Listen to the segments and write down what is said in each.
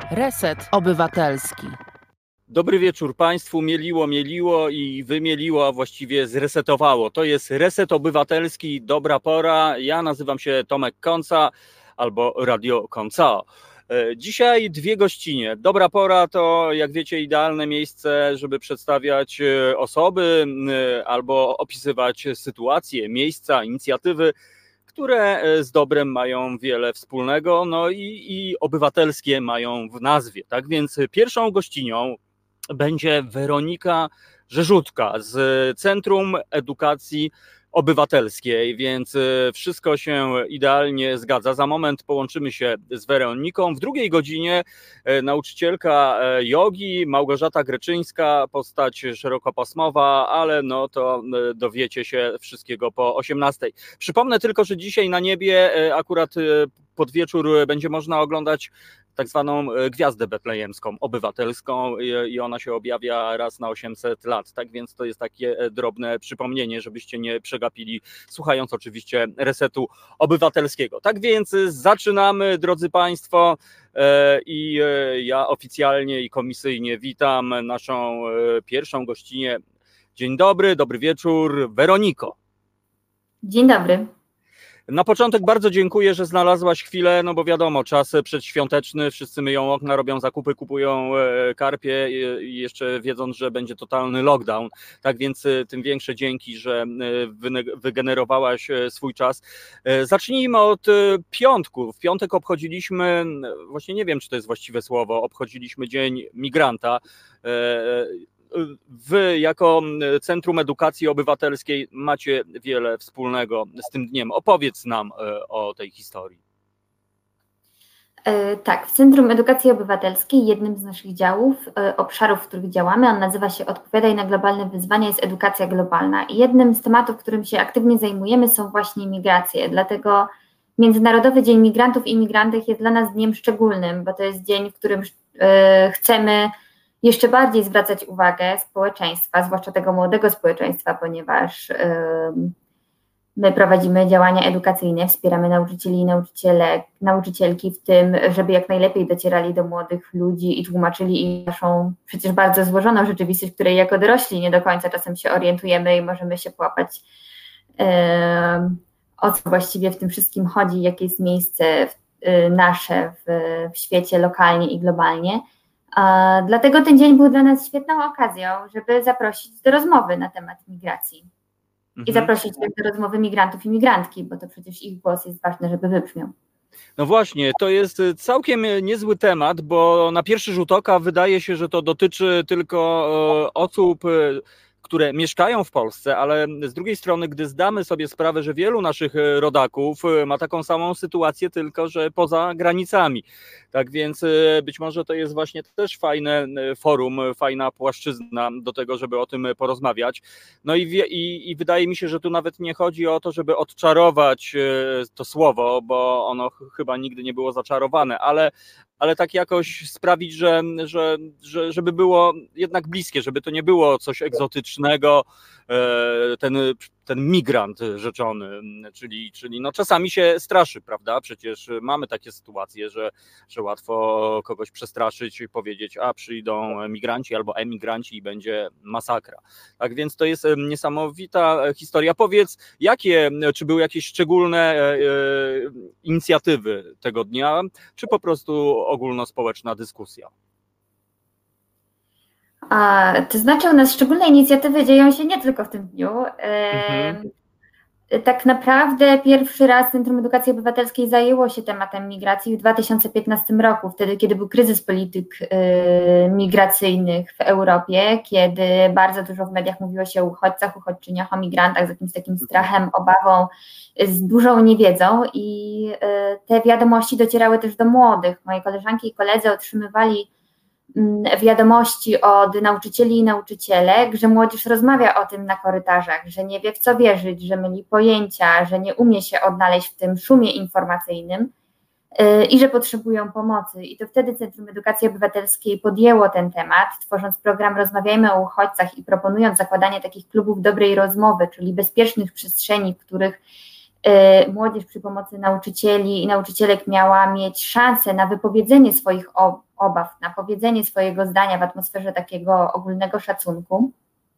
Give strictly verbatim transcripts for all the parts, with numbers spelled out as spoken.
Reset Obywatelski. Dobry wieczór Państwu, mieliło, mieliło i wymieliło, a właściwie zresetowało. To jest Reset Obywatelski, dobra pora. Ja nazywam się Tomek Konca albo Radio Konca. Dzisiaj dwie gościnie. Dobra pora to, jak wiecie, idealne miejsce, żeby przedstawiać osoby albo opisywać sytuacje, miejsca, inicjatywy, które z dobrem mają wiele wspólnego, no i, i obywatelskie mają w nazwie. Tak więc pierwszą gościnią będzie Weronika Rzeżutka z Centrum Edukacji Obywatelskiej, więc wszystko się idealnie zgadza. Za moment połączymy się z Weroniką. W drugiej godzinie nauczycielka jogi Małgorzata Greczyńska, postać szerokopasmowa, ale no to dowiecie się wszystkiego po osiemnastej. Przypomnę tylko, że dzisiaj na niebie akurat pod wieczór będzie można oglądać tak zwaną gwiazdę betlejemską, obywatelską i ona się objawia raz na osiemset lat, tak więc to jest takie drobne przypomnienie, żebyście nie przegapili, słuchając oczywiście Resetu Obywatelskiego. Tak więc zaczynamy, drodzy Państwo, i ja oficjalnie i komisyjnie witam naszą pierwszą gościnę. Dzień dobry, dobry wieczór, Weroniko. Dzień dobry. Na początek bardzo dziękuję, że znalazłaś chwilę, no bo wiadomo, czas przedświąteczny, wszyscy myją okna, robią zakupy, kupują karpie i jeszcze wiedząc, że będzie totalny lockdown. Tak więc tym większe dzięki, że wygenerowałaś swój czas. Zacznijmy od piątku. W piątek obchodziliśmy, właśnie nie wiem, czy to jest właściwe słowo, obchodziliśmy Dzień Migranta. Wy jako Centrum Edukacji Obywatelskiej macie wiele wspólnego z tym dniem. Opowiedz nam o tej historii. Tak, w Centrum Edukacji Obywatelskiej jednym z naszych działów, obszarów, w których działamy, on nazywa się Odpowiadaj na globalne wyzwania, jest edukacja globalna. I jednym z tematów, którym się aktywnie zajmujemy, są właśnie migracje. Dlatego Międzynarodowy Dzień Migrantów i Imigrantek jest dla nas dniem szczególnym, bo to jest dzień, w którym chcemy jeszcze bardziej zwracać uwagę społeczeństwa, zwłaszcza tego młodego społeczeństwa, ponieważ y, my prowadzimy działania edukacyjne, wspieramy nauczycieli i nauczyciele, nauczycielki w tym, żeby jak najlepiej docierali do młodych ludzi i tłumaczyli im naszą przecież bardzo złożoną rzeczywistość, której jako dorośli nie do końca czasem się orientujemy i możemy się połapać, y, o co właściwie w tym wszystkim chodzi, jakie jest miejsce y, nasze w, w świecie lokalnie i globalnie. Dlatego ten dzień był dla nas świetną okazją, żeby zaprosić do rozmowy na temat migracji mhm. i zaprosić do rozmowy migrantów i migrantki, bo to przecież ich głos jest ważny, żeby wybrzmiał. No właśnie, to jest całkiem niezły temat, bo na pierwszy rzut oka wydaje się, że to dotyczy tylko osób, które mieszkają w Polsce, ale z drugiej strony, gdy zdamy sobie sprawę, że wielu naszych rodaków ma taką samą sytuację, tylko że poza granicami. Tak więc być może to jest właśnie też fajne forum, fajna płaszczyzna do tego, żeby o tym porozmawiać. No i, i, i wydaje mi się, że tu nawet nie chodzi o to, żeby odczarować to słowo, bo ono chyba nigdy nie było zaczarowane, ale ale tak jakoś sprawić, że, że, że, żeby było jednak bliskie, żeby to nie było coś egzotycznego, ten, ten migrant rzeczony, czyli, czyli no czasami się straszy, prawda? Przecież mamy takie sytuacje, że, że łatwo kogoś przestraszyć i powiedzieć, a przyjdą migranci albo emigranci i będzie masakra. Tak więc to jest niesamowita historia. Powiedz, jakie, czy były jakieś szczególne inicjatywy tego dnia, czy po prostu ogólnospołeczna dyskusja? A, to znaczy u nas szczególne inicjatywy dzieją się nie tylko w tym dniu. Mhm. Tak naprawdę pierwszy raz Centrum Edukacji Obywatelskiej zajęło się tematem migracji w dwa tysiące piętnastym roku, wtedy kiedy był kryzys polityk migracyjnych w Europie, kiedy bardzo dużo w mediach mówiło się o uchodźcach, uchodźczyniach, o migrantach z jakimś takim strachem, obawą, z dużą niewiedzą i te wiadomości docierały też do młodych. Moje koleżanki i koledzy otrzymywali wiadomości od nauczycieli i nauczycielek, że młodzież rozmawia o tym na korytarzach, że nie wie w co wierzyć, że myli pojęcia, że nie umie się odnaleźć w tym szumie informacyjnym yy, i że potrzebują pomocy. I to wtedy Centrum Edukacji Obywatelskiej podjęło ten temat, tworząc program Rozmawiajmy o uchodźcach i proponując zakładanie takich klubów dobrej rozmowy, czyli bezpiecznych przestrzeni, w których yy, młodzież przy pomocy nauczycieli i nauczycielek miała mieć szansę na wypowiedzenie swoich ob- obaw, na powiedzenie swojego zdania w atmosferze takiego ogólnego szacunku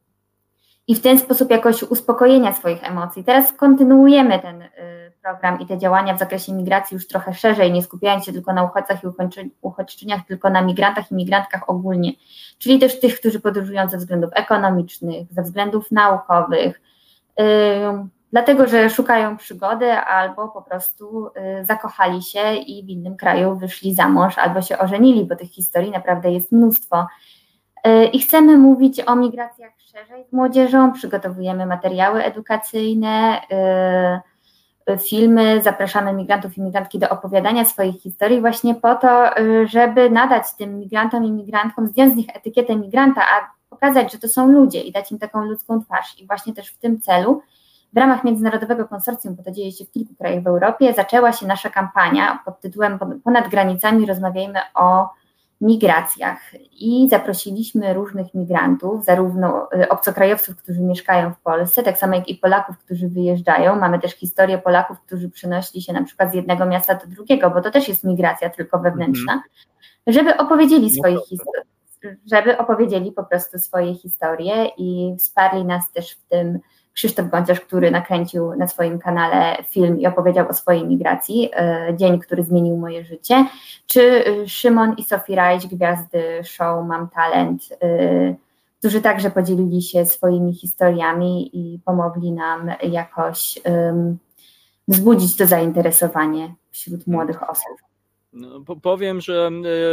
i w ten sposób jakoś uspokojenia swoich emocji. Teraz kontynuujemy ten program i te działania w zakresie migracji już trochę szerzej, nie skupiając się tylko na uchodźcach i uchodźczyniach, tylko na migrantach i migrantkach ogólnie, czyli też tych, którzy podróżują ze względów ekonomicznych, ze względów naukowych, yy, dlatego, że szukają przygody albo po prostu yy, zakochali się i w innym kraju wyszli za mąż albo się ożenili, bo tych historii naprawdę jest mnóstwo. Yy, I chcemy mówić o migracjach szerzej z młodzieżą, przygotowujemy materiały edukacyjne, yy, filmy, zapraszamy migrantów i migrantki do opowiadania swoich historii właśnie po to, żeby nadać tym migrantom i migrantkom, zdjąć z nich etykietę migranta, a pokazać, że to są ludzie i dać im taką ludzką twarz. I właśnie też w tym celu w ramach międzynarodowego konsorcjum, bo to dzieje się w kilku krajach w Europie, zaczęła się nasza kampania pod tytułem Ponad granicami rozmawiajmy o migracjach i zaprosiliśmy różnych migrantów, zarówno obcokrajowców, którzy mieszkają w Polsce, tak samo jak i Polaków, którzy wyjeżdżają. Mamy też historię Polaków, którzy przynosili się na przykład z jednego miasta do drugiego, bo to też jest migracja tylko wewnętrzna, mm. żeby opowiedzieli swoje no historie, żeby opowiedzieli po prostu swoje historie i wsparli nas też w tym Krzysztof Gonciarz, który nakręcił na swoim kanale film i opowiedział o swojej migracji, Dzień, który zmienił moje życie, czy Szymon i Sophie Rajś, gwiazdy show Mam Talent, którzy także podzielili się swoimi historiami i pomogli nam jakoś um, wzbudzić to zainteresowanie wśród młodych osób. No, powiem, że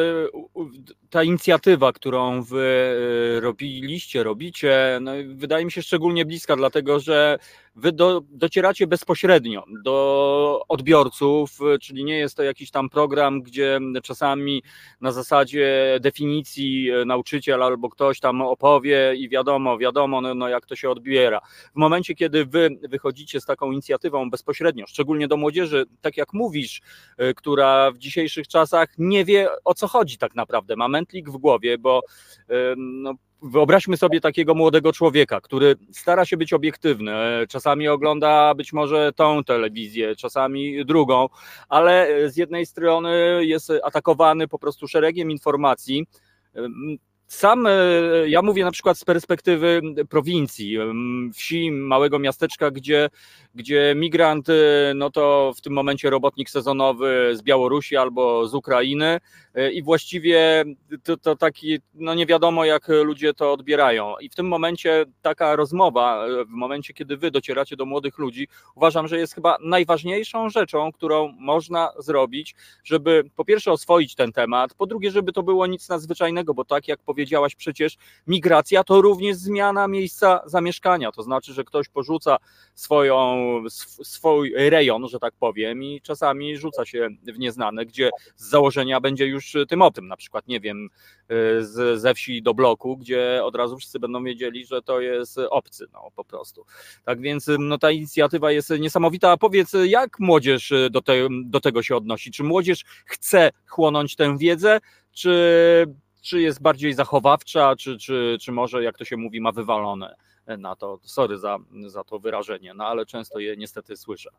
ta inicjatywa, którą wy robiliście, robicie, no, wydaje mi się szczególnie bliska, dlatego że wy do, docieracie bezpośrednio do odbiorców, czyli nie jest to jakiś tam program, gdzie czasami na zasadzie definicji nauczyciel albo ktoś tam opowie i wiadomo, wiadomo, no, no jak to się odbiera. W momencie, kiedy wy wychodzicie z taką inicjatywą bezpośrednio, szczególnie do młodzieży, tak jak mówisz, która w dzisiejszych czasach nie wie, o co chodzi tak naprawdę, ma mętlik w głowie, bo no, wyobraźmy sobie takiego młodego człowieka, który stara się być obiektywny, czasami ogląda być może tą telewizję, czasami drugą, ale z jednej strony jest atakowany po prostu szeregiem informacji. Sam, ja mówię na przykład z perspektywy prowincji, wsi, małego miasteczka, gdzie, gdzie migrant, no to w tym momencie robotnik sezonowy z Białorusi albo z Ukrainy i właściwie to, to taki, no nie wiadomo jak ludzie to odbierają. I w tym momencie taka rozmowa, w momencie kiedy wy docieracie do młodych ludzi, uważam, że jest chyba najważniejszą rzeczą, którą można zrobić, żeby po pierwsze oswoić ten temat, po drugie, żeby to było nic nadzwyczajnego, bo tak jak powiedziałaś przecież, migracja to również zmiana miejsca zamieszkania, to znaczy, że ktoś porzuca swoją, swój rejon, że tak powiem, i czasami rzuca się w nieznane, gdzie z założenia będzie już tym o tym, na przykład, nie wiem, z, ze wsi do bloku, gdzie od razu wszyscy będą wiedzieli, że to jest obcy, no po prostu. Tak więc no, ta inicjatywa jest niesamowita. A powiedz, jak młodzież do, te, do tego się odnosi? Czy młodzież chce chłonąć tę wiedzę, czy czy jest bardziej zachowawcza, czy, czy, czy może, jak to się mówi, ma wywalone na to. Sorry za, za to wyrażenie, no ale często je niestety słyszę.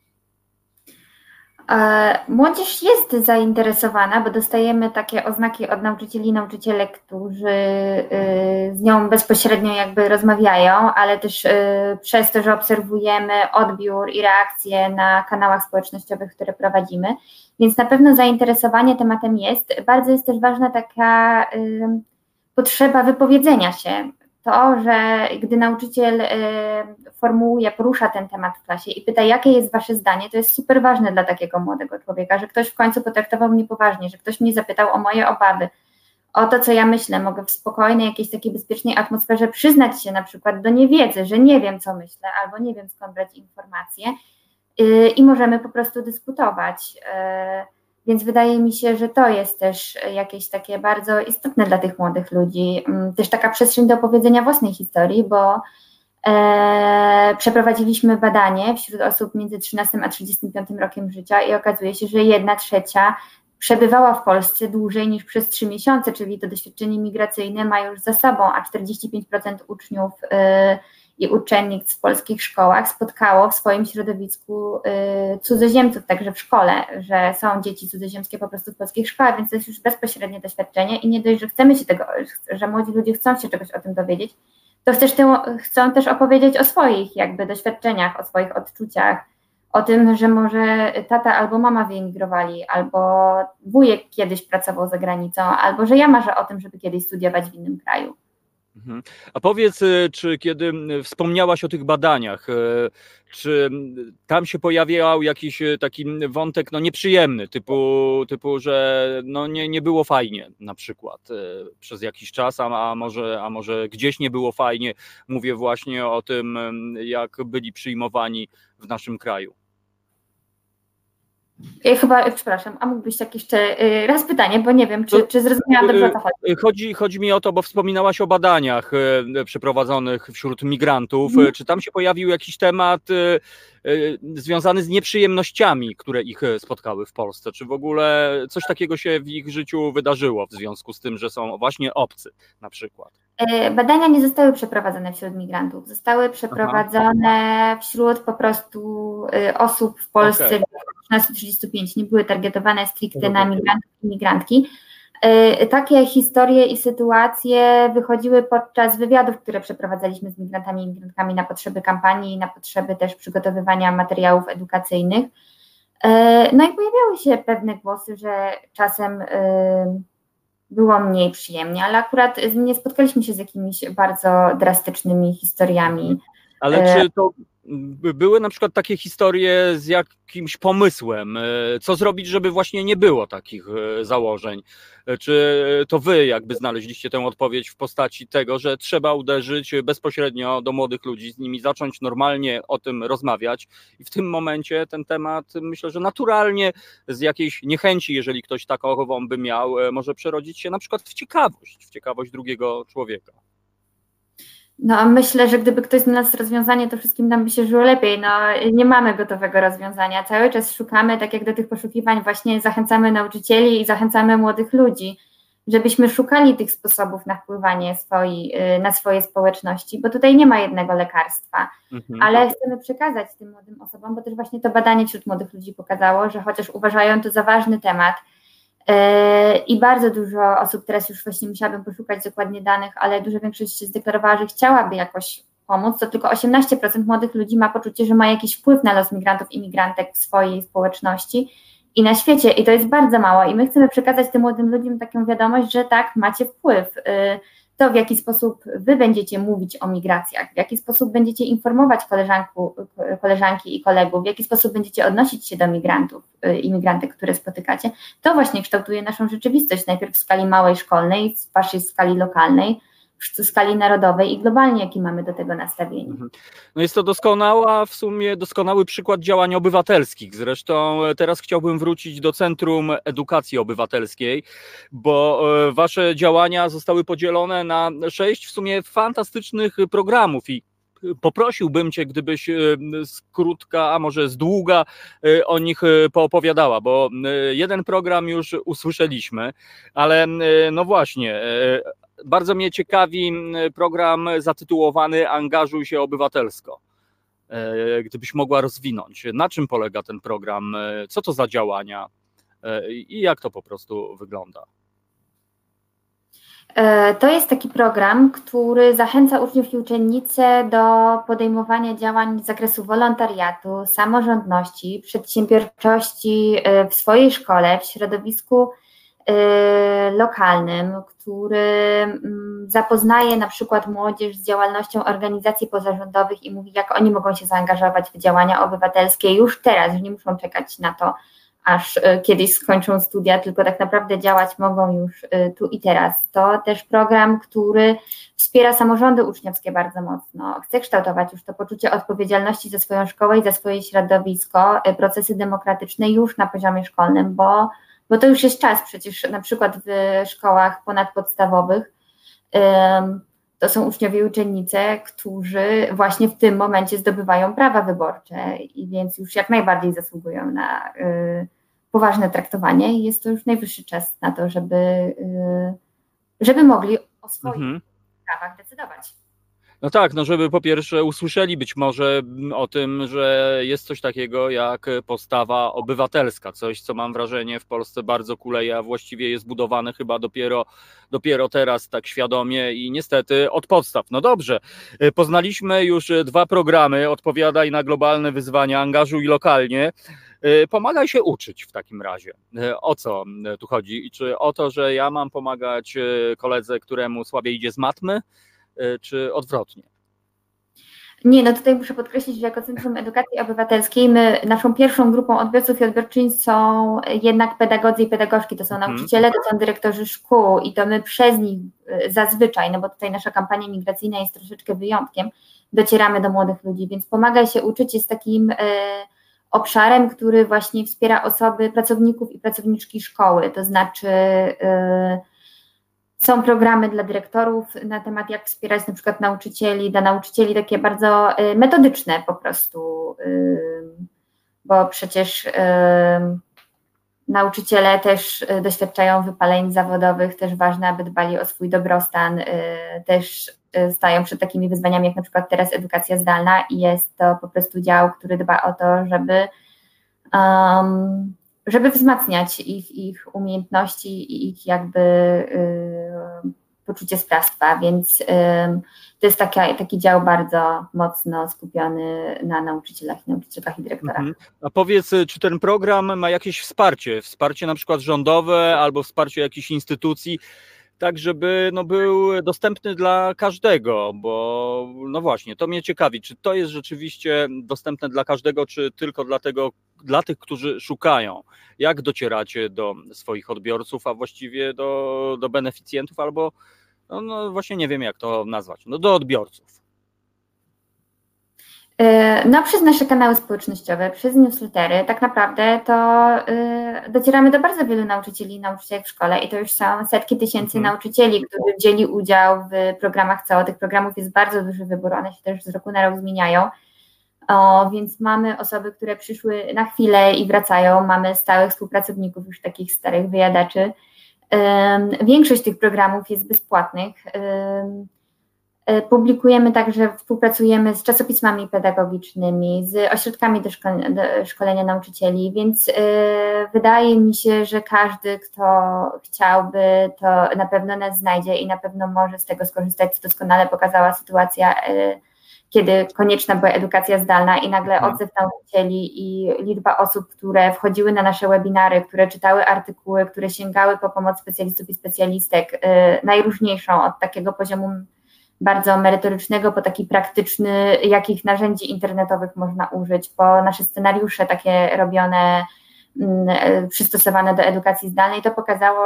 Młodzież jest zainteresowana, bo dostajemy takie oznaki od nauczycieli i nauczycielek, którzy z nią bezpośrednio jakby rozmawiają, ale też przez to, że obserwujemy odbiór i reakcje na kanałach społecznościowych, które prowadzimy, więc na pewno zainteresowanie tematem jest. Bardzo jest też ważna taka potrzeba wypowiedzenia się. To, że gdy nauczyciel y, formułuje, porusza ten temat w klasie i pyta, jakie jest wasze zdanie, to jest super ważne dla takiego młodego człowieka, że ktoś w końcu potraktował mnie poważnie, że ktoś mnie zapytał o moje obawy, o to, co ja myślę. Mogę w spokojnej, jakiejś takiej bezpiecznej atmosferze przyznać się na przykład do niewiedzy, że nie wiem, co myślę, albo nie wiem, skąd brać informacje y, i możemy po prostu dyskutować. Y, Więc wydaje mi się, że to jest też jakieś takie bardzo istotne dla tych młodych ludzi, też taka przestrzeń do opowiedzenia własnej historii, bo e, przeprowadziliśmy badanie wśród osób między trzynastym a trzydziestym piątym rokiem życia i okazuje się, że jedna trzecia przebywała w Polsce dłużej niż przez trzy miesiące, czyli to doświadczenie migracyjne ma już za sobą, a czterdzieści pięć procent uczniów y, i uczennic w polskich szkołach spotkało w swoim środowisku y, cudzoziemców, także w szkole, że są dzieci cudzoziemskie po prostu w polskich szkołach, więc to jest już bezpośrednie doświadczenie i nie dość, że chcemy się tego, że młodzi ludzie chcą się czegoś o tym dowiedzieć, to chcesz tę, chcą też opowiedzieć o swoich jakby doświadczeniach, o swoich odczuciach, o tym, że może tata albo mama wyemigrowali, albo wujek kiedyś pracował za granicą, albo że ja marzę o tym, żeby kiedyś studiować w innym kraju. A powiedz, czy kiedy wspomniałaś o tych badaniach, czy tam się pojawiał jakiś taki wątek no, nieprzyjemny, typu, typu że no, nie, nie było fajnie na przykład przez jakiś czas, a, a, może, a może gdzieś nie było fajnie? Mówię właśnie o tym, jak byli przyjmowani w naszym kraju. Ja chyba, przepraszam, a mógłbyś tak jeszcze raz pytanie, bo nie wiem, czy, czy zrozumiałam dobrze, o co chodzi. Chodzi. Chodzi mi o to, bo wspominałaś o badaniach przeprowadzonych wśród migrantów. Hmm. Czy tam się pojawił jakiś temat związany z nieprzyjemnościami, które ich spotkały w Polsce? Czy w ogóle coś takiego się w ich życiu wydarzyło w związku z tym, że są właśnie obcy na przykład? Badania nie zostały przeprowadzone wśród migrantów, zostały przeprowadzone Aha. wśród po prostu osób w Polsce okay. trzynaście trzydzieści pięć, nie były targetowane stricte okay. na migrantów i migrantki. Takie historie i sytuacje wychodziły podczas wywiadów, które przeprowadzaliśmy z migrantami i migrantkami na potrzeby kampanii i na potrzeby też przygotowywania materiałów edukacyjnych. No i pojawiały się pewne głosy, że czasem było mniej przyjemnie, ale akurat nie spotkaliśmy się z jakimiś bardzo drastycznymi historiami. Ale czy to były na przykład takie historie z jakimś pomysłem? Co zrobić, żeby właśnie nie było takich założeń? Czy to wy jakby znaleźliście tę odpowiedź w postaci tego, że trzeba uderzyć bezpośrednio do młodych ludzi, z nimi zacząć normalnie o tym rozmawiać i w tym momencie ten temat, myślę, że naturalnie z jakiejś niechęci, jeżeli ktoś takową by miał, może przerodzić się na przykład w ciekawość, w ciekawość drugiego człowieka? No myślę, że gdyby ktoś znalazł rozwiązanie, to wszystkim nam by się żyło lepiej. No nie mamy gotowego rozwiązania. Cały czas szukamy, tak jak do tych poszukiwań właśnie zachęcamy nauczycieli i zachęcamy młodych ludzi, żebyśmy szukali tych sposobów na wpływanie swoi, na swoje społeczności, bo tutaj nie ma jednego lekarstwa, mhm. ale chcemy przekazać tym młodym osobom, bo też właśnie to badanie wśród młodych ludzi pokazało, że chociaż uważają to za ważny temat, i bardzo dużo osób, teraz już właśnie musiałabym poszukać dokładnie danych, ale duża większość się zdeklarowała, że chciałaby jakoś pomóc, to tylko osiemnaście procent młodych ludzi ma poczucie, że ma jakiś wpływ na los migrantów i migrantek w swojej społeczności i na świecie i to jest bardzo mało i my chcemy przekazać tym młodym ludziom taką wiadomość, że tak, macie wpływ. To, w jaki sposób wy będziecie mówić o migracjach, w jaki sposób będziecie informować koleżanku, koleżanki i kolegów, w jaki sposób będziecie odnosić się do migrantów i migrantek, które spotykacie, to właśnie kształtuje naszą rzeczywistość, najpierw w skali małej szkolnej, w waszej skali lokalnej, w skali narodowej i globalnie, jaki mamy do tego nastawienie. No jest to doskonała, w sumie doskonały przykład działań obywatelskich. Zresztą teraz chciałbym wrócić do Centrum Edukacji Obywatelskiej, bo wasze działania zostały podzielone na sześć w sumie fantastycznych programów i poprosiłbym cię, gdybyś z krótka, a może z długa o nich poopowiadała, bo jeden program już usłyszeliśmy, ale no właśnie, bardzo mnie ciekawi program zatytułowany Angażuj się obywatelsko. Gdybyś mogła rozwinąć, na czym polega ten program, co to za działania i jak to po prostu wygląda? To jest taki program, który zachęca uczniów i uczennice do podejmowania działań z zakresu wolontariatu, samorządności, przedsiębiorczości w swojej szkole, w środowisku lokalnym, który zapoznaje na przykład młodzież z działalnością organizacji pozarządowych i mówi, jak oni mogą się zaangażować w działania obywatelskie już teraz, że nie muszą czekać na to, aż kiedyś skończą studia, tylko tak naprawdę działać mogą już tu i teraz. To też program, który wspiera samorządy uczniowskie bardzo mocno. Chce kształtować już to poczucie odpowiedzialności za swoją szkołę i za swoje środowisko, procesy demokratyczne już na poziomie szkolnym, bo, bo to już jest czas. Przecież na przykład w szkołach ponadpodstawowych um, to są uczniowie i uczennice, którzy właśnie w tym momencie zdobywają prawa wyborcze i więc już jak najbardziej zasługują na y, poważne traktowanie i jest to już najwyższy czas na to, żeby, y, żeby mogli o swoich mhm. prawach decydować. No tak, no żeby po pierwsze usłyszeli być może o tym, że jest coś takiego jak postawa obywatelska, coś co mam wrażenie w Polsce bardzo kuleje, a właściwie jest budowane chyba dopiero, dopiero teraz tak świadomie i niestety od podstaw. No dobrze, poznaliśmy już dwa programy, Odpowiadaj na globalne wyzwania, Angażuj lokalnie. Pomagaj się uczyć w takim razie. O co tu chodzi? Czy o to, że ja mam pomagać koledze, któremu słabiej idzie z matmy, czy odwrotnie? Nie, no tutaj muszę podkreślić, że jako Centrum Edukacji Obywatelskiej my, naszą pierwszą grupą odbiorców i odbiorczyń są jednak pedagodzy i pedagogzki, to są Mhm. nauczyciele, to są dyrektorzy szkół i to my przez nich zazwyczaj, no bo tutaj nasza kampania migracyjna jest troszeczkę wyjątkiem, docieramy do młodych ludzi, więc Pomagaj się uczyć jest takim y, obszarem, który właśnie wspiera osoby, pracowników i pracowniczki szkoły, to znaczy y, są programy dla dyrektorów na temat, jak wspierać na przykład nauczycieli, dla nauczycieli takie bardzo metodyczne po prostu, bo przecież nauczyciele też doświadczają wypaleń zawodowych, też ważne, aby dbali o swój dobrostan, też stają przed takimi wyzwaniami, jak na przykład teraz edukacja zdalna i jest to po prostu dział, który dba o to, żeby um, żeby wzmacniać ich, ich umiejętności i ich jakby y, poczucie sprawstwa, więc y, to jest taka, taki dział bardzo mocno skupiony na nauczycielach, nauczycielkach i dyrektorach. Mhm. A powiedz, czy ten program ma jakieś wsparcie, wsparcie na przykład rządowe albo wsparcie jakichś instytucji, tak żeby no, był dostępny dla każdego, bo no właśnie, to mnie ciekawi, czy to jest rzeczywiście dostępne dla każdego, czy tylko dla, tego, dla tych, którzy szukają. Jak docieracie do swoich odbiorców, a właściwie do, do beneficjentów albo, no, no właśnie nie wiem jak to nazwać, no do odbiorców. No przez nasze kanały społecznościowe, przez newslettery tak naprawdę to y, docieramy do bardzo wielu nauczycieli i nauczycielek w szkole i to już są setki tysięcy hmm. nauczycieli, którzy wzięli udział w programach C E O. Tych programów jest bardzo duży wybór, one się też z roku na rok zmieniają, o, więc mamy osoby, które przyszły na chwilę i wracają, mamy stałych współpracowników, już takich starych wyjadaczy. Ym, większość tych programów jest bezpłatnych. Ym, Publikujemy także, współpracujemy z czasopismami pedagogicznymi, z ośrodkami do, szko- do szkolenia nauczycieli, więc y, wydaje mi się, że każdy, kto chciałby, to na pewno nas znajdzie i na pewno może z tego skorzystać, co doskonale pokazała sytuacja, y, kiedy konieczna była edukacja zdalna i nagle odzew nauczycieli i liczba osób, które wchodziły na nasze webinary, które czytały artykuły, które sięgały po pomoc specjalistów i specjalistek, y, najróżniejszą od takiego poziomu bardzo merytorycznego, po taki praktyczny, jakich narzędzi internetowych można użyć, po nasze scenariusze takie robione, przystosowane do edukacji zdalnej, to pokazało,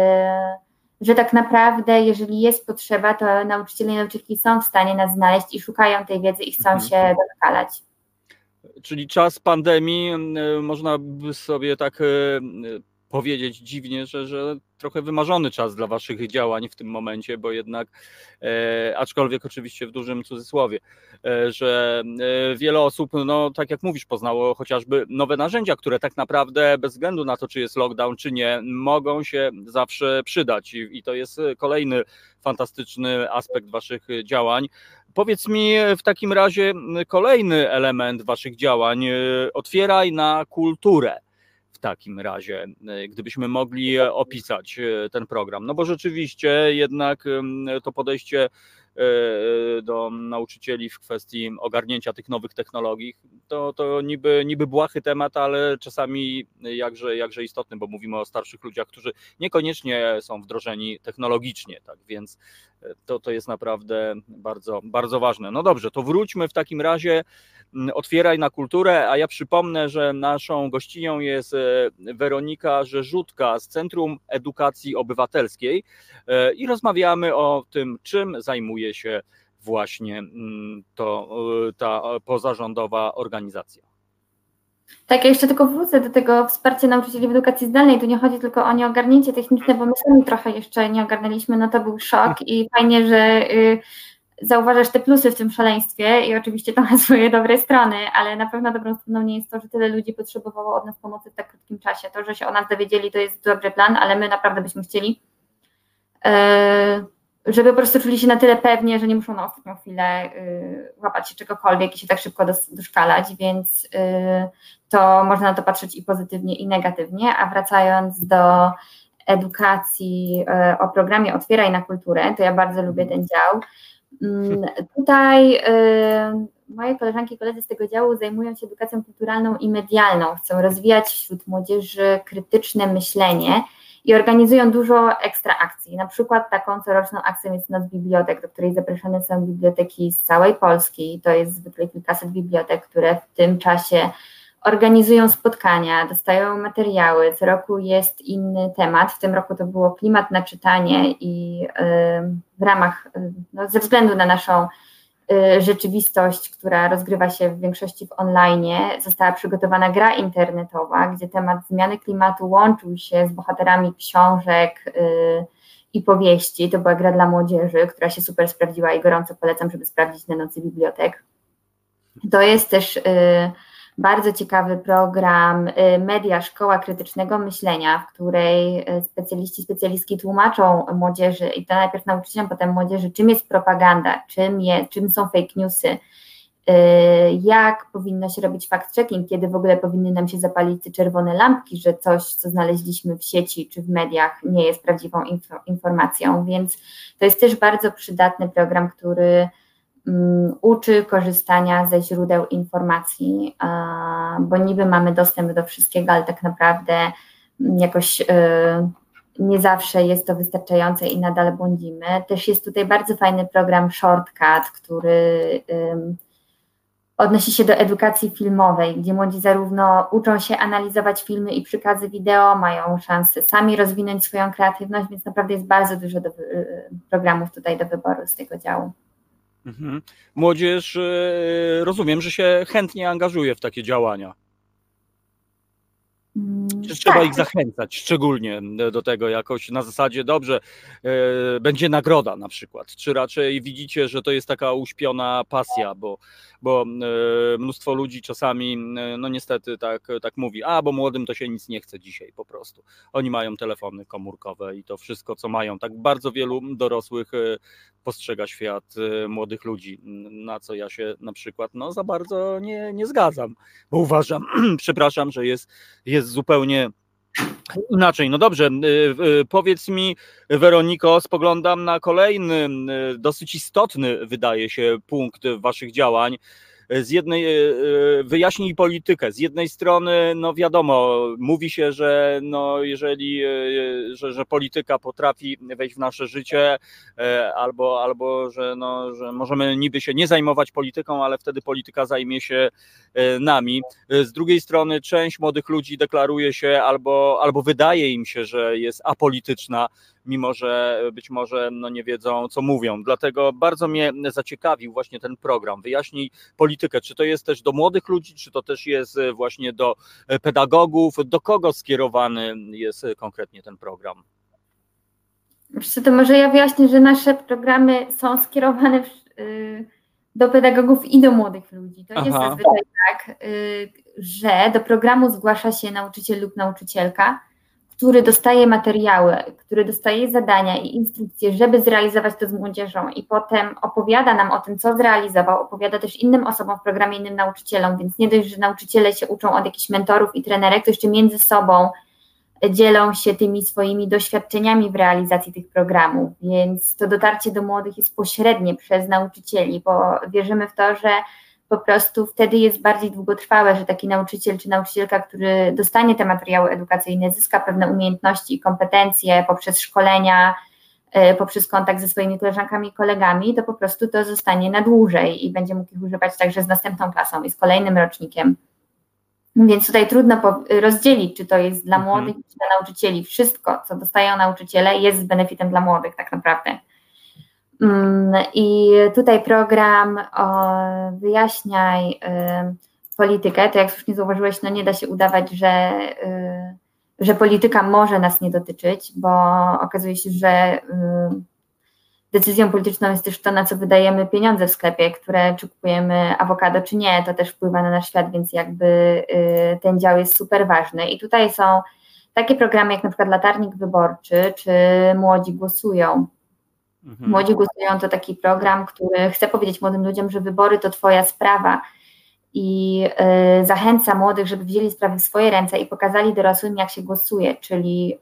że tak naprawdę, jeżeli jest potrzeba, to nauczyciele i nauczycielki są w stanie nas znaleźć i szukają tej wiedzy i chcą mhm. się doskonalać. Czyli czas pandemii, można by sobie tak powiedzieć dziwnie, że, że trochę wymarzony czas dla waszych działań w tym momencie, bo jednak, e, aczkolwiek oczywiście w dużym cudzysłowie, e, że e, wiele osób, no tak jak mówisz, poznało chociażby nowe narzędzia, które tak naprawdę bez względu na to, czy jest lockdown, czy nie, mogą się zawsze przydać i, i to jest kolejny fantastyczny aspekt waszych działań. Powiedz mi w takim razie kolejny element waszych działań, otwieraj na kulturę. W takim razie, gdybyśmy mogli opisać ten program, no bo rzeczywiście jednak to podejście do nauczycieli w kwestii ogarnięcia tych nowych technologii, to, to niby, niby błahy temat, ale czasami jakże, jakże istotny, bo mówimy o starszych ludziach, którzy niekoniecznie są wdrożeni technologicznie, tak więc to, to jest naprawdę bardzo, bardzo ważne. No dobrze, to wróćmy w takim razie, otwieraj na kulturę, a ja przypomnę, że naszą gościnią jest Weronika Rzeżutka z Centrum Edukacji Obywatelskiej i rozmawiamy o tym, czym zajmuje się właśnie to, ta pozarządowa organizacja. Tak, ja jeszcze tylko wrócę do tego wsparcia nauczycieli w edukacji zdalnej. Tu nie chodzi tylko o nieogarnięcie techniczne, bo my sami trochę jeszcze nie ogarnęliśmy, no to był szok i fajnie, że y, zauważasz te plusy w tym szaleństwie i oczywiście to ma swoje dobre strony, ale na pewno dobrą stroną nie jest to, że tyle ludzi potrzebowało od nas pomocy w tak krótkim czasie. To, że się o nas dowiedzieli, to jest dobry plan, ale my naprawdę byśmy chcieli, żeby po prostu czuli się na tyle pewnie, że nie muszą na ostatnią chwilę y, łapać się czegokolwiek i się tak szybko dos, doszkalać, więc y, to można na to patrzeć i pozytywnie, i negatywnie. A wracając do edukacji y, o programie Otwieraj na kulturę, to ja bardzo lubię ten dział. Y, tutaj y, moje koleżanki i koledzy z tego działu zajmują się edukacją kulturalną i medialną, chcą rozwijać wśród młodzieży krytyczne myślenie i organizują dużo ekstra akcji. Na przykład taką coroczną akcją jest Noc Bibliotek, do której zapraszane są biblioteki z całej Polski. To jest zwykle kilkaset bibliotek, które w tym czasie organizują spotkania, dostają materiały. Co roku jest inny temat. W tym roku to było klimat na czytanie i yy, w ramach, yy, no, ze względu na naszą rzeczywistość, która rozgrywa się w większości w online, została przygotowana gra internetowa, gdzie temat zmiany klimatu łączył się z bohaterami książek yy, i powieści. To była gra dla młodzieży, która się super sprawdziła i gorąco polecam, żeby sprawdzić na Nocy Bibliotek. To jest też yy, bardzo ciekawy program Media Szkoła Krytycznego Myślenia, w której specjaliści, specjalistki tłumaczą młodzieży i to najpierw nauczycielom, potem młodzieży, czym jest propaganda, czym, je, czym są fake newsy, jak powinno się robić fact-checking, kiedy w ogóle powinny nam się zapalić te czerwone lampki, że coś, co znaleźliśmy w sieci czy w mediach, nie jest prawdziwą info, informacją, więc to jest też bardzo przydatny program, który uczy korzystania ze źródeł informacji, bo niby mamy dostęp do wszystkiego, ale tak naprawdę jakoś nie zawsze jest to wystarczające i nadal błądzimy. Też jest tutaj bardzo fajny program Shortcut, który odnosi się do edukacji filmowej, gdzie młodzi zarówno uczą się analizować filmy i przekazy wideo, mają szansę sami rozwinąć swoją kreatywność, więc naprawdę jest bardzo dużo do, programów tutaj do wyboru z tego działu. Mhm. Młodzież, rozumiem, że się chętnie angażuje w takie działania. Czy trzeba tak. ich zachęcać szczególnie do tego jakoś na zasadzie, dobrze, e, będzie nagroda na przykład, czy raczej widzicie, że to jest taka uśpiona pasja, bo, bo e, mnóstwo ludzi czasami, no niestety tak, tak mówi, a bo młodym to się nic nie chce dzisiaj po prostu. Oni mają telefony komórkowe i to wszystko, co mają. Tak bardzo wielu dorosłych e, postrzega świat e, młodych ludzi, na co ja się na przykład no, za bardzo nie, nie zgadzam, bo uważam, przepraszam, że jest, jest zupełnie inaczej. No dobrze, powiedz mi, Weroniko, spoglądam na kolejny, dosyć istotny, wydaje się, punkt waszych działań. Z jednej, wyjaśnij politykę. Z jednej strony, no wiadomo, mówi się, że no jeżeli, że, że polityka potrafi wejść w nasze życie, albo, albo że, no, że możemy niby się nie zajmować polityką, ale wtedy polityka zajmie się nami. Z drugiej strony część młodych ludzi deklaruje się albo, albo wydaje im się, że jest apolityczna, mimo że być może no, nie wiedzą, co mówią. Dlatego bardzo mnie zaciekawił właśnie ten program. Wyjaśnij politykę. Czy to jest też do młodych ludzi, czy to też jest właśnie do pedagogów? Do kogo skierowany jest konkretnie ten program? Wiesz co, to może ja wyjaśnię, że nasze programy są skierowane w, yy, do pedagogów i do młodych ludzi. To Aha. jest zazwyczaj tak, yy, że do programu zgłasza się nauczyciel lub nauczycielka, który dostaje materiały, który dostaje zadania i instrukcje, żeby zrealizować to z młodzieżą i potem opowiada nam o tym, co zrealizował, opowiada też innym osobom w programie, innym nauczycielom, więc nie dość, że nauczyciele się uczą od jakichś mentorów i trenerek, to jeszcze między sobą dzielą się tymi swoimi doświadczeniami w realizacji tych programów, więc to dotarcie do młodych jest pośrednie przez nauczycieli, bo wierzymy w to, że po prostu wtedy jest bardziej długotrwałe, że taki nauczyciel czy nauczycielka, który dostanie te materiały edukacyjne, zyska pewne umiejętności i kompetencje poprzez szkolenia, poprzez kontakt ze swoimi koleżankami i kolegami, to po prostu to zostanie na dłużej i będzie mógł ich używać także z następną klasą i z kolejnym rocznikiem. Więc tutaj trudno rozdzielić, czy to jest dla młodych, czy dla nauczycieli. Wszystko, co dostają nauczyciele, jest z benefitem dla młodych tak naprawdę. I tutaj program o wyjaśniaj y, politykę, to jak słusznie zauważyłeś, no nie da się udawać, że, y, że polityka może nas nie dotyczyć, bo okazuje się, że y, decyzją polityczną jest też to, na co wydajemy pieniądze w sklepie, które czy kupujemy awokado, czy nie, to też wpływa na nasz świat, więc jakby y, ten dział jest super ważny. I tutaj są takie programy jak na przykład Latarnik Wyborczy, czy Młodzi Głosują. Mhm. Młodzi Głosują to taki program, który chce powiedzieć młodym ludziom, że wybory to twoja sprawa i y, zachęca młodych, żeby wzięli sprawy w swoje ręce i pokazali dorosłym, jak się głosuje, czyli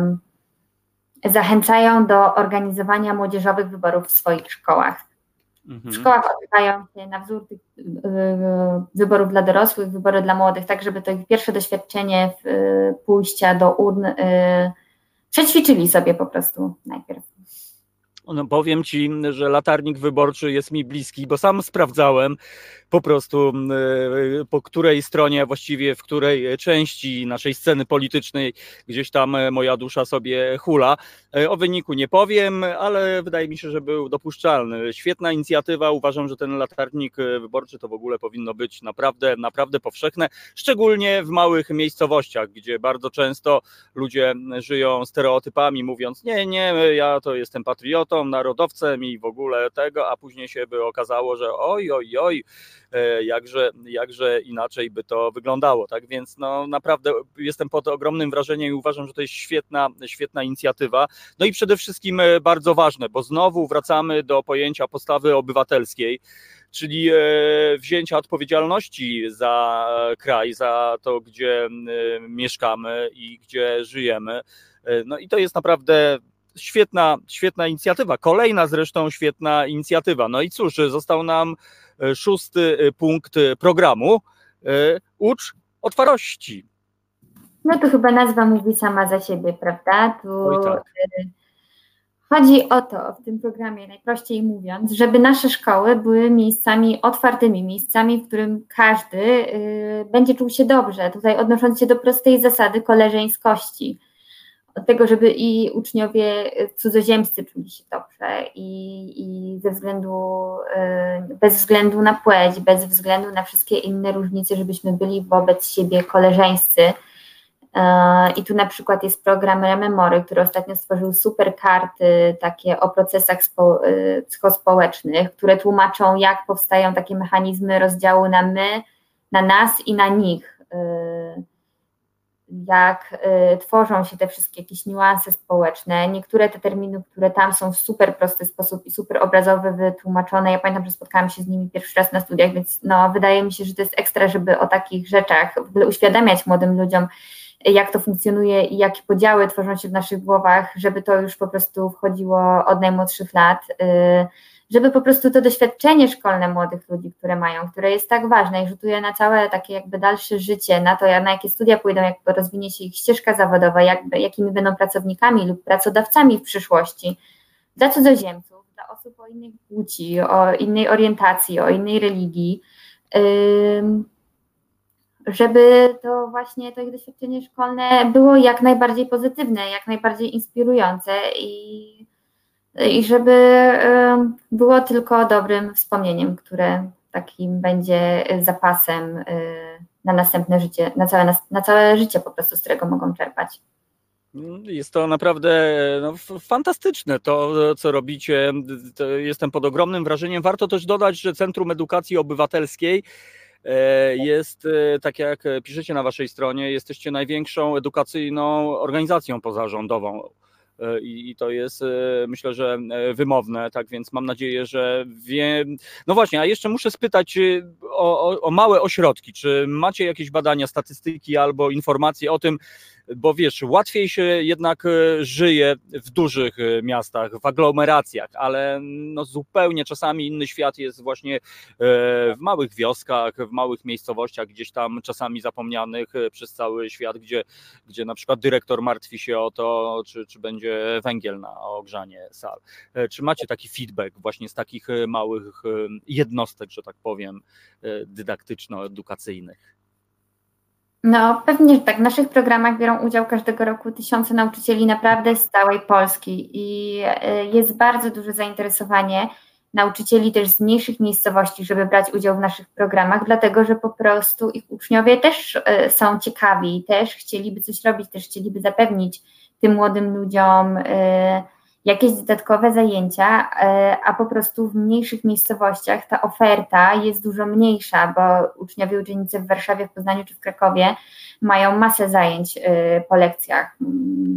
y, zachęcają do organizowania młodzieżowych wyborów w swoich szkołach. Mhm. W szkołach odbywają się na wzór tych y, wyborów dla dorosłych, wybory dla młodych, tak żeby to ich pierwsze doświadczenie w, y, pójścia do urn y, przećwiczyli sobie po prostu najpierw. No powiem ci, że latarnik wyborczy jest mi bliski, bo sam sprawdzałem po prostu po której stronie, właściwie w której części naszej sceny politycznej gdzieś tam moja dusza sobie hula. O wyniku nie powiem, ale wydaje mi się, że był dopuszczalny. Świetna inicjatywa, uważam, że ten latarnik wyborczy to w ogóle powinno być naprawdę, naprawdę powszechne, szczególnie w małych miejscowościach, gdzie bardzo często ludzie żyją stereotypami, mówiąc nie, nie, ja to jestem patriotą, narodowcem i w ogóle tego, a później się by okazało, że oj, oj, oj, jakże, jakże inaczej by to wyglądało, tak, więc no naprawdę jestem pod ogromnym wrażeniem i uważam, że to jest świetna, świetna inicjatywa, no i przede wszystkim bardzo ważne, bo znowu wracamy do pojęcia postawy obywatelskiej, czyli wzięcia odpowiedzialności za kraj, za to, gdzie mieszkamy i gdzie żyjemy, no i to jest naprawdę Świetna, świetna inicjatywa. Kolejna zresztą świetna inicjatywa. No i cóż, został nam szósty punkt programu. Ucz otwartości. No to chyba nazwa mówi sama za siebie, prawda? Tu Oj, tak. Chodzi o to w tym programie, najprościej mówiąc, żeby nasze szkoły były miejscami otwartymi, miejscami, w którym każdy y, będzie czuł się dobrze. Tutaj odnosząc się do prostej zasady koleżeńskości. Od tego, żeby i uczniowie cudzoziemscy czuli się dobrze i, i ze względu, bez względu na płeć, bez względu na wszystkie inne różnice, żebyśmy byli wobec siebie koleżeńscy. I tu na przykład jest program Rememory, który ostatnio stworzył super karty takie o procesach spo, psychospołecznych, które tłumaczą, jak powstają takie mechanizmy rozdziału na my, na nas i na nich. Jak y, tworzą się te wszystkie jakieś niuanse społeczne. Niektóre te terminy, które tam są w super prosty sposób i super obrazowy wytłumaczone. Ja pamiętam, że spotkałam się z nimi pierwszy raz na studiach, więc no, wydaje mi się, że to jest ekstra, żeby o takich rzeczach w ogóle uświadamiać młodym ludziom, jak to funkcjonuje i jakie podziały tworzą się w naszych głowach, żeby to już po prostu wchodziło od najmłodszych lat, y, żeby po prostu to doświadczenie szkolne młodych ludzi, które mają, które jest tak ważne i rzutuje na całe takie jakby dalsze życie, na to, na jakie studia pójdą, jak rozwinie się ich ścieżka zawodowa, jakby, jakimi będą pracownikami lub pracodawcami w przyszłości, dla cudzoziemców, dla osób o innej płci, o innej orientacji, o innej religii, żeby to właśnie to ich doświadczenie szkolne było jak najbardziej pozytywne, jak najbardziej inspirujące i I żeby było tylko dobrym wspomnieniem, które takim będzie zapasem na następne życie, na całe, na całe życie po prostu, z którego mogą czerpać. Jest to naprawdę no, fantastyczne to, co robicie. To jestem pod ogromnym wrażeniem. Warto też dodać, że Centrum Edukacji Obywatelskiej jest, tak jak piszecie na waszej stronie, jesteście największą edukacyjną organizacją pozarządową. I to jest, myślę, że wymowne, tak więc mam nadzieję, że wiem. No właśnie, a jeszcze muszę spytać o, o, o małe ośrodki, czy macie jakieś badania, statystyki albo informacje o tym, bo wiesz, łatwiej się jednak żyje w dużych miastach, w aglomeracjach, ale no zupełnie czasami inny świat jest właśnie w małych wioskach, w małych miejscowościach, gdzieś tam czasami zapomnianych przez cały świat, gdzie, gdzie na przykład dyrektor martwi się o to, czy, czy będzie węgiel na ogrzanie sal. Czy macie taki feedback właśnie z takich małych jednostek, że tak powiem, dydaktyczno-edukacyjnych? No pewnie, że tak. W naszych programach biorą udział każdego roku tysiące nauczycieli naprawdę z całej Polski i jest bardzo duże zainteresowanie nauczycieli też z mniejszych miejscowości, żeby brać udział w naszych programach, dlatego że po prostu ich uczniowie też są ciekawi, też chcieliby coś robić, też chcieliby zapewnić tym młodym ludziom jakieś dodatkowe zajęcia, a po prostu w mniejszych miejscowościach ta oferta jest dużo mniejsza, bo uczniowie, uczennice w Warszawie, w Poznaniu czy w Krakowie mają masę zajęć po lekcjach,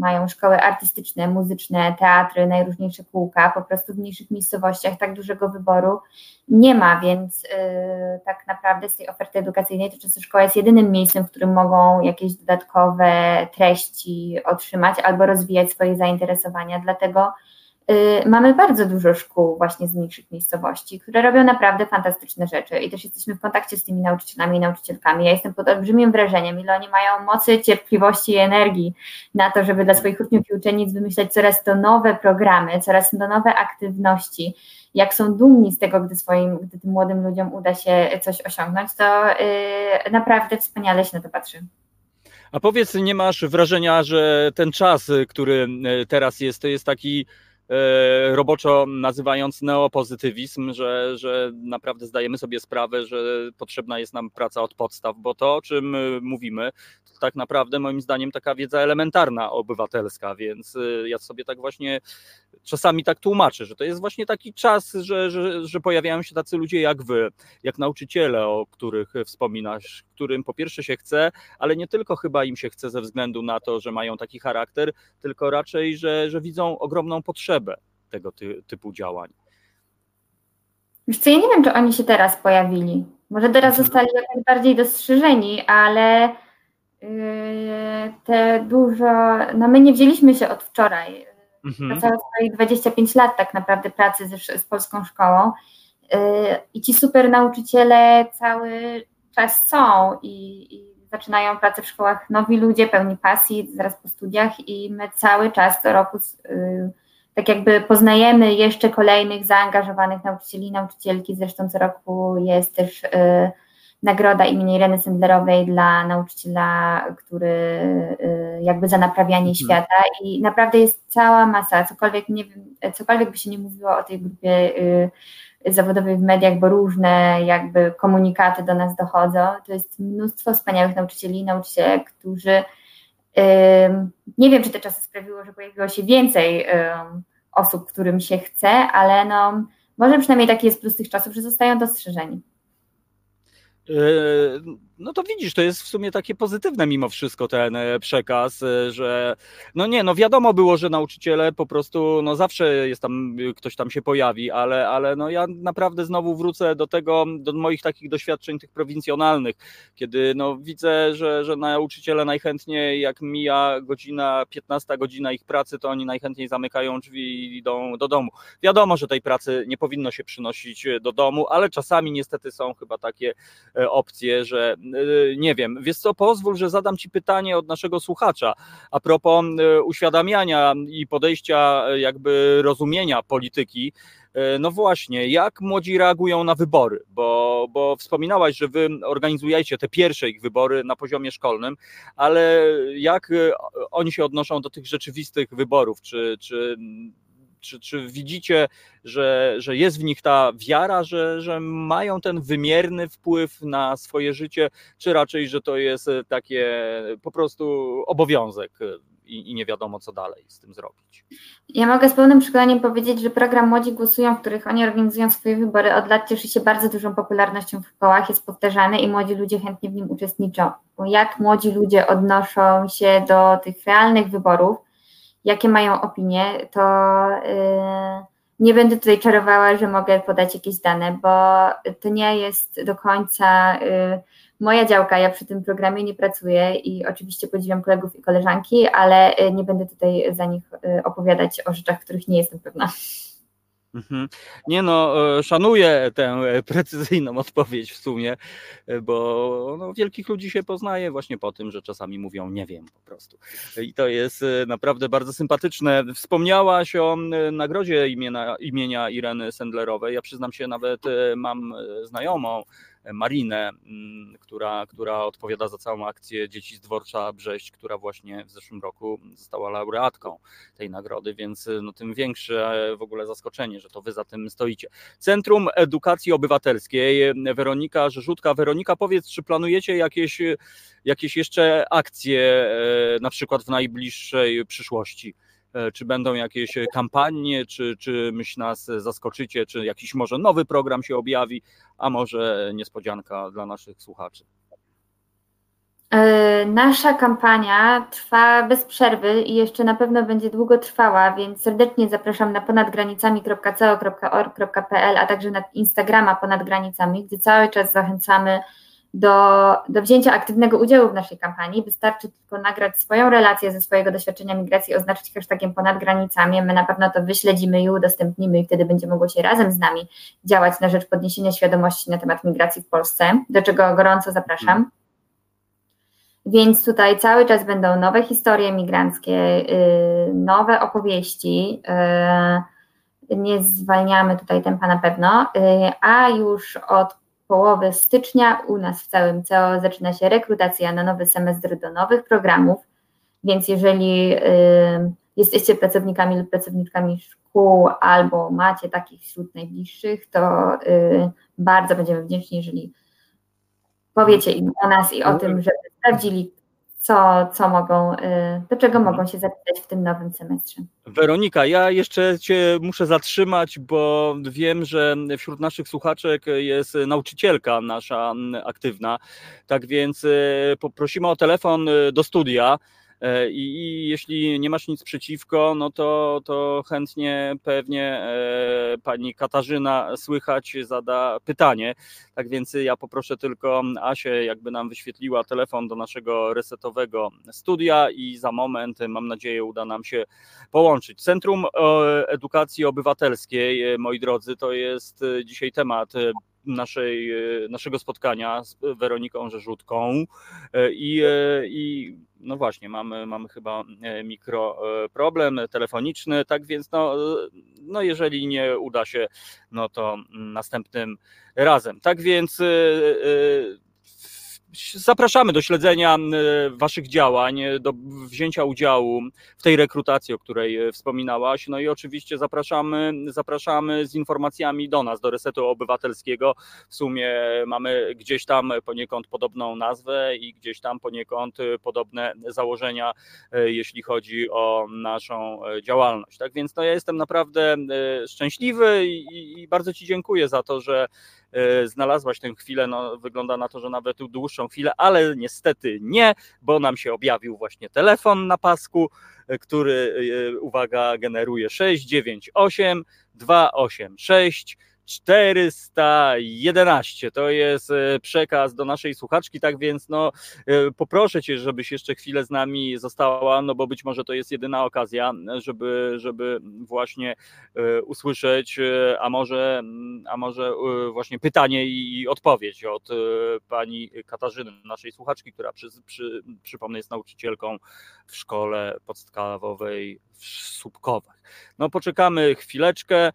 mają szkoły artystyczne, muzyczne, teatry, najróżniejsze kółka, po prostu w mniejszych miejscowościach tak dużego wyboru nie ma, więc yy, tak naprawdę z tej oferty edukacyjnej to często szkoła jest jedynym miejscem, w którym mogą jakieś dodatkowe treści otrzymać albo rozwijać swoje zainteresowania, dlatego yy, mamy bardzo dużo szkół właśnie z mniejszych miejscowości, które robią naprawdę fantastyczne rzeczy i też jesteśmy w kontakcie z tymi nauczycielami i nauczycielkami. Ja jestem pod olbrzymim wrażeniem, ile oni mają mocy, cierpliwości i energii na to, żeby dla swoich uczniów i uczennic wymyślać coraz to nowe programy, coraz to nowe aktywności. Jak są dumni z tego, gdy swoim, gdy tym młodym ludziom uda się coś osiągnąć, to yy, naprawdę wspaniale się na to patrzy. A powiedz, nie masz wrażenia, że ten czas, który teraz jest, to jest taki roboczo nazywając neopozytywizm, że, że naprawdę zdajemy sobie sprawę, że potrzebna jest nam praca od podstaw, bo to, o czym mówimy, to tak naprawdę moim zdaniem taka wiedza elementarna obywatelska, więc ja sobie tak właśnie czasami tak tłumaczę, że to jest właśnie taki czas, że, że, że pojawiają się tacy ludzie jak wy, jak nauczyciele, o których wspominasz, którym po pierwsze się chce, ale nie tylko chyba im się chce ze względu na to, że mają taki charakter, tylko raczej, że, że widzą ogromną potrzebę tego ty, typu działań. Wiesz co, ja nie wiem, czy oni się teraz pojawili. Może teraz zostali jakoś bardziej dostrzeżeni, ale yy, te dużo... No my nie wzięliśmy się od wczoraj. Mhm. Pracowało swoje dwadzieścia pięć lat tak naprawdę pracy z, z polską szkołą yy, i ci super nauczyciele cały czas są i, i zaczynają pracę w szkołach nowi ludzie, pełni pasji zaraz po studiach i my cały czas co roku yy, tak jakby poznajemy jeszcze kolejnych zaangażowanych nauczycieli i nauczycielki. Zresztą co roku jest też y, nagroda imienia Ireny Sendlerowej dla nauczyciela, który y, jakby za naprawianie mhm. świata i naprawdę jest cała masa, cokolwiek, nie wiem, cokolwiek by się nie mówiło o tej grupie y, zawodowej w mediach, bo różne jakby komunikaty do nas dochodzą. To jest mnóstwo wspaniałych nauczycieli i nauczycielek, którzy nie wiem, czy te czasy sprawiło, że pojawiło się więcej osób, którym się chce, ale no, może przynajmniej taki jest plus tych czasów, że zostają dostrzeżeni. No to widzisz, to jest w sumie takie pozytywne mimo wszystko ten przekaz, że no nie, no wiadomo było, że nauczyciele po prostu, no zawsze jest tam, ktoś tam się pojawi, ale, ale no ja naprawdę znowu wrócę do tego, do moich takich doświadczeń tych prowincjonalnych, kiedy no widzę, że, że nauczyciele najchętniej, jak mija godzina, piętnasta godzina ich pracy, to oni najchętniej zamykają drzwi i idą do domu. Wiadomo, że tej pracy nie powinno się przynosić do domu, ale czasami niestety są chyba takie opcje, że nie wiem, wiesz co, pozwól, że zadam ci pytanie od naszego słuchacza a propos uświadamiania i podejścia jakby rozumienia polityki. No właśnie, jak młodzi reagują na wybory, bo, bo wspominałaś, że wy organizujecie te pierwsze ich wybory na poziomie szkolnym, ale jak oni się odnoszą do tych rzeczywistych wyborów, czy, czy Czy, czy widzicie, że, że jest w nich ta wiara, że, że mają ten wymierny wpływ na swoje życie, czy raczej, że to jest takie po prostu obowiązek i, i nie wiadomo, co dalej z tym zrobić? Ja mogę z pełnym przekonaniem powiedzieć, że program Młodzi Głosują, w których oni organizują swoje wybory, od lat cieszy się bardzo dużą popularnością w szkołach, jest powtarzany i młodzi ludzie chętnie w nim uczestniczą. Bo jak młodzi ludzie odnoszą się do tych realnych wyborów, jakie mają opinie, to yy, nie będę tutaj czarowała, że mogę podać jakieś dane, bo to nie jest do końca yy, moja działka, ja przy tym programie nie pracuję i oczywiście podziwiam kolegów i koleżanki, ale yy, nie będę tutaj za nich yy, opowiadać o rzeczach, których nie jestem pewna. Nie no, szanuję tę precyzyjną odpowiedź w sumie, bo no, wielkich ludzi się poznaje właśnie po tym, że czasami mówią nie wiem po prostu. I to jest naprawdę bardzo sympatyczne. Wspomniałaś o nagrodzie imienia, imienia Ireny Sendlerowej. Ja przyznam się, nawet mam znajomą, Marinę, która, która odpowiada za całą akcję Dzieci z Dworca Brześć, która właśnie w zeszłym roku została laureatką tej nagrody, więc no, tym większe w ogóle zaskoczenie, że to wy za tym stoicie. Centrum Edukacji Obywatelskiej, Weronika Rzeżutka. Weronika, powiedz, czy planujecie jakieś, jakieś jeszcze akcje, na przykład w najbliższej przyszłości? Czy będą jakieś kampanie, czy, czy myśl nas zaskoczycie, czy jakiś może nowy program się objawi, a może niespodzianka dla naszych słuchaczy? Nasza kampania trwa bez przerwy i jeszcze na pewno będzie długo trwała, więc serdecznie zapraszam na ponadgranicami kropka co kropka org kropka pl, a także na Instagrama Ponad Granicami, gdzie cały czas zachęcamy do, do wzięcia aktywnego udziału w naszej kampanii. Wystarczy tylko nagrać swoją relację ze swojego doświadczenia migracji, oznaczyć hashtagiem Ponad Granicami. My na pewno to wyśledzimy i udostępnimy i wtedy będzie mogło się razem z nami działać na rzecz podniesienia świadomości na temat migracji w Polsce, do czego gorąco zapraszam. Więc tutaj cały czas będą nowe historie migranckie, nowe opowieści, nie zwalniamy tutaj tempa na pewno, a już od połowy stycznia u nas w całym C E O zaczyna się rekrutacja na nowy semestr do nowych programów, więc jeżeli jesteście pracownikami lub pracowniczkami szkół albo macie takich wśród najbliższych, to bardzo będziemy wdzięczni, jeżeli powiecie im o nas i o tym, żeby sprawdzili, co, co mogą, do czego mogą się zapisać w tym nowym semestrze. Weronika, ja jeszcze Cię muszę zatrzymać, bo wiem, że wśród naszych słuchaczek jest nauczycielka nasza aktywna, tak więc poprosimy o telefon do studia. I, I jeśli nie masz nic przeciwko, no to, to chętnie pewnie e, pani Katarzyna słychać zada pytanie. Tak więc ja poproszę tylko Asię, jakby nam wyświetliła telefon do naszego resetowego studia i za moment, mam nadzieję, uda nam się połączyć. Centrum Edukacji Obywatelskiej, moi drodzy, to jest dzisiaj temat naszej, naszego spotkania z Weroniką Rzeżutką i, i no właśnie, mamy, mamy chyba mikro problem telefoniczny, tak więc no, no jeżeli nie uda się, no to następnym razem. Tak więc zapraszamy do śledzenia Waszych działań, do wzięcia udziału w tej rekrutacji, o której wspominałaś. No i oczywiście zapraszamy, zapraszamy z informacjami do nas, do Resetu Obywatelskiego. W sumie mamy gdzieś tam poniekąd podobną nazwę i gdzieś tam poniekąd podobne założenia, jeśli chodzi o naszą działalność. Tak więc no ja jestem naprawdę szczęśliwy i, i bardzo Ci dziękuję za to, że znalazłaś tę chwilę, no wygląda na to, że nawet dłuższą chwilę, ale niestety nie, bo nam się objawił właśnie telefon na pasku, który, uwaga, generuje sześć dziewięć osiem dwa osiem sześć czterysta jedenaście. To jest przekaz do naszej słuchaczki, tak więc no poproszę Cię, żebyś jeszcze chwilę z nami została, no bo być może to jest jedyna okazja, żeby, żeby właśnie usłyszeć, a może, a może właśnie pytanie i odpowiedź od pani Katarzyny, naszej słuchaczki, która przy, przy, przypomnę jest nauczycielką w szkole podstawowej w Słupkowach. No poczekamy chwileczkę.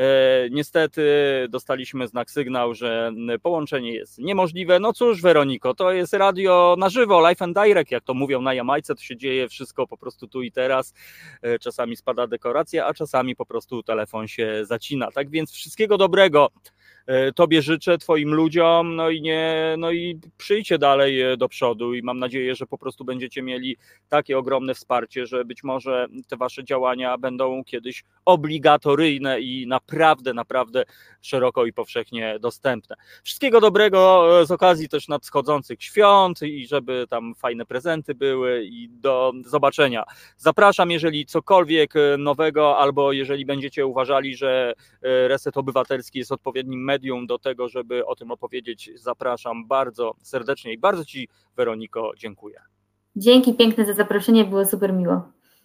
Niestety dostaliśmy znak, sygnał, że połączenie jest niemożliwe. No cóż, Weroniko, to jest radio na żywo, live and direct, jak to mówią na Jamajce, to się dzieje wszystko po prostu tu i teraz. Czasami spada dekoracja, a czasami po prostu telefon się zacina. Tak więc wszystkiego dobrego Tobie życzę, Twoim ludziom, no i nie, no i przyjdźcie dalej do przodu i mam nadzieję, że po prostu będziecie mieli takie ogromne wsparcie, że być może te Wasze działania będą kiedyś obligatoryjne i naprawdę, naprawdę szeroko i powszechnie dostępne. Wszystkiego dobrego z okazji też nadchodzących świąt i żeby tam fajne prezenty były i do zobaczenia. Zapraszam, jeżeli cokolwiek nowego albo jeżeli będziecie uważali, że Reset Obywatelski jest odpowiednim medium do tego, żeby o tym opowiedzieć, zapraszam bardzo serdecznie i bardzo Ci, Weroniko, dziękuję. Dzięki piękne za zaproszenie, było super miło.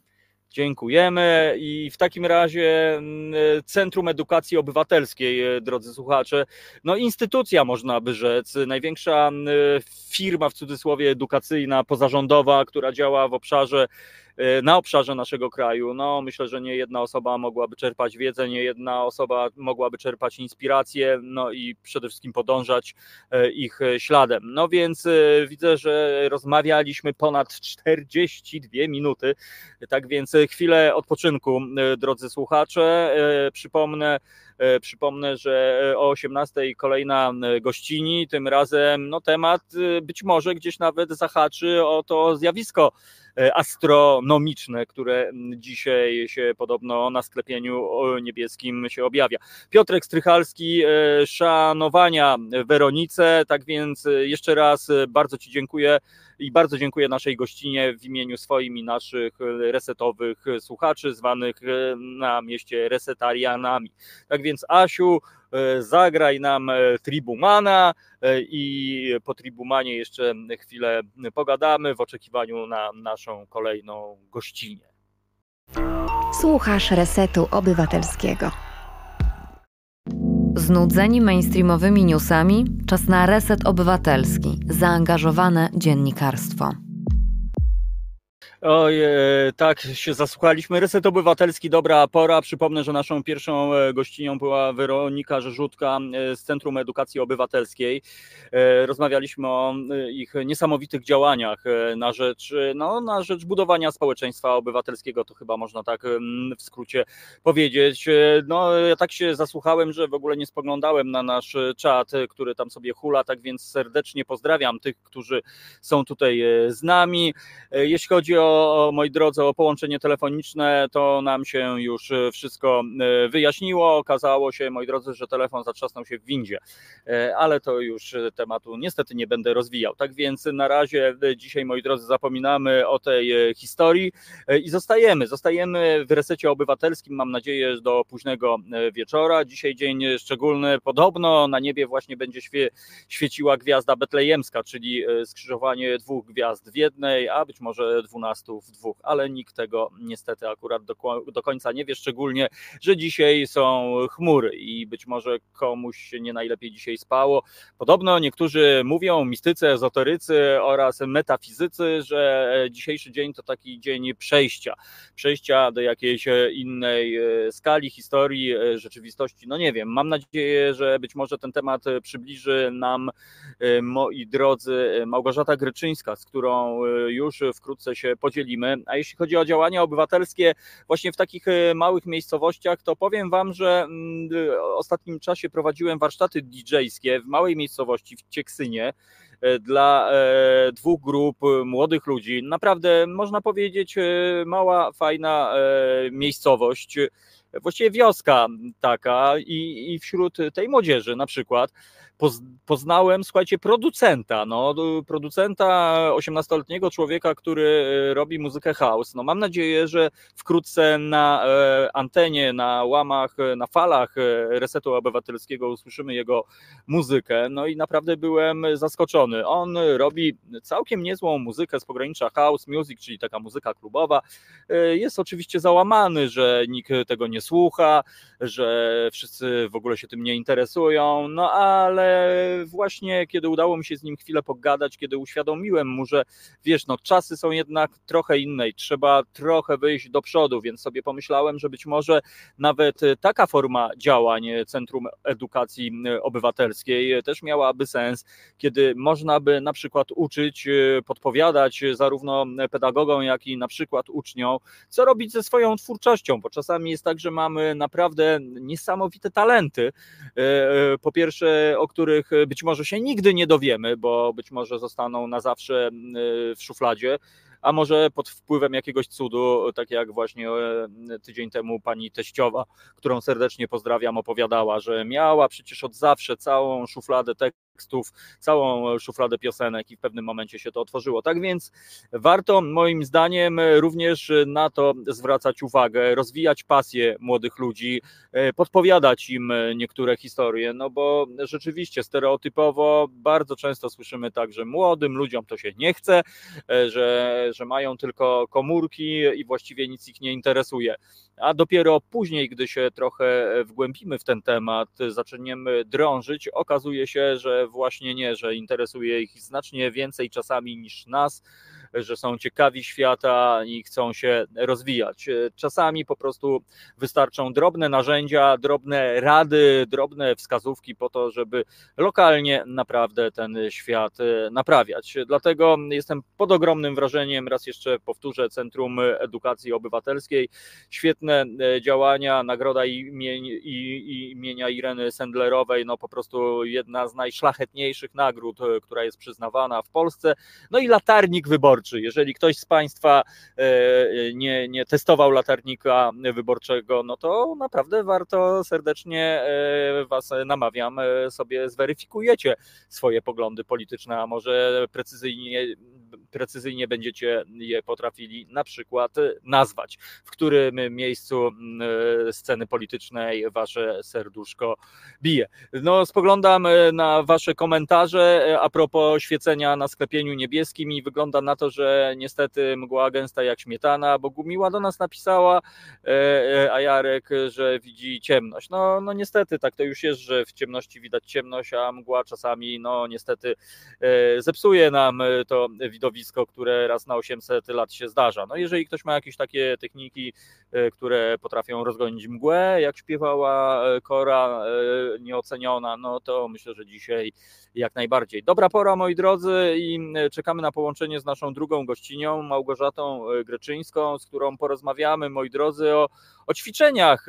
Dziękujemy i w takim razie Centrum Edukacji Obywatelskiej, drodzy słuchacze, no instytucja można by rzec, największa firma w cudzysłowie edukacyjna, pozarządowa, która działa w obszarze, na obszarze naszego kraju. No myślę, że nie jedna osoba mogłaby czerpać wiedzę, nie jedna osoba mogłaby czerpać inspirację, no i przede wszystkim podążać ich śladem. No więc widzę, że rozmawialiśmy ponad czterdzieści dwie minuty, tak więc chwilę odpoczynku, drodzy słuchacze. Przypomnę, Przypomnę, że o osiemnastej kolejna gościni, tym razem no, temat być może gdzieś nawet zahaczy o to zjawisko astronomiczne, które dzisiaj się podobno na sklepieniu niebieskim się objawia. Piotrek Strychalski, szanowania Weronice, tak więc jeszcze raz bardzo Ci dziękuję i bardzo dziękuję naszej gościnie w imieniu swoim i naszych resetowych słuchaczy, zwanych na mieście resetarianami. Tak więc Asiu, zagraj nam Tribumana i po Tribumanie jeszcze chwilę pogadamy w oczekiwaniu na naszą kolejną gościnę. Słuchasz Resetu Obywatelskiego. Znudzeni mainstreamowymi newsami? Czas na Reset Obywatelski. Zaangażowane dziennikarstwo. Oj, tak się zasłuchaliśmy. Reset Obywatelski, dobra pora. Przypomnę, że naszą pierwszą gościnią była Weronika Rzeżutka z Centrum Edukacji Obywatelskiej. Rozmawialiśmy o ich niesamowitych działaniach na rzecz, no, na rzecz budowania społeczeństwa obywatelskiego, to chyba można tak w skrócie powiedzieć. No, ja tak się zasłuchałem, że w ogóle nie spoglądałem na nasz czat, który tam sobie hula, tak więc serdecznie pozdrawiam tych, którzy są tutaj z nami. Jeśli chodzi o O, moi drodzy, o połączenie telefoniczne, to nam się już wszystko wyjaśniło. Okazało się, moi drodzy, że telefon zatrzasnął się w windzie, ale to już tematu niestety nie będę rozwijał. Tak więc na razie dzisiaj, moi drodzy, zapominamy o tej historii i zostajemy. Zostajemy w Resecie Obywatelskim, mam nadzieję, do późnego wieczora. Dzisiaj dzień szczególny. Podobno na niebie właśnie będzie świe, świeciła gwiazda betlejemska, czyli skrzyżowanie dwóch gwiazd w jednej, a być może dwunastu w dwóch, ale nikt tego niestety akurat do, do końca nie wie, szczególnie, że dzisiaj są chmury i być może komuś się nie najlepiej dzisiaj spało. Podobno niektórzy mówią, mistycy, ezoterycy oraz metafizycy, że dzisiejszy dzień to taki dzień przejścia, przejścia do jakiejś innej skali, historii, rzeczywistości. No nie wiem, mam nadzieję, że być może ten temat przybliży nam, moi drodzy, Małgorzata Gryczyńska, z którą już wkrótce się podzielimy. A jeśli chodzi o działania obywatelskie właśnie w takich małych miejscowościach, to powiem wam, że w ostatnim czasie prowadziłem warsztaty didżejskie w małej miejscowości w Cieksynie dla dwóch grup młodych ludzi. Naprawdę można powiedzieć mała, fajna miejscowość, właściwie wioska taka i, i wśród tej młodzieży na przykład poznałem, słuchajcie, producenta, no, producenta, osiemnastoletniego człowieka, który robi muzykę house. No, mam nadzieję, że wkrótce na antenie, na łamach, na falach Resetu Obywatelskiego usłyszymy jego muzykę. No i naprawdę byłem zaskoczony. On robi całkiem niezłą muzykę z pogranicza house music, czyli taka muzyka klubowa. Jest oczywiście załamany, że nikt tego nie słucha, że wszyscy w ogóle się tym nie interesują, no ale właśnie kiedy udało mi się z nim chwilę pogadać, kiedy uświadomiłem mu, że wiesz, no czasy są jednak trochę inne i trzeba trochę wyjść do przodu, więc sobie pomyślałem, że być może nawet taka forma działań Centrum Edukacji Obywatelskiej też miałaby sens, kiedy można by na przykład uczyć, podpowiadać zarówno pedagogom, jak i na przykład uczniom, co robić ze swoją twórczością, bo czasami jest tak, że mamy naprawdę niesamowite talenty, po pierwsze, o których być może się nigdy nie dowiemy, bo być może zostaną na zawsze w szufladzie, a może pod wpływem jakiegoś cudu, tak jak właśnie tydzień temu pani teściowa, którą serdecznie pozdrawiam, opowiadała, że miała przecież od zawsze całą szufladę tekstów, całą szufladę piosenek i w pewnym momencie się to otworzyło. Tak więc warto moim zdaniem również na to zwracać uwagę, rozwijać pasję młodych ludzi, podpowiadać im niektóre historie, no bo rzeczywiście stereotypowo bardzo często słyszymy tak, że młodym ludziom to się nie chce, że, że mają tylko komórki i właściwie nic ich nie interesuje. A dopiero później, gdy się trochę wgłębimy w ten temat, zaczniemy drążyć, okazuje się, że właśnie nie, że interesuje ich znacznie więcej czasami niż nas, że są ciekawi świata i chcą się rozwijać. Czasami po prostu wystarczą drobne narzędzia, drobne rady, drobne wskazówki po to, żeby lokalnie naprawdę ten świat naprawiać. Dlatego jestem pod ogromnym wrażeniem, raz jeszcze powtórzę, Centrum Edukacji Obywatelskiej. Świetne działania, nagroda imienia Ireny Sendlerowej, no po prostu jedna z najszlachetniejszych nagród, która jest przyznawana w Polsce. No i latarnik wyborczy. Jeżeli ktoś z Państwa nie, nie testował latarnika wyborczego, no to naprawdę warto serdecznie Was namawiam, sobie zweryfikujecie swoje poglądy polityczne, a może precyzyjnie precyzyjnie będziecie je potrafili na przykład nazwać. W którym miejscu sceny politycznej wasze serduszko bije. No, spoglądam na wasze komentarze a propos świecenia na sklepieniu niebieskim i wygląda na to, że niestety mgła gęsta jak śmietana, bo Gumiła do nas napisała, a Jarek, że widzi ciemność. No, no niestety tak to już jest, że w ciemności widać ciemność, a mgła czasami no niestety zepsuje nam to widowisko, które raz na osiemset lat się zdarza. No jeżeli ktoś ma jakieś takie techniki, które potrafią rozgonić mgłę, jak śpiewała Kora nieoceniona, no to myślę, że dzisiaj jak najbardziej. Dobra pora, moi drodzy, i czekamy na połączenie z naszą drugą gościnią, Małgorzatą Greczyńską, z którą porozmawiamy, moi drodzy, o, o ćwiczeniach,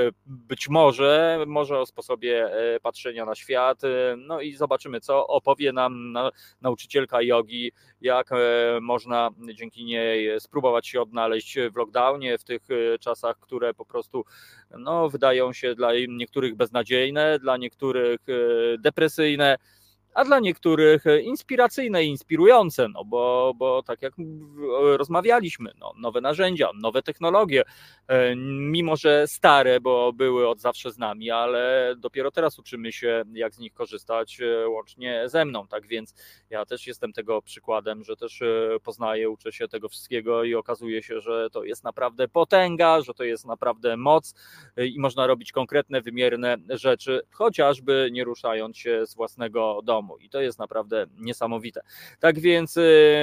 być może, może o sposobie patrzenia na świat, no i zobaczymy, co opowie nam nauczycielka jogi, jak można dzięki niej spróbować się odnaleźć w lockdownie, w tych czasach, które po prostu no, wydają się dla niektórych beznadziejne, dla niektórych depresyjne, a dla niektórych inspiracyjne i inspirujące, no bo, bo tak jak rozmawialiśmy, no, nowe narzędzia, nowe technologie, mimo że stare, bo były od zawsze z nami, ale dopiero teraz uczymy się, jak z nich korzystać łącznie ze mną, tak więc ja też jestem tego przykładem, że też poznaję, uczę się tego wszystkiego i okazuje się, że to jest naprawdę potęga, że to jest naprawdę moc i można robić konkretne, wymierne rzeczy, chociażby nie ruszając się z własnego domu. I to jest naprawdę niesamowite. Tak więc,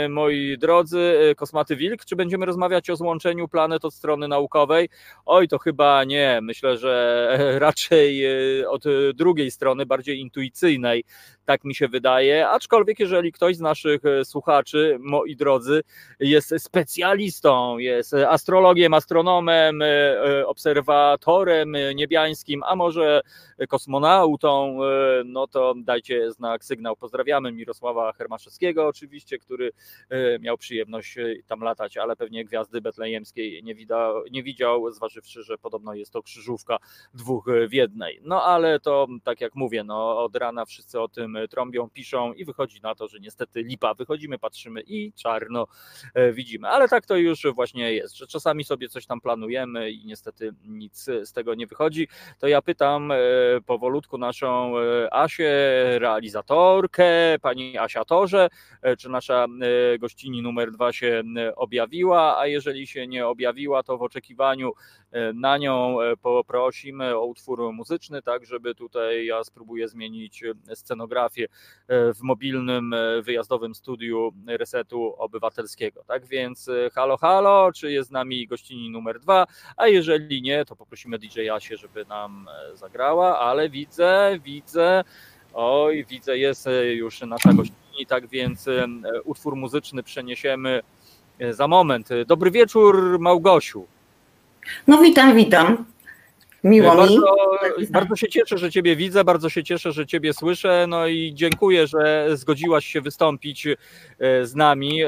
moi drodzy, Kosmaty Wilk, czy będziemy rozmawiać o złączeniu planet od strony naukowej? Oj, to chyba nie. Myślę, że raczej od drugiej strony, bardziej intuicyjnej, tak mi się wydaje, aczkolwiek jeżeli ktoś z naszych słuchaczy, moi drodzy, jest specjalistą, jest astrologiem, astronomem, obserwatorem niebiańskim, a może kosmonautą, no to dajcie znak, sygnał. Pozdrawiamy Mirosława Hermaszewskiego oczywiście, który miał przyjemność tam latać, ale pewnie Gwiazdy Betlejemskiej nie, wida, nie widział, zważywszy, że podobno jest to krzyżówka dwóch w jednej. No ale to tak jak mówię, no od rana wszyscy o tym trąbią, piszą i wychodzi na to, że niestety lipa. Wychodzimy, patrzymy i czarno widzimy. Ale tak to już właśnie jest, że czasami sobie coś tam planujemy i niestety nic z tego nie wychodzi. To ja pytam powolutku naszą Asię, realizatorkę, pani Asiatorze, czy nasza gościni numer dwa się objawiła, a jeżeli się nie objawiła, to w oczekiwaniu na nią poprosimy o utwór muzyczny, tak żeby tutaj ja spróbuję zmienić scenografię w mobilnym, wyjazdowym studiu Resetu Obywatelskiego. Tak więc halo, halo, czy jest z nami gościni numer dwa, a jeżeli nie, to poprosimy D J Asię, żeby nam zagrała, ale widzę, widzę, oj, widzę, jest już nasza gościni, tak więc utwór muzyczny przeniesiemy za moment. Dobry wieczór, Małgosiu. No witam, witam. Miło bardzo, mi. Bardzo się cieszę, że Ciebie widzę, bardzo się cieszę, że Ciebie słyszę, no i dziękuję, że zgodziłaś się wystąpić z nami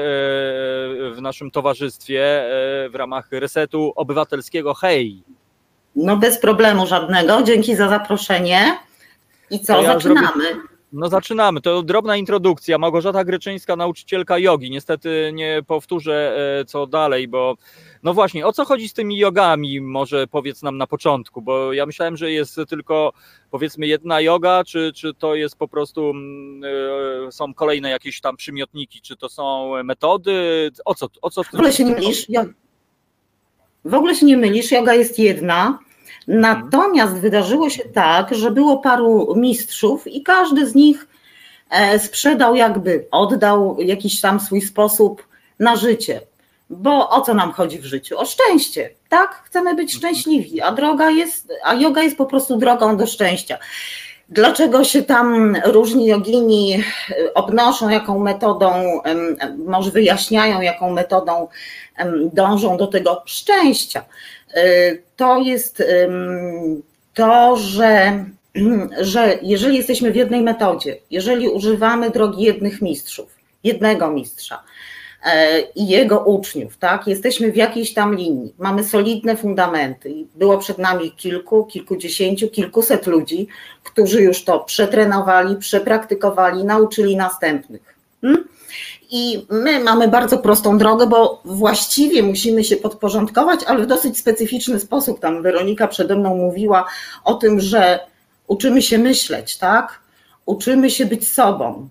w naszym towarzystwie w ramach Resetu Obywatelskiego. Hej! No bez problemu żadnego, dzięki za zaproszenie. I co, ja zaczynamy? Zrobię... No zaczynamy, to drobna introdukcja. Małgorzata Greczyńska, nauczycielka jogi. Niestety nie powtórzę co dalej, bo no właśnie, o co chodzi z tymi jogami? Może powiedz nam na początku, bo ja myślałem, że jest tylko powiedzmy jedna joga, czy, czy to jest po prostu yy, są kolejne jakieś tam przymiotniki, czy to są metody? O co, o co w tym? W ogóle się nie mylisz? W ogóle się nie mylisz, joga jest jedna. Natomiast wydarzyło się tak, że było paru mistrzów i każdy z nich sprzedał jakby, oddał jakiś tam swój sposób na życie. Bo o co nam chodzi w życiu? O szczęście, tak? Chcemy być szczęśliwi, a droga jest, a joga jest po prostu drogą do szczęścia. Dlaczego się tam różni jogini obnoszą, jaką metodą, może wyjaśniają, jaką metodą dążą do tego szczęścia? To jest to, że, że jeżeli jesteśmy w jednej metodzie, jeżeli używamy drogi jednych mistrzów, jednego mistrza i jego uczniów, tak, jesteśmy w jakiejś tam linii, mamy solidne fundamenty i było przed nami kilku, kilkudziesięciu, kilkuset ludzi, którzy już to przetrenowali, przepraktykowali, nauczyli następnych. Hmm? I my mamy bardzo prostą drogę, bo właściwie musimy się podporządkować, ale w dosyć specyficzny sposób. Tam Weronika przede mną mówiła o tym, że uczymy się myśleć, tak? Uczymy się być sobą.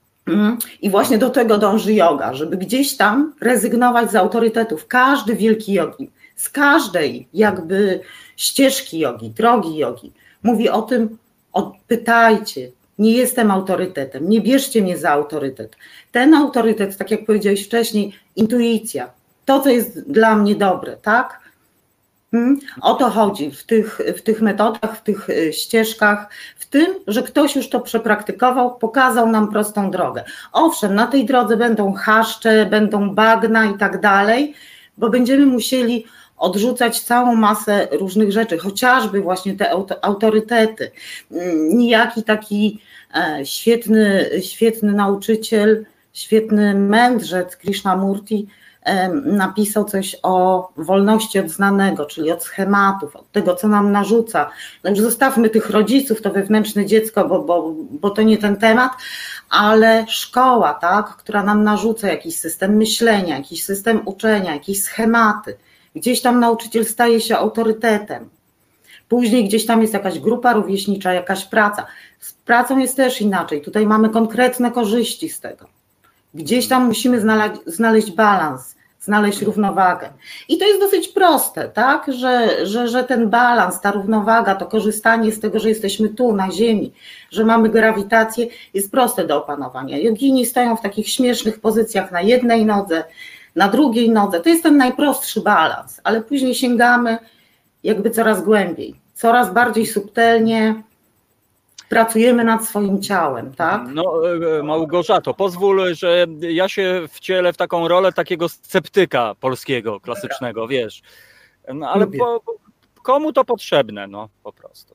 I właśnie do tego dąży joga, żeby gdzieś tam rezygnować z autorytetów. Każdy wielki jogi, z każdej jakby ścieżki jogi, drogi jogi, mówi o tym, pytajcie, nie jestem autorytetem, nie bierzcie mnie za autorytet. Ten autorytet, tak jak powiedziałeś wcześniej, intuicja, to co jest dla mnie dobre, tak? Hmm? O to chodzi w tych, w tych metodach, w tych ścieżkach, w tym, że ktoś już to przepraktykował, pokazał nam prostą drogę. Owszem, na tej drodze będą chaszcze, będą bagna i tak dalej, bo będziemy musieli odrzucać całą masę różnych rzeczy, chociażby właśnie te autorytety. Nijaki taki świetny, świetny nauczyciel, świetny mędrzec Krishnamurti napisał coś o wolności od znanego, czyli od schematów, od tego, co nam narzuca. No już zostawmy tych rodziców, to wewnętrzne dziecko, bo, bo, bo to nie ten temat, ale szkoła, tak, która nam narzuca jakiś system myślenia, jakiś system uczenia, jakieś schematy. Gdzieś tam nauczyciel staje się autorytetem. Później gdzieś tam jest jakaś grupa rówieśnicza, jakaś praca. Z pracą jest też inaczej. Tutaj mamy konkretne korzyści z tego. Gdzieś tam musimy znaleźć, znaleźć balans, znaleźć równowagę. I to jest dosyć proste, tak? Że, że, że ten balans, ta równowaga, to korzystanie z tego, że jesteśmy tu na ziemi, że mamy grawitację, jest proste do opanowania. Jogini stoją w takich śmiesznych pozycjach na jednej nodze, na drugiej nodze. To jest ten najprostszy balans, ale później sięgamy jakby coraz głębiej, coraz bardziej subtelnie pracujemy nad swoim ciałem, tak? No Małgorzato, pozwól, że ja się wcielę w taką rolę takiego sceptyka polskiego, klasycznego, wiesz. No, ale po, komu to potrzebne, no po prostu?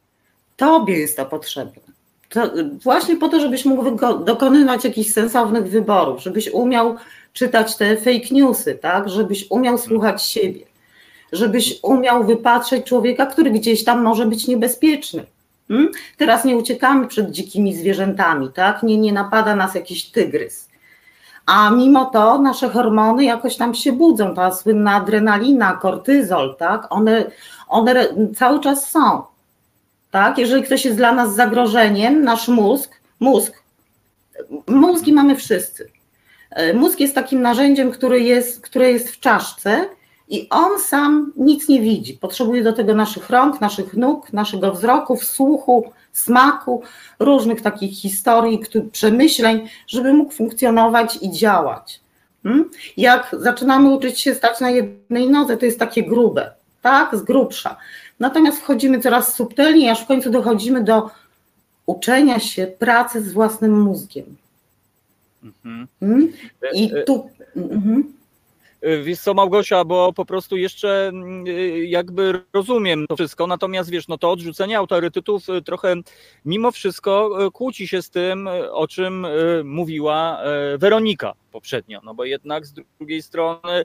Tobie jest to potrzebne. To właśnie po to, żebyś mógł dokonywać jakichś sensownych wyborów, żebyś umiał czytać te fake newsy, tak? Żebyś umiał słuchać siebie, żebyś umiał wypatrzeć człowieka, który gdzieś tam może być niebezpieczny. Hmm? Teraz nie uciekamy przed dzikimi zwierzętami, tak? Nie, nie napada nas jakiś tygrys. A mimo to nasze hormony jakoś tam się budzą, ta słynna adrenalina, kortyzol, tak? One, one cały czas są. Tak? Jeżeli ktoś jest dla nas zagrożeniem, nasz mózg, mózg, mózgi mamy wszyscy. Mózg jest takim narzędziem, który jest, które jest w czaszce i on sam nic nie widzi. Potrzebuje do tego naszych rąk, naszych nóg, naszego wzroku, słuchu, smaku, różnych takich historii, przemyśleń, żeby mógł funkcjonować i działać. Jak zaczynamy uczyć się stać na jednej nodze, to jest takie grube, tak, z grubsza. Natomiast wchodzimy coraz subtelniej, aż w końcu dochodzimy do uczenia się pracy z własnym mózgiem. Mhm. I tu... Mhm. Wiesz co, Małgosia, bo po prostu jeszcze jakby rozumiem to wszystko, natomiast wiesz, no to odrzucenie autorytetów trochę mimo wszystko kłóci się z tym, o czym mówiła Weronika poprzednio, no bo jednak z drugiej strony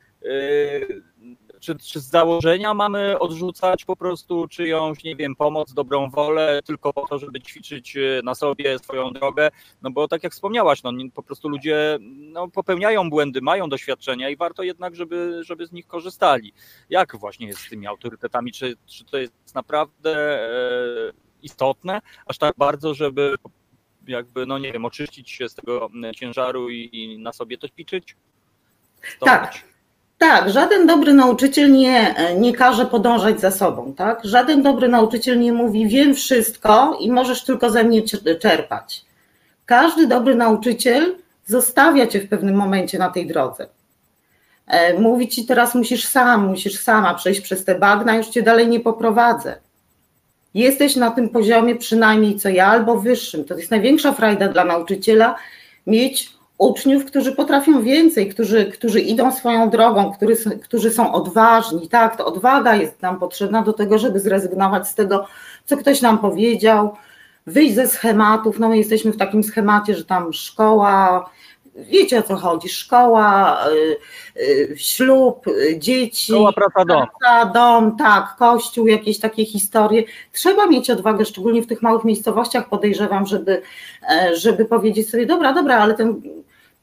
Czy, czy z założenia mamy odrzucać po prostu czyjąś, nie wiem, pomoc, dobrą wolę tylko po to, żeby ćwiczyć na sobie swoją drogę, no bo tak jak wspomniałaś, no po prostu ludzie no, popełniają błędy, mają doświadczenia i warto jednak, żeby, żeby z nich korzystali. Jak właśnie jest z tymi autorytetami? Czy, czy to jest naprawdę e, istotne, aż tak bardzo, żeby jakby, no nie wiem, oczyścić się z tego ciężaru i, i na sobie to ćwiczyć? Stopić? Tak. Tak, żaden dobry nauczyciel nie, nie każe podążać za sobą, tak? Żaden dobry nauczyciel nie mówi wiem wszystko i możesz tylko ze mnie czerpać. Każdy dobry nauczyciel zostawia cię w pewnym momencie na tej drodze. Mówi ci teraz musisz sam, musisz sama przejść przez te bagna, już cię dalej nie poprowadzę. Jesteś na tym poziomie przynajmniej co ja albo wyższym. To jest największa frajda dla nauczyciela mieć uczniów, którzy potrafią więcej, którzy, którzy idą swoją drogą, którzy, którzy są odważni. Tak, to odwaga jest nam potrzebna do tego, żeby zrezygnować z tego, co ktoś nam powiedział, wyjść ze schematów. No my jesteśmy w takim schemacie, że tam szkoła, wiecie o co chodzi, szkoła, yy, yy, ślub, yy, dzieci, szkoła, praca, dom. praca, dom, tak, kościół, jakieś takie historie. Trzeba mieć odwagę, szczególnie w tych małych miejscowościach, podejrzewam, żeby, żeby powiedzieć sobie, dobra, dobra, ale ten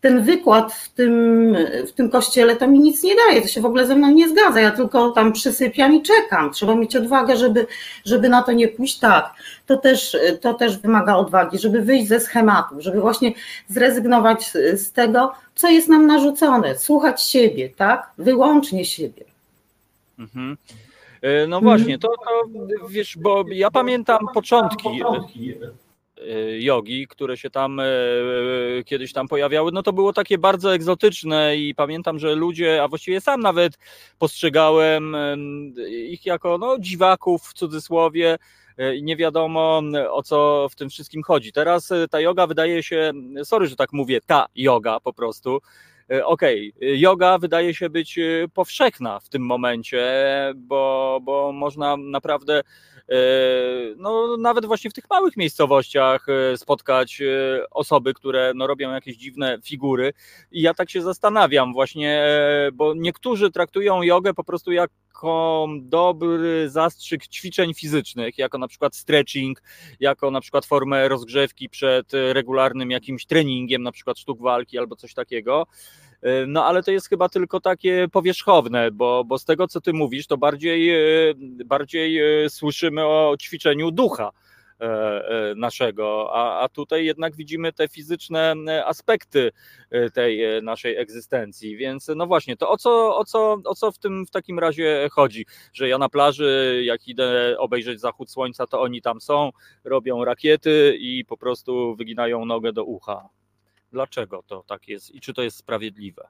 ten wykład w tym, w tym kościele to mi nic nie daje, to się w ogóle ze mną nie zgadza, ja tylko tam przysypiam i czekam, trzeba mieć odwagę, żeby, żeby na to nie pójść, tak, to też, to też wymaga odwagi, żeby wyjść ze schematów, żeby właśnie zrezygnować z, z tego, co jest nam narzucone, słuchać siebie, tak, wyłącznie siebie. Mhm. No właśnie, to, to wiesz, bo ja pamiętam początki jogi, które się tam kiedyś tam pojawiały, no to było takie bardzo egzotyczne i pamiętam, że ludzie, a właściwie sam nawet postrzegałem ich jako no, dziwaków w cudzysłowie i nie wiadomo, o co w tym wszystkim chodzi. Teraz ta joga wydaje się, sorry, że tak mówię, ta joga po prostu, okej, okay, joga wydaje się być powszechna w tym momencie, bo, bo można naprawdę no, nawet właśnie w tych małych miejscowościach spotkać osoby, które no, robią jakieś dziwne figury i ja tak się zastanawiam właśnie, bo niektórzy traktują jogę po prostu jako dobry zastrzyk ćwiczeń fizycznych, jako na przykład stretching, jako na przykład formę rozgrzewki przed regularnym jakimś treningiem, na przykład sztuk walki albo coś takiego. No ale to jest chyba tylko takie powierzchowne, bo, bo z tego co ty mówisz, to bardziej, bardziej słyszymy o ćwiczeniu ducha naszego, a, a tutaj jednak widzimy te fizyczne aspekty tej naszej egzystencji, więc no właśnie, to o co, o co, o co w tym w takim razie chodzi, że ja na plaży, jak idę obejrzeć zachód słońca, to oni tam są, robią rakiety i po prostu wyginają nogę do ucha. Dlaczego to tak jest i czy to jest sprawiedliwe?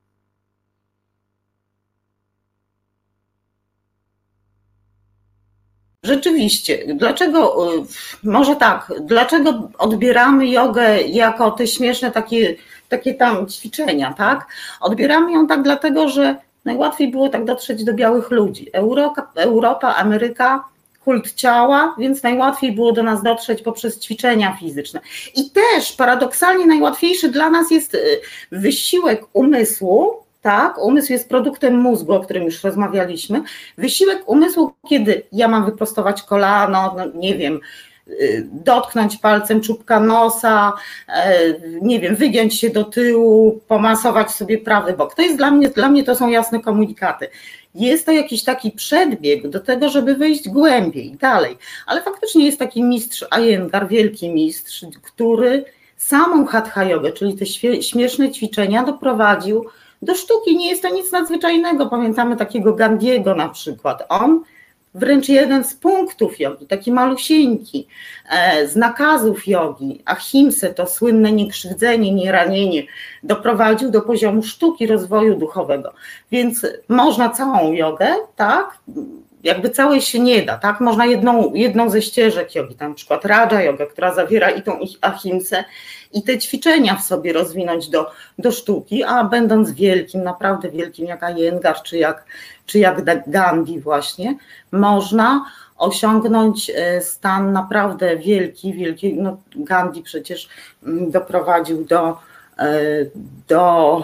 Rzeczywiście, dlaczego, może tak, dlaczego odbieramy jogę jako te śmieszne takie, takie tam ćwiczenia, tak? Odbieramy ją tak dlatego, że najłatwiej było tak dotrzeć do białych ludzi. Europa, Europa, Ameryka, kult ciała, więc najłatwiej było do nas dotrzeć poprzez ćwiczenia fizyczne. I też paradoksalnie najłatwiejszy dla nas jest wysiłek umysłu, tak? Umysł jest produktem mózgu, o którym już rozmawialiśmy. Wysiłek umysłu, kiedy ja mam wyprostować kolano, no nie wiem, dotknąć palcem czubka nosa, nie wiem, wygiąć się do tyłu, pomasować sobie prawy bok. To jest dla mnie, dla mnie to są jasne komunikaty. Jest to jakiś taki przedbieg do tego, żeby wejść głębiej, dalej. Ale faktycznie jest taki mistrz Iyengar, wielki mistrz, który samą hatha jogę, czyli te śmieszne ćwiczenia doprowadził do sztuki. Nie jest to nic nadzwyczajnego. Pamiętamy takiego Gandhiego na przykład. On wręcz jeden z punktów jogi, taki malusieńki, z nakazów jogi, ahimsę, to słynne niekrzywdzenie, nieranienie, doprowadził do poziomu sztuki rozwoju duchowego. Więc można całą jogę, tak, jakby całej się nie da, tak, można jedną, jedną ze ścieżek jogi, na przykład Raja Yoga, która zawiera i tą ahimsę, i te ćwiczenia w sobie rozwinąć do, do sztuki, a będąc wielkim, naprawdę wielkim jak Iyengar, czy jak, czy jak Gandhi właśnie, można osiągnąć stan naprawdę wielki, wielki, no Gandhi przecież doprowadził do, do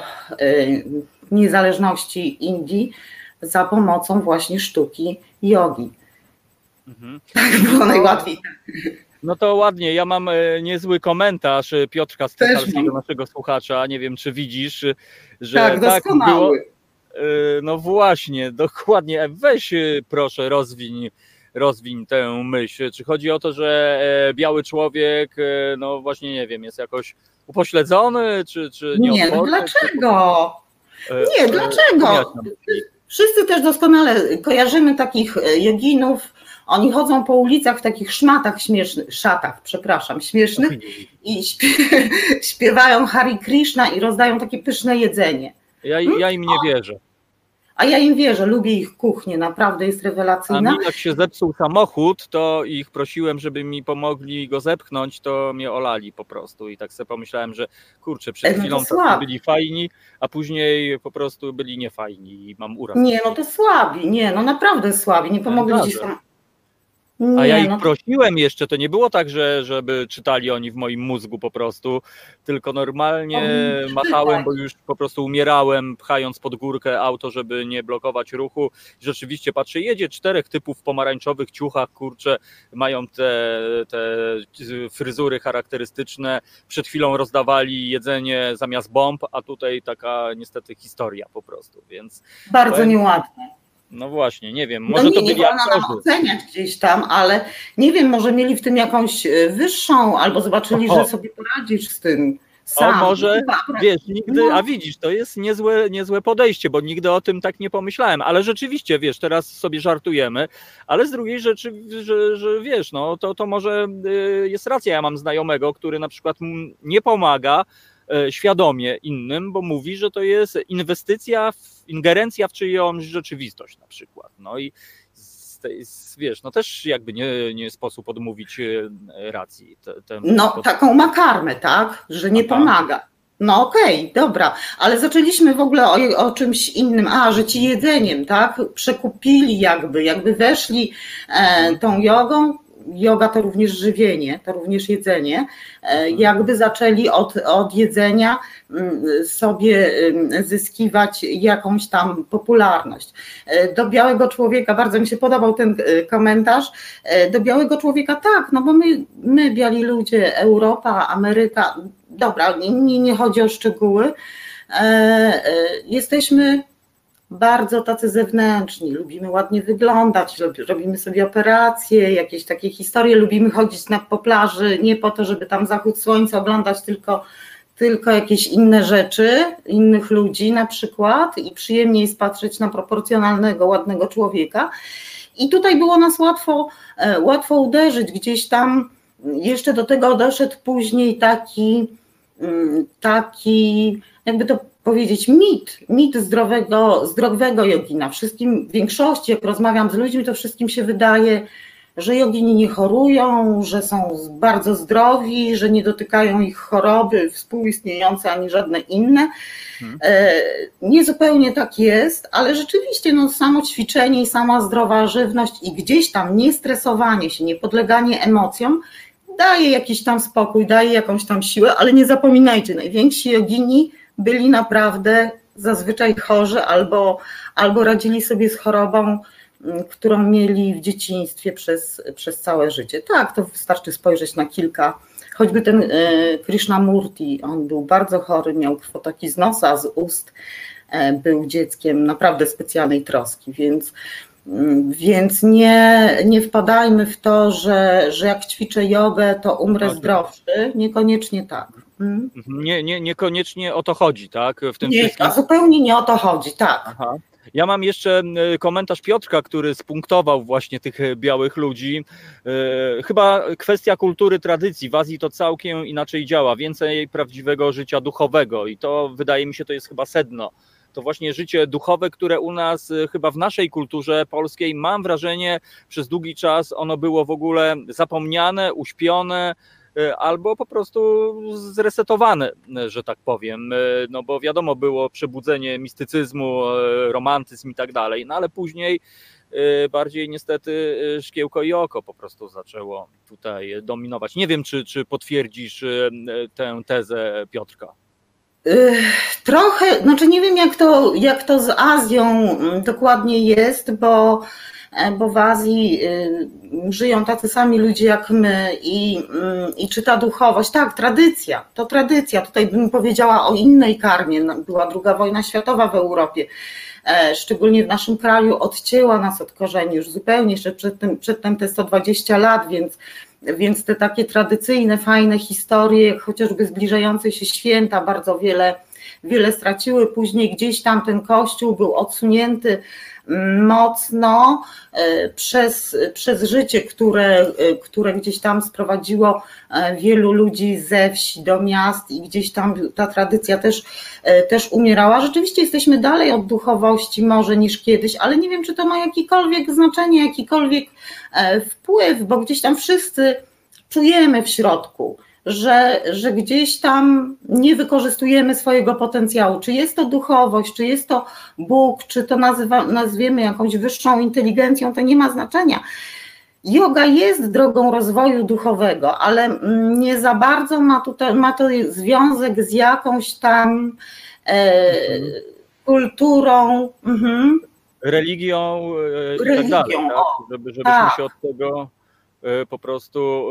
niezależności Indii za pomocą właśnie sztuki jogi. Mhm. Tak było najłatwiej. No to ładnie, ja mam niezły komentarz Piotrka Stechalskiego, naszego słuchacza, nie wiem czy widzisz, że tak, tak było. Doskonały. No właśnie, dokładnie, weź proszę rozwiń, rozwiń tę myśl. Czy chodzi o to, że biały człowiek, no właśnie nie wiem, jest jakoś upośledzony, czy, czy nie Nie, no dlaczego? Nie, dlaczego? Wszyscy też doskonale kojarzymy takich joginów, oni chodzą po ulicach w takich szmatach śmiesznych, szatach, przepraszam, śmiesznych i śpiewają Hare Krishna i rozdają takie pyszne jedzenie. Ja, ja im nie wierzę. A ja im wierzę, lubię ich kuchnię, naprawdę jest rewelacyjna. A mi jak się zepsuł samochód, to ich prosiłem, żeby mi pomogli go zepchnąć, to mnie olali po prostu i tak sobie pomyślałem, że kurczę, przed chwilą no byli fajni, a później po prostu byli niefajni i mam uraz. Nie, no to słabi, nie, no naprawdę słabi, nie pomogli gdzieś tam. Nie, A ja ich no, prosiłem jeszcze, to nie było tak, że żeby czytali oni w moim mózgu po prostu, tylko normalnie Powinni machałem, czytać. bo już po prostu umierałem, pchając pod górkę auto, żeby nie blokować ruchu. Rzeczywiście patrzę, jedzie czterech typów w pomarańczowych ciuchach, kurczę, mają te, te fryzury charakterystyczne, przed chwilą rozdawali jedzenie zamiast bomb, a tutaj taka niestety historia po prostu, więc bardzo powiem- nieładnie. no właśnie, nie wiem, No może nie, to nie byli wolno nam aktorzy. oceniać gdzieś tam, ale nie wiem, może mieli w tym jakąś e, wyższą, albo zobaczyli, O. że sobie poradzisz z tym sam. O, może, Chyba akurat- wiesz, nigdy, No. a widzisz, to jest niezłe, niezłe podejście, bo nigdy o tym tak nie pomyślałem, ale rzeczywiście, wiesz, teraz sobie żartujemy, ale z drugiej rzeczy, że, że wiesz, no to, to może y, jest racja, ja mam znajomego, który na przykład m- nie pomaga y, świadomie innym, bo mówi, że to jest inwestycja, w, ingerencja w czyjąś rzeczywistość na przykład, no i z tej, z, wiesz, no też jakby nie, nie sposób odmówić y, racji. Te, te, No, to- taką ma karmę, tak? Że nie Aha. pomaga. No okej, dobra, ale zaczęliśmy w ogóle o, o czymś innym, a, że ci jedzeniem, tak? Przekupili jakby, jakby weszli e, tą jogą, joga to również żywienie, to również jedzenie, e, jakby zaczęli od, od jedzenia mm, sobie mm, zyskiwać jakąś tam popularność. E, Do białego człowieka, bardzo mi się podobał ten e, komentarz, e, do białego człowieka tak, no bo my, my biali ludzie, Europa, Ameryka, dobra, nie, nie chodzi o szczegóły, e, e, jesteśmy bardzo tacy zewnętrzni, lubimy ładnie wyglądać, rob- robimy sobie operacje, jakieś takie historie, lubimy chodzić na, po plaży nie po to, żeby tam zachód słońca oglądać, tylko, tylko jakieś inne rzeczy, innych ludzi na przykład i przyjemniej jest patrzeć na proporcjonalnego, ładnego człowieka. I tutaj było nas łatwo, e, łatwo uderzyć, gdzieś tam jeszcze do tego doszedł później taki, mm, taki jakby to powiedzieć, mit, mit zdrowego, zdrowego jogina. Wszystkim, w większości, jak rozmawiam z ludźmi, to wszystkim się wydaje, że jogini nie chorują, że są bardzo zdrowi, że nie dotykają ich choroby współistniejące ani żadne inne. Hmm. E, Nie zupełnie tak jest, ale rzeczywiście no, samo ćwiczenie i sama zdrowa żywność i gdzieś tam niestresowanie się, niepodleganie emocjom daje jakiś tam spokój, daje jakąś tam siłę, ale nie zapominajcie, najwięksi jogini byli naprawdę zazwyczaj chorzy albo, albo radzili sobie z chorobą, którą mieli w dzieciństwie przez, przez całe życie. Tak, to wystarczy spojrzeć na kilka, choćby ten Krishnamurti, on był bardzo chory, miał krwotoki z nosa, z ust, był dzieckiem naprawdę specjalnej troski, więc, więc nie, nie wpadajmy w to, że, że jak ćwiczę jogę, to umrę Tak. zdrowszy, niekoniecznie tak. Hmm? Nie, nie, niekoniecznie o to chodzi, tak? W tym Nie, wszystkim. a zupełnie nie o to chodzi, tak. Aha. Ja mam jeszcze e, komentarz Piotrka, który spunktował właśnie tych e, białych ludzi. E, Chyba kwestia kultury, tradycji. W Azji to całkiem inaczej działa. Więcej prawdziwego życia duchowego i to wydaje mi się, to jest chyba sedno. To właśnie życie duchowe, które u nas e, chyba w naszej kulturze polskiej, mam wrażenie, przez długi czas ono było w ogóle zapomniane, uśpione, albo po prostu zresetowane, że tak powiem, no bo wiadomo było przebudzenie mistycyzmu, romantyzm i tak dalej, no ale później bardziej niestety szkiełko i oko po prostu zaczęło tutaj dominować. Nie wiem, czy, czy potwierdzisz tę tezę Piotrka. Trochę, znaczy nie wiem jak to, jak to z Azją dokładnie jest, bo bo w Azji żyją tacy sami ludzie jak my i, i czy ta duchowość, tak, tradycja, to tradycja, tutaj bym powiedziała o innej karmie, była druga wojna światowa w Europie, szczególnie w naszym kraju odcięła nas od korzeni już zupełnie, jeszcze przedtem, przedtem te sto dwadzieścia lat, więc, więc te takie tradycyjne, fajne historie, jak chociażby zbliżające się święta, bardzo wiele, wiele straciły, później gdzieś tam ten kościół był odsunięty mocno przez, przez życie, które, które gdzieś tam sprowadziło wielu ludzi ze wsi do miast i gdzieś tam ta tradycja też, też umierała. Rzeczywiście jesteśmy dalej od duchowości może niż kiedyś, ale nie wiem, czy to ma jakikolwiek znaczenie, jakikolwiek wpływ, bo gdzieś tam wszyscy czujemy w środku, że, że gdzieś tam nie wykorzystujemy swojego potencjału. Czy jest to duchowość, czy jest to Bóg, czy to nazywa, nazwiemy jakąś wyższą inteligencją, to nie ma znaczenia. Yoga jest drogą rozwoju duchowego, ale nie za bardzo ma, tutaj, ma to związek z jakąś tam e, kulturą, mhm. religią, e, religią, i tak dalej, tak? O, Żeby, żebyśmy tak. się od tego e, po prostu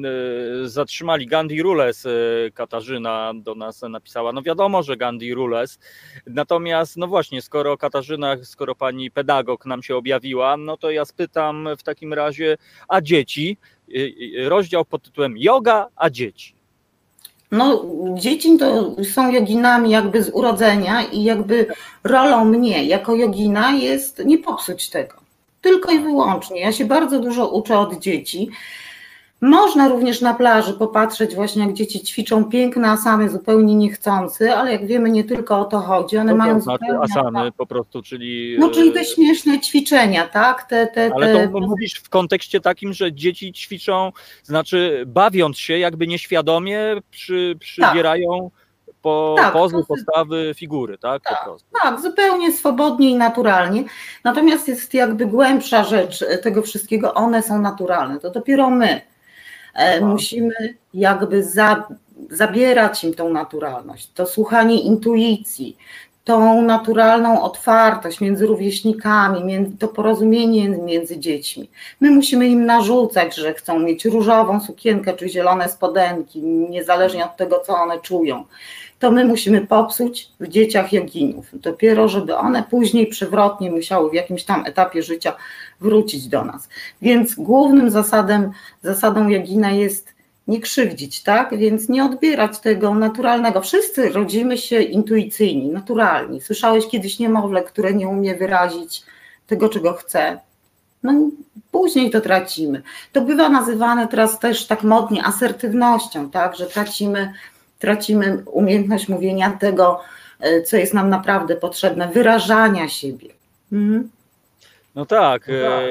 e, zatrzymali. Gandhi Rules, e, Katarzyna do nas napisała. No wiadomo, że Gandhi Rules, natomiast no właśnie, skoro Katarzyna, skoro pani pedagog nam się objawiła, no to ja spytam w takim razie, a dzieci? E, rozdział pod tytułem Yoga, a dzieci. No, dzieci to są joginami jakby z urodzenia i jakby rolą mnie jako jogina jest nie popsuć tego. Tylko i wyłącznie. Ja się bardzo dużo uczę od dzieci. Można również na plaży popatrzeć właśnie, jak dzieci ćwiczą piękne asany, zupełnie niechcący, ale jak wiemy, nie tylko o to chodzi. One To mają znaczy zupełnie... asany po prostu, czyli... No, czyli te śmieszne ćwiczenia, tak? Te, te, Ale te... to mówisz w kontekście takim, że dzieci ćwiczą, znaczy bawiąc się jakby nieświadomie przy, przybierają po Tak, pozy, to- postawy, figury, tak? Tak. Po prostu. Tak, zupełnie swobodnie i naturalnie. Natomiast jest jakby głębsza rzecz tego wszystkiego, one są naturalne. To dopiero my e, musimy jakby za, zabierać im tą naturalność, to słuchanie intuicji, tą naturalną otwartość między rówieśnikami, między, to porozumienie między dziećmi. My musimy im narzucać, że chcą mieć różową sukienkę czy zielone spodenki, niezależnie od tego, co one czują. To my musimy popsuć w dzieciach joginów. Dopiero, żeby one później przewrotnie musiały w jakimś tam etapie życia wrócić do nas. Więc głównym zasadem, zasadą jogina jest nie krzywdzić, tak? Więc nie odbierać tego naturalnego. Wszyscy rodzimy się intuicyjni, naturalni. Słyszałeś kiedyś niemowlę, które nie umie wyrazić tego, czego chce? No później to tracimy. To bywa nazywane teraz też tak modnie asertywnością, tak? Że tracimy tracimy umiejętność mówienia tego, co jest nam naprawdę potrzebne, wyrażania siebie. Mhm. No tak,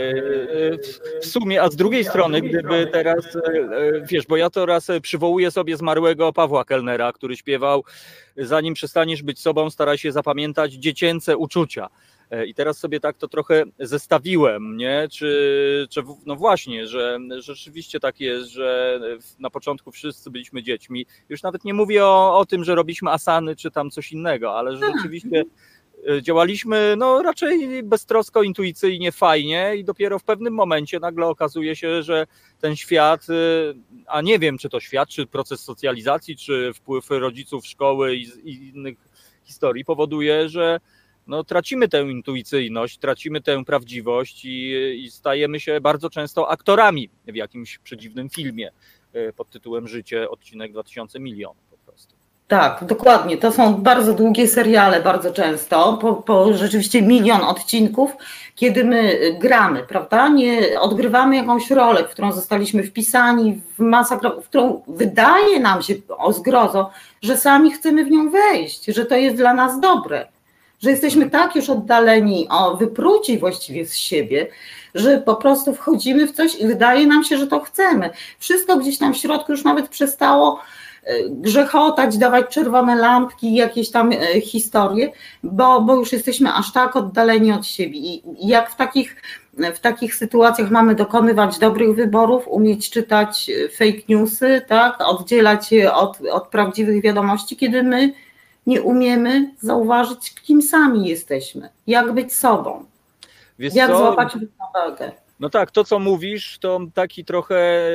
w sumie, a z drugiej strony, gdyby teraz, wiesz, bo ja teraz przywołuję sobie zmarłego Pawła Kellnera, który śpiewał: zanim przestaniesz być sobą, staraj się zapamiętać dziecięce uczucia. I teraz sobie tak to trochę zestawiłem, nie? Czy, czy no właśnie, że rzeczywiście tak jest, że na początku wszyscy byliśmy dziećmi. Już nawet nie mówię o, o tym, że robiliśmy asany czy tam coś innego, ale że rzeczywiście działaliśmy no raczej beztrosko, intuicyjnie, fajnie i dopiero w pewnym momencie nagle okazuje się, że ten świat, a nie wiem, czy to świat, czy proces socjalizacji, czy wpływ rodziców, szkoły i, i innych historii powoduje, że no, tracimy tę intuicyjność, tracimy tę prawdziwość i, i stajemy się bardzo często aktorami w jakimś przedziwnym filmie pod tytułem Życie, odcinek dwa tysiące milion po prostu. Tak, dokładnie. To są bardzo długie seriale bardzo często, po, po rzeczywiście milion odcinków, kiedy my gramy, prawda? Nie odgrywamy jakąś rolę, w którą zostaliśmy wpisani, w masakra, w którą wydaje nam się, o zgrozo, że sami chcemy w nią wejść, że to jest dla nas dobre. Że jesteśmy tak już oddaleni, o wypruci właściwie z siebie, że po prostu wchodzimy w coś i wydaje nam się, że to chcemy. Wszystko gdzieś tam w środku już nawet przestało grzechotać, dawać czerwone lampki, jakieś tam historie, bo, bo już jesteśmy aż tak oddaleni od siebie. I jak w takich, w takich sytuacjach mamy dokonywać dobrych wyborów, umieć czytać fake newsy, tak, oddzielać je od, od prawdziwych wiadomości, kiedy my nie umiemy zauważyć, kim sami jesteśmy, jak być sobą, Wiesz jak co? złapać równowagę. No tak, to co mówisz, to taki trochę,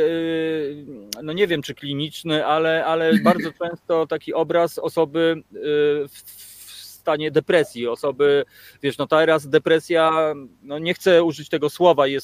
no nie wiem czy kliniczny, ale, ale bardzo często taki obraz osoby w stanie depresji, osoby, wiesz, no teraz depresja, no nie chcę użyć tego słowa, jest,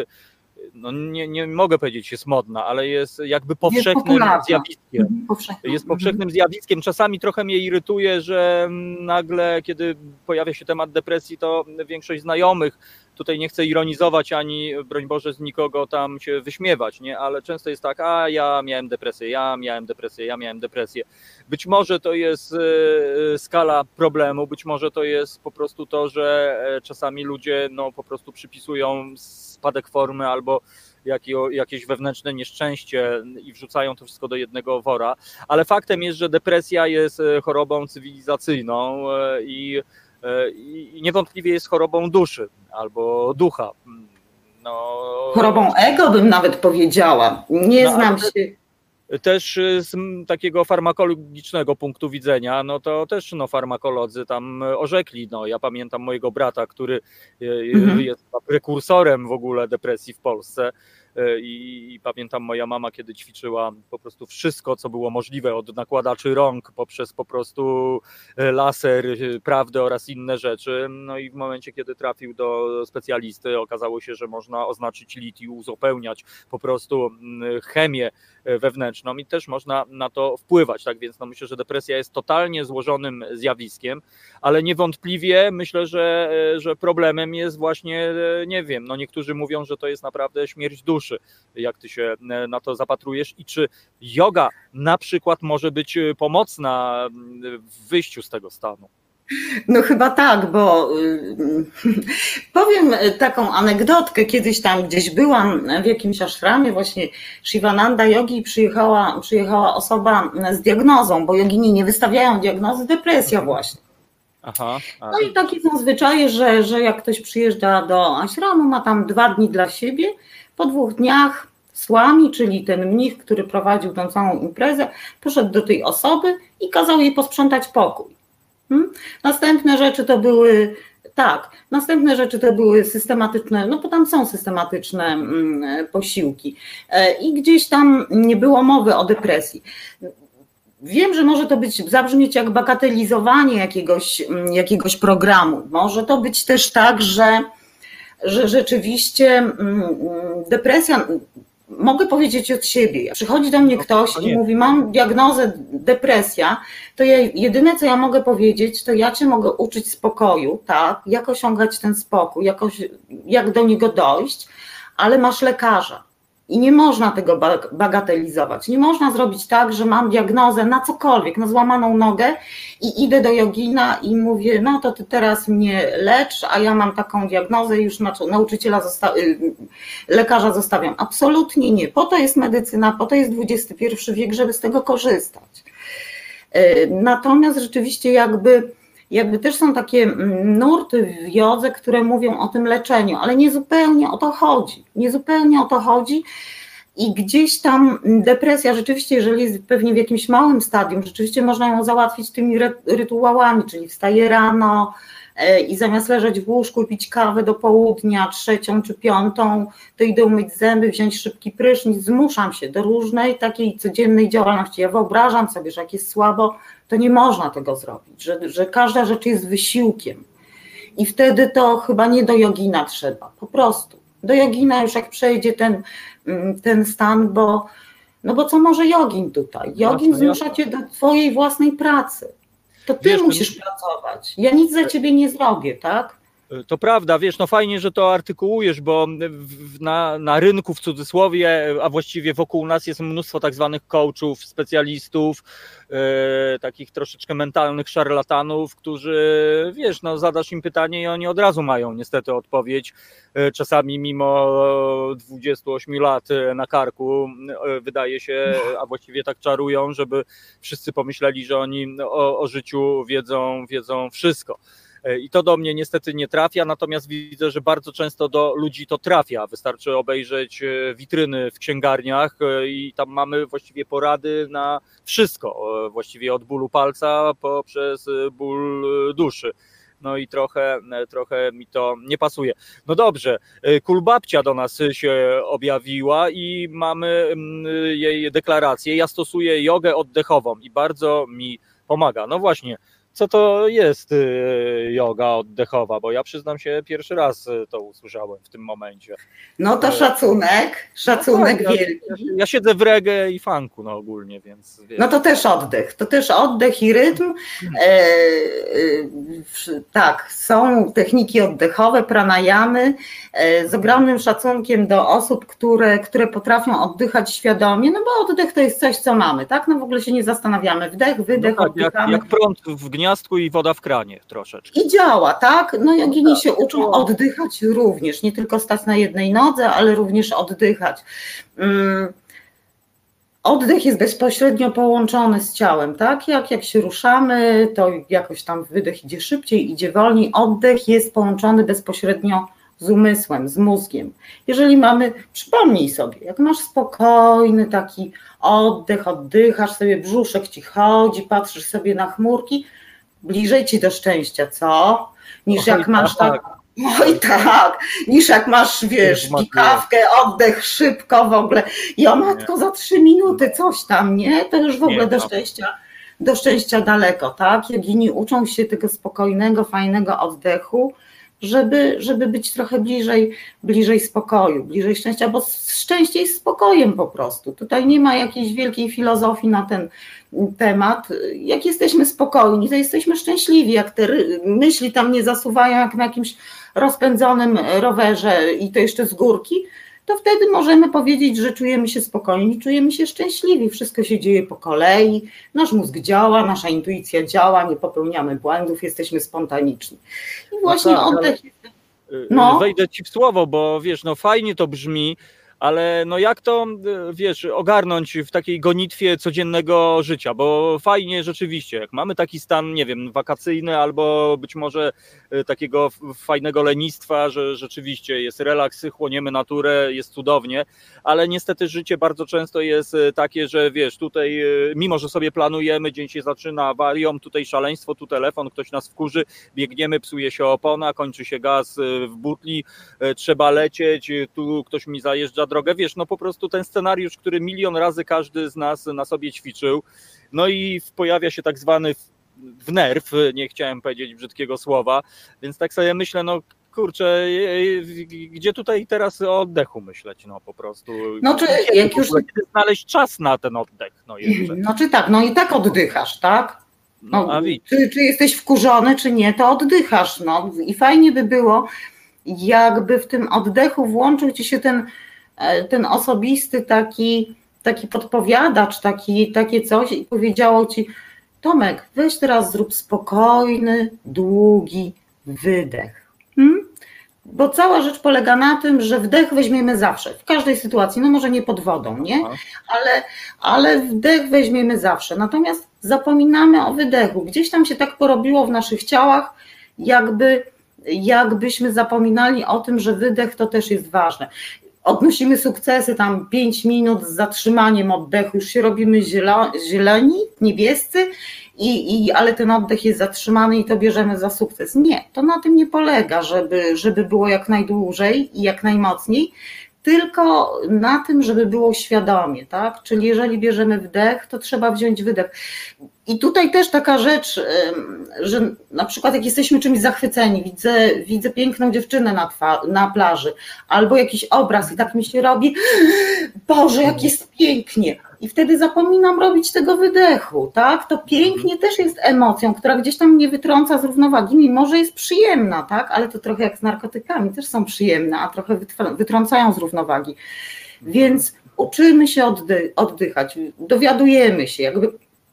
no nie, nie mogę powiedzieć, jest modna, ale jest jakby powszechnym jest zjawiskiem. Powszechnym. Jest powszechnym zjawiskiem. Czasami trochę mnie irytuje, że nagle, kiedy pojawia się temat depresji, to większość znajomych, tutaj nie chcę ironizować ani, broń Boże, z nikogo tam się wyśmiewać, nie? Ale często jest tak, a ja miałem depresję, ja miałem depresję, ja miałem depresję. Być może to jest skala problemu, być może to jest po prostu to, że czasami ludzie no, po prostu przypisują spadek formy albo jakieś wewnętrzne nieszczęście i wrzucają to wszystko do jednego wora, ale faktem jest, że depresja jest chorobą cywilizacyjną i, i niewątpliwie jest chorobą duszy albo ducha. No, chorobą ego bym nawet powiedziała. Nie No, znam ale- się. Też z m, takiego farmakologicznego punktu widzenia, no to też no, farmakolodzy tam orzekli. No, ja pamiętam mojego brata, który e, Mhm. jest prekursorem w ogóle depresji w Polsce. E, I, I pamiętam, moja mama, kiedy ćwiczyła po prostu wszystko, co było możliwe, od nakładaczy rąk poprzez po prostu e, laser, e, prawdy oraz inne rzeczy. No i w momencie, kiedy trafił do specjalisty, okazało się, że można oznaczyć lit i uzupełniać po prostu mm, chemię wewnętrzną i też można na to wpływać. Tak więc no myślę, że depresja jest totalnie złożonym zjawiskiem, ale niewątpliwie myślę, że, że problemem jest właśnie, nie wiem, no niektórzy mówią, że to jest naprawdę śmierć duszy. Jak ty się na to zapatrujesz i czy joga na przykład może być pomocna w wyjściu z tego stanu? No chyba tak, bo y, powiem taką anegdotkę. Kiedyś tam gdzieś byłam w jakimś ashramie właśnie Shivananda jogi i przyjechała, przyjechała osoba z diagnozą, bo jogini nie wystawiają diagnozy, depresja właśnie. Aha, a, No i takie są zwyczaje, że, że jak ktoś przyjeżdża do ashramu, ma tam dwa dni dla siebie, po dwóch dniach Słami, czyli ten mnich, który prowadził tą całą imprezę, poszedł do tej osoby i kazał jej posprzątać pokój. Hmm? Następne rzeczy to były, tak, następne rzeczy to były systematyczne, no bo tam są systematyczne mm, posiłki e, i gdzieś tam nie było mowy o depresji. Wiem, że może to być, zabrzmieć jak bagatelizowanie jakiegoś, jakiegoś programu. Może to być też tak, że, że rzeczywiście mm, depresja, mogę powiedzieć od siebie, przychodzi do mnie ktoś i mówi, mam diagnozę depresja, to ja, jedyne co ja mogę powiedzieć, to ja cię mogę uczyć spokoju, tak, jak osiągać ten spokój, jakoś, jak do niego dojść, ale masz lekarza. I nie można tego bagatelizować. Nie można zrobić tak, że mam diagnozę na cokolwiek, na złamaną nogę i idę do jogina i mówię, no to ty teraz mnie lecz, a ja mam taką diagnozę i już nauczyciela, zosta- lekarza zostawiam. Absolutnie nie. Po to jest medycyna, po to jest dwudziesty pierwszy wiek, żeby z tego korzystać. Natomiast rzeczywiście jakby Jakby też są takie nurty w jodze, które mówią o tym leczeniu, ale nie zupełnie o to chodzi. Nie zupełnie o to chodzi i gdzieś tam depresja rzeczywiście, jeżeli jest pewnie w jakimś małym stadium, rzeczywiście można ją załatwić tymi rytuałami, czyli wstaję rano i zamiast leżeć w łóżku, pić kawę do południa, trzecią czy piątą, to idę umyć zęby, wziąć szybki prysznic, zmuszam się do różnej takiej codziennej działalności. Ja wyobrażam sobie, że jak jest słabo, to nie można tego zrobić, że, że każda rzecz jest wysiłkiem i wtedy to chyba nie do jogina trzeba, po prostu. Do jogina już jak przejdzie ten, ten stan, bo, no bo co może jogin tutaj? Jogin Jasne, zmusza jasne. cię do twojej własnej pracy. To ty Wiesz, musisz pracować. Ja nic za ciebie nie zrobię, tak? To prawda, wiesz, no fajnie, że to artykułujesz, bo w, na, na rynku w cudzysłowie, a właściwie wokół nas jest mnóstwo tak zwanych coachów, specjalistów, e, takich troszeczkę mentalnych szarlatanów, którzy, wiesz, no zadasz im pytanie i oni od razu mają niestety odpowiedź. E, czasami mimo dwudziestu ośmiu lat na karku e, wydaje się, a właściwie tak czarują, żeby wszyscy pomyśleli, że oni o, o życiu wiedzą, wiedzą wszystko. I to do mnie niestety nie trafia, natomiast widzę, że bardzo często do ludzi to trafia. Wystarczy obejrzeć witryny w księgarniach i tam mamy właściwie porady na wszystko, właściwie od bólu palca poprzez ból duszy. No i trochę, trochę mi to nie pasuje. No dobrze, Kulbabcia do nas się objawiła i mamy jej deklarację. Ja stosuję jogę oddechową i bardzo mi pomaga. No właśnie. Co to jest joga oddechowa? Bo ja przyznam się, pierwszy raz to usłyszałem w tym momencie. No to szacunek, szacunek no tak, wielki. Ja, ja siedzę w reggae i funku no ogólnie, więc... Wiesz. No to też oddech, to też oddech i rytm. E, e, tak, są techniki oddechowe, pranayamy, e, z ogromnym szacunkiem do osób, które, które potrafią oddychać świadomie, no bo oddech to jest coś, co mamy, tak? No w ogóle się nie zastanawiamy. Wdech, wydech, no tak, jak, oddychamy. jak prąd w gniazdku i woda w kranie troszeczkę. I działa, tak? No jogini No tak, się uczą oddychać również, nie tylko stać na jednej nodze, ale również oddychać. Um, Oddech jest bezpośrednio połączony z ciałem, tak? Jak, jak się ruszamy, to jakoś tam wydech idzie szybciej, idzie wolniej. Oddech jest połączony bezpośrednio z umysłem, z mózgiem. Jeżeli mamy, przypomnij sobie, jak masz spokojny taki oddech, oddychasz sobie, brzuszek ci chodzi, patrzysz sobie na chmurki, bliżej ci do szczęścia, co? Niż Oj, jak masz tak, tak. oj tak, niż jak masz, wiesz, pikawkę, oddech szybko w ogóle i o matko za trzy minuty coś tam, nie? To już w ogóle Nie, do tak. szczęścia, do szczęścia daleko, tak? Jogini uczą się tego spokojnego, fajnego oddechu, żeby, żeby być trochę bliżej, bliżej spokoju, bliżej szczęścia, bo szczęście jest spokojem po prostu. Tutaj nie ma jakiejś wielkiej filozofii na ten temat. Jak jesteśmy spokojni, to jesteśmy szczęśliwi, jak te myśli tam nie zasuwają jak na jakimś rozpędzonym rowerze i to jeszcze z górki, to wtedy możemy powiedzieć, że czujemy się spokojni, czujemy się szczęśliwi, wszystko się dzieje po kolei, nasz mózg działa, nasza intuicja działa, nie popełniamy błędów, jesteśmy spontaniczni. I właśnie no tak, oddech... Ale... No. Wejdę ci w słowo, bo wiesz, no fajnie to brzmi, ale no jak to, wiesz, ogarnąć w takiej gonitwie codziennego życia, bo fajnie rzeczywiście, jak mamy taki stan, nie wiem, wakacyjny albo być może takiego fajnego lenistwa, że rzeczywiście jest relaks, chłoniemy naturę, jest cudownie, ale niestety życie bardzo często jest takie, że wiesz, tutaj mimo, że sobie planujemy, dzień się zaczyna awarią, tutaj szaleństwo, tu telefon, ktoś nas wkurzy, biegniemy, psuje się opona, kończy się gaz w butli, trzeba lecieć, tu ktoś mi zajeżdża drogę, wiesz, no po prostu ten scenariusz, który milion razy każdy z nas na sobie ćwiczył, no i pojawia się tak zwany w nerw, nie chciałem powiedzieć brzydkiego słowa, więc tak sobie myślę, no kurczę, gdzie tutaj teraz o oddechu myśleć, no po prostu. No czy kiedy, jak już... kiedy znaleźć czas na ten oddech, no jeszcze. No czy tak, no i tak oddychasz, tak? No, no, a widzisz. czy, czy jesteś wkurzony, czy nie, to oddychasz, no i fajnie by było, jakby w tym oddechu włączył ci się ten, ten osobisty taki, taki podpowiadacz, taki, takie coś i powiedziało ci: Tomek, weź teraz zrób spokojny, długi wydech. Hmm? Bo cała rzecz polega na tym, że wdech weźmiemy zawsze, w każdej sytuacji, no może nie pod wodą, nie? Ale, ale wdech weźmiemy zawsze. Natomiast zapominamy o wydechu. Gdzieś tam się tak porobiło w naszych ciałach, jakby, jakbyśmy zapominali o tym, że wydech to też jest ważne. Odnosimy sukcesy, tam pięć minut z zatrzymaniem oddechu, już się robimy zielo, zieloni, niebiescy, i, i, ale ten oddech jest zatrzymany i to bierzemy za sukces. Nie, to na tym nie polega, żeby, żeby było jak najdłużej i jak najmocniej, tylko na tym, żeby było świadomie, tak? Czyli jeżeli bierzemy wdech, to trzeba wziąć wydech. I tutaj też taka rzecz, że na przykład jak jesteśmy czymś zachwyceni, widzę, widzę piękną dziewczynę na, twa, na plaży, albo jakiś obraz i tak mi się robi, Boże, jak jest pięknie. I wtedy zapominam robić tego wydechu, tak? To pięknie też jest emocją, która gdzieś tam mnie wytrąca z równowagi, mimo że jest przyjemna, tak? Ale to trochę jak z narkotykami, też są przyjemne, a trochę wytrącają z równowagi. Więc uczymy się oddy- oddychać, dowiadujemy się, jakby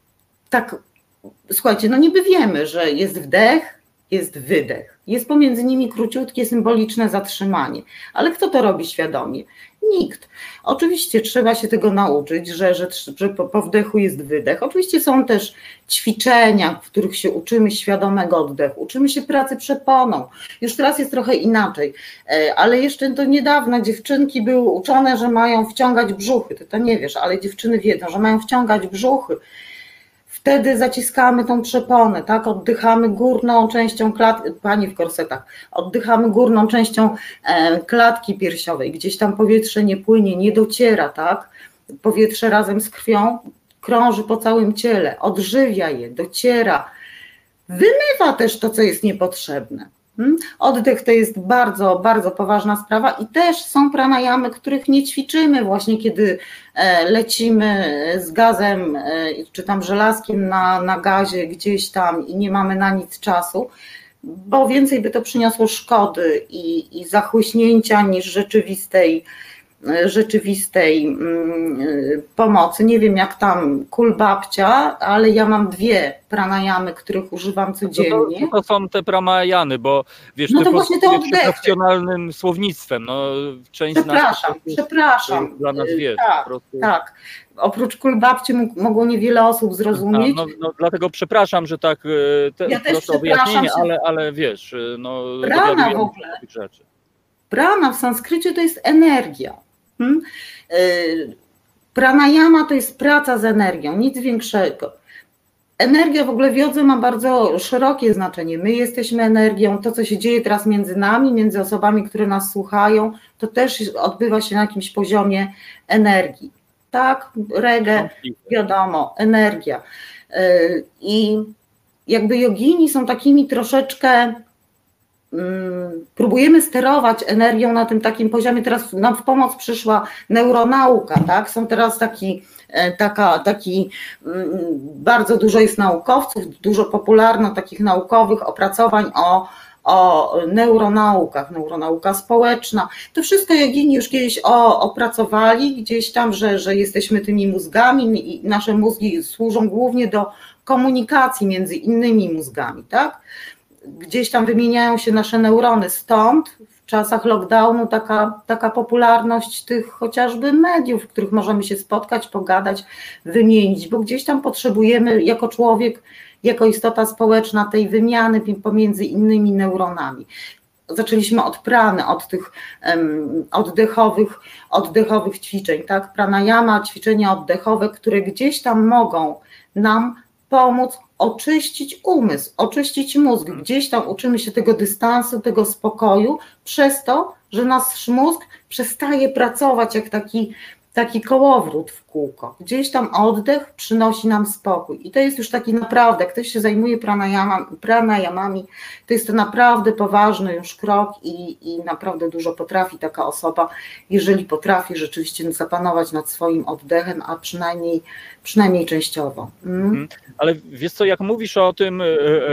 tak, słuchajcie, no niby wiemy, że jest wdech, jest wydech. Jest pomiędzy nimi króciutkie, symboliczne zatrzymanie. Ale kto to robi świadomie? Nikt. Oczywiście trzeba się tego nauczyć, że, że, że po wdechu jest wydech. Oczywiście są też ćwiczenia, w których się uczymy świadomego oddechu. Uczymy się pracy przeponą. Już teraz jest trochę inaczej, ale jeszcze do niedawna dziewczynki były uczone, że mają wciągać brzuchy. Ty to nie wiesz, ale dziewczyny wiedzą, że mają wciągać brzuchy. Wtedy zaciskamy tą przeponę, tak? Oddychamy górną częścią klatki, panie w korsetach, oddychamy górną częścią klatki piersiowej, gdzieś tam powietrze nie płynie, nie dociera, tak? Powietrze razem z krwią krąży po całym ciele, odżywia je, dociera, wymywa też to, co jest niepotrzebne. Oddech to jest bardzo, bardzo poważna sprawa i też są pranajamy, których nie ćwiczymy właśnie, kiedy lecimy z gazem czy tam żelazkiem na, na gazie gdzieś tam i nie mamy na nic czasu, bo więcej by to przyniosło szkody i, i zachłyśnięcia niż rzeczywistej, rzeczywistej pomocy. Nie wiem jak tam kulbabcia, ale ja mam dwie pranajamy, których używam codziennie. To, to, to są te pranajany, bo wiesz, no ty to właśnie te oddechy. Profesjonalnym słownictwem. No, część przepraszam, nas, przepraszam. Dla nas wiesz, tak, po prostu... tak. Oprócz kulbabci mogło niewiele osób zrozumieć. No, no, dlatego przepraszam, że tak te, ja też proszę o wyjaśnienie, ale, ale wiesz, no Rana w ogóle. tych rzeczy. Prana w sanskrycie to jest energia. Hmm? Pranayama to jest praca z energią, nic większego. Energia w ogóle w jodze ma bardzo szerokie znaczenie. My jesteśmy energią, to co się dzieje teraz między nami, między osobami, które nas słuchają, to też odbywa się na jakimś poziomie energii. Tak, reggae, wiadomo, energia. I jakby jogini są takimi troszeczkę, próbujemy sterować energią na tym takim poziomie. Teraz nam w pomoc przyszła neuronauka, tak? Są teraz taki, taka, taki bardzo dużo jest naukowców, dużo popularno takich naukowych opracowań o, o neuronaukach, neuronauka społeczna. To wszystko jogini już kiedyś o, opracowali gdzieś tam, że, że jesteśmy tymi mózgami i nasze mózgi służą głównie do komunikacji między innymi mózgami, tak? Gdzieś tam wymieniają się nasze neurony, stąd w czasach lockdownu taka, taka popularność tych chociażby mediów, w których możemy się spotkać, pogadać, wymienić, bo gdzieś tam potrzebujemy jako człowiek, jako istota społeczna tej wymiany pomiędzy innymi neuronami. Zaczęliśmy od prany, od tych um, oddechowych, oddechowych ćwiczeń, tak? Pranayama, ćwiczenia oddechowe, które gdzieś tam mogą nam pomóc oczyścić umysł, oczyścić mózg. Gdzieś tam uczymy się tego dystansu, tego spokoju, przez to, że nasz mózg przestaje pracować jak taki, taki kołowrót w kółko. Gdzieś tam oddech przynosi nam spokój. I to jest już taki naprawdę, jak ktoś się zajmuje pranayama, pranayamami, to jest to naprawdę poważny już krok i, i naprawdę dużo potrafi taka osoba, jeżeli potrafi rzeczywiście zapanować nad swoim oddechem, a przynajmniej, przynajmniej częściowo. Mm. Ale wiesz co, jak mówisz o tym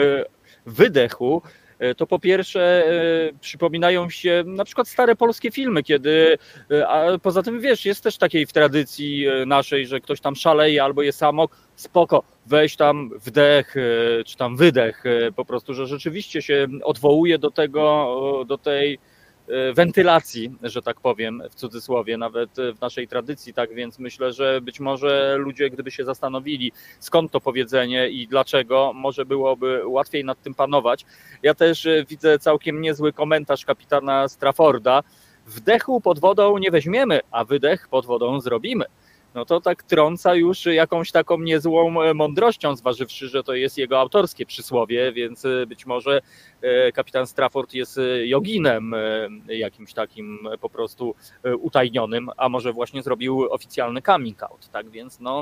wydechu, to po pierwsze przypominają się na przykład stare polskie filmy, kiedy, a poza tym wiesz, jest też takiej w tradycji naszej, że ktoś tam szaleje albo jest samok, spoko, weź tam wdech czy tam wydech, po prostu, że rzeczywiście się odwołuje do tego, do tej wentylacji, że tak powiem, w cudzysłowie, nawet w naszej tradycji, tak więc myślę, że być może ludzie, gdyby się zastanowili, skąd to powiedzenie i dlaczego, może byłoby łatwiej nad tym panować. Ja też widzę całkiem niezły komentarz kapitana Strafforda. Wdechu pod wodą nie weźmiemy, a wydech pod wodą zrobimy. No to tak trąca już jakąś taką niezłą mądrością, zważywszy, że to jest jego autorskie przysłowie, więc być może kapitan Strafford jest joginem jakimś takim po prostu utajnionym, a może właśnie zrobił oficjalny coming out, tak więc no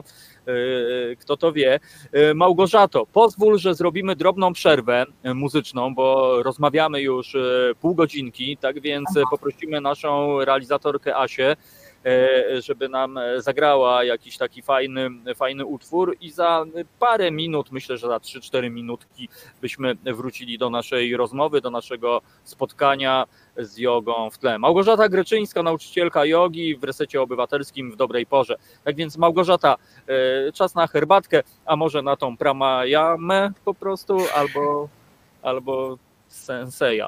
kto to wie. Małgorzato, pozwól, że zrobimy drobną przerwę muzyczną, bo rozmawiamy już pół godzinki, tak więc poprosimy naszą realizatorkę Asię, żeby nam zagrała jakiś taki fajny, fajny utwór i za parę minut, myślę, że za trzy cztery minutki byśmy wrócili do naszej rozmowy, do naszego spotkania z jogą w tle. Małgorzata Greczyńska, nauczycielka jogi w Resecie Obywatelskim w dobrej porze. Tak więc Małgorzata, czas na herbatkę, a może na tą pranayamę po prostu, albo, albo senseja.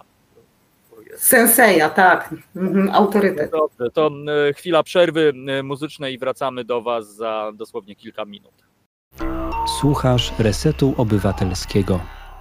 Senseja, tak, mhm, autorytet. No dobrze, to chwila przerwy muzycznej i wracamy do Was za dosłownie kilka minut. Słuchasz Resetu Obywatelskiego.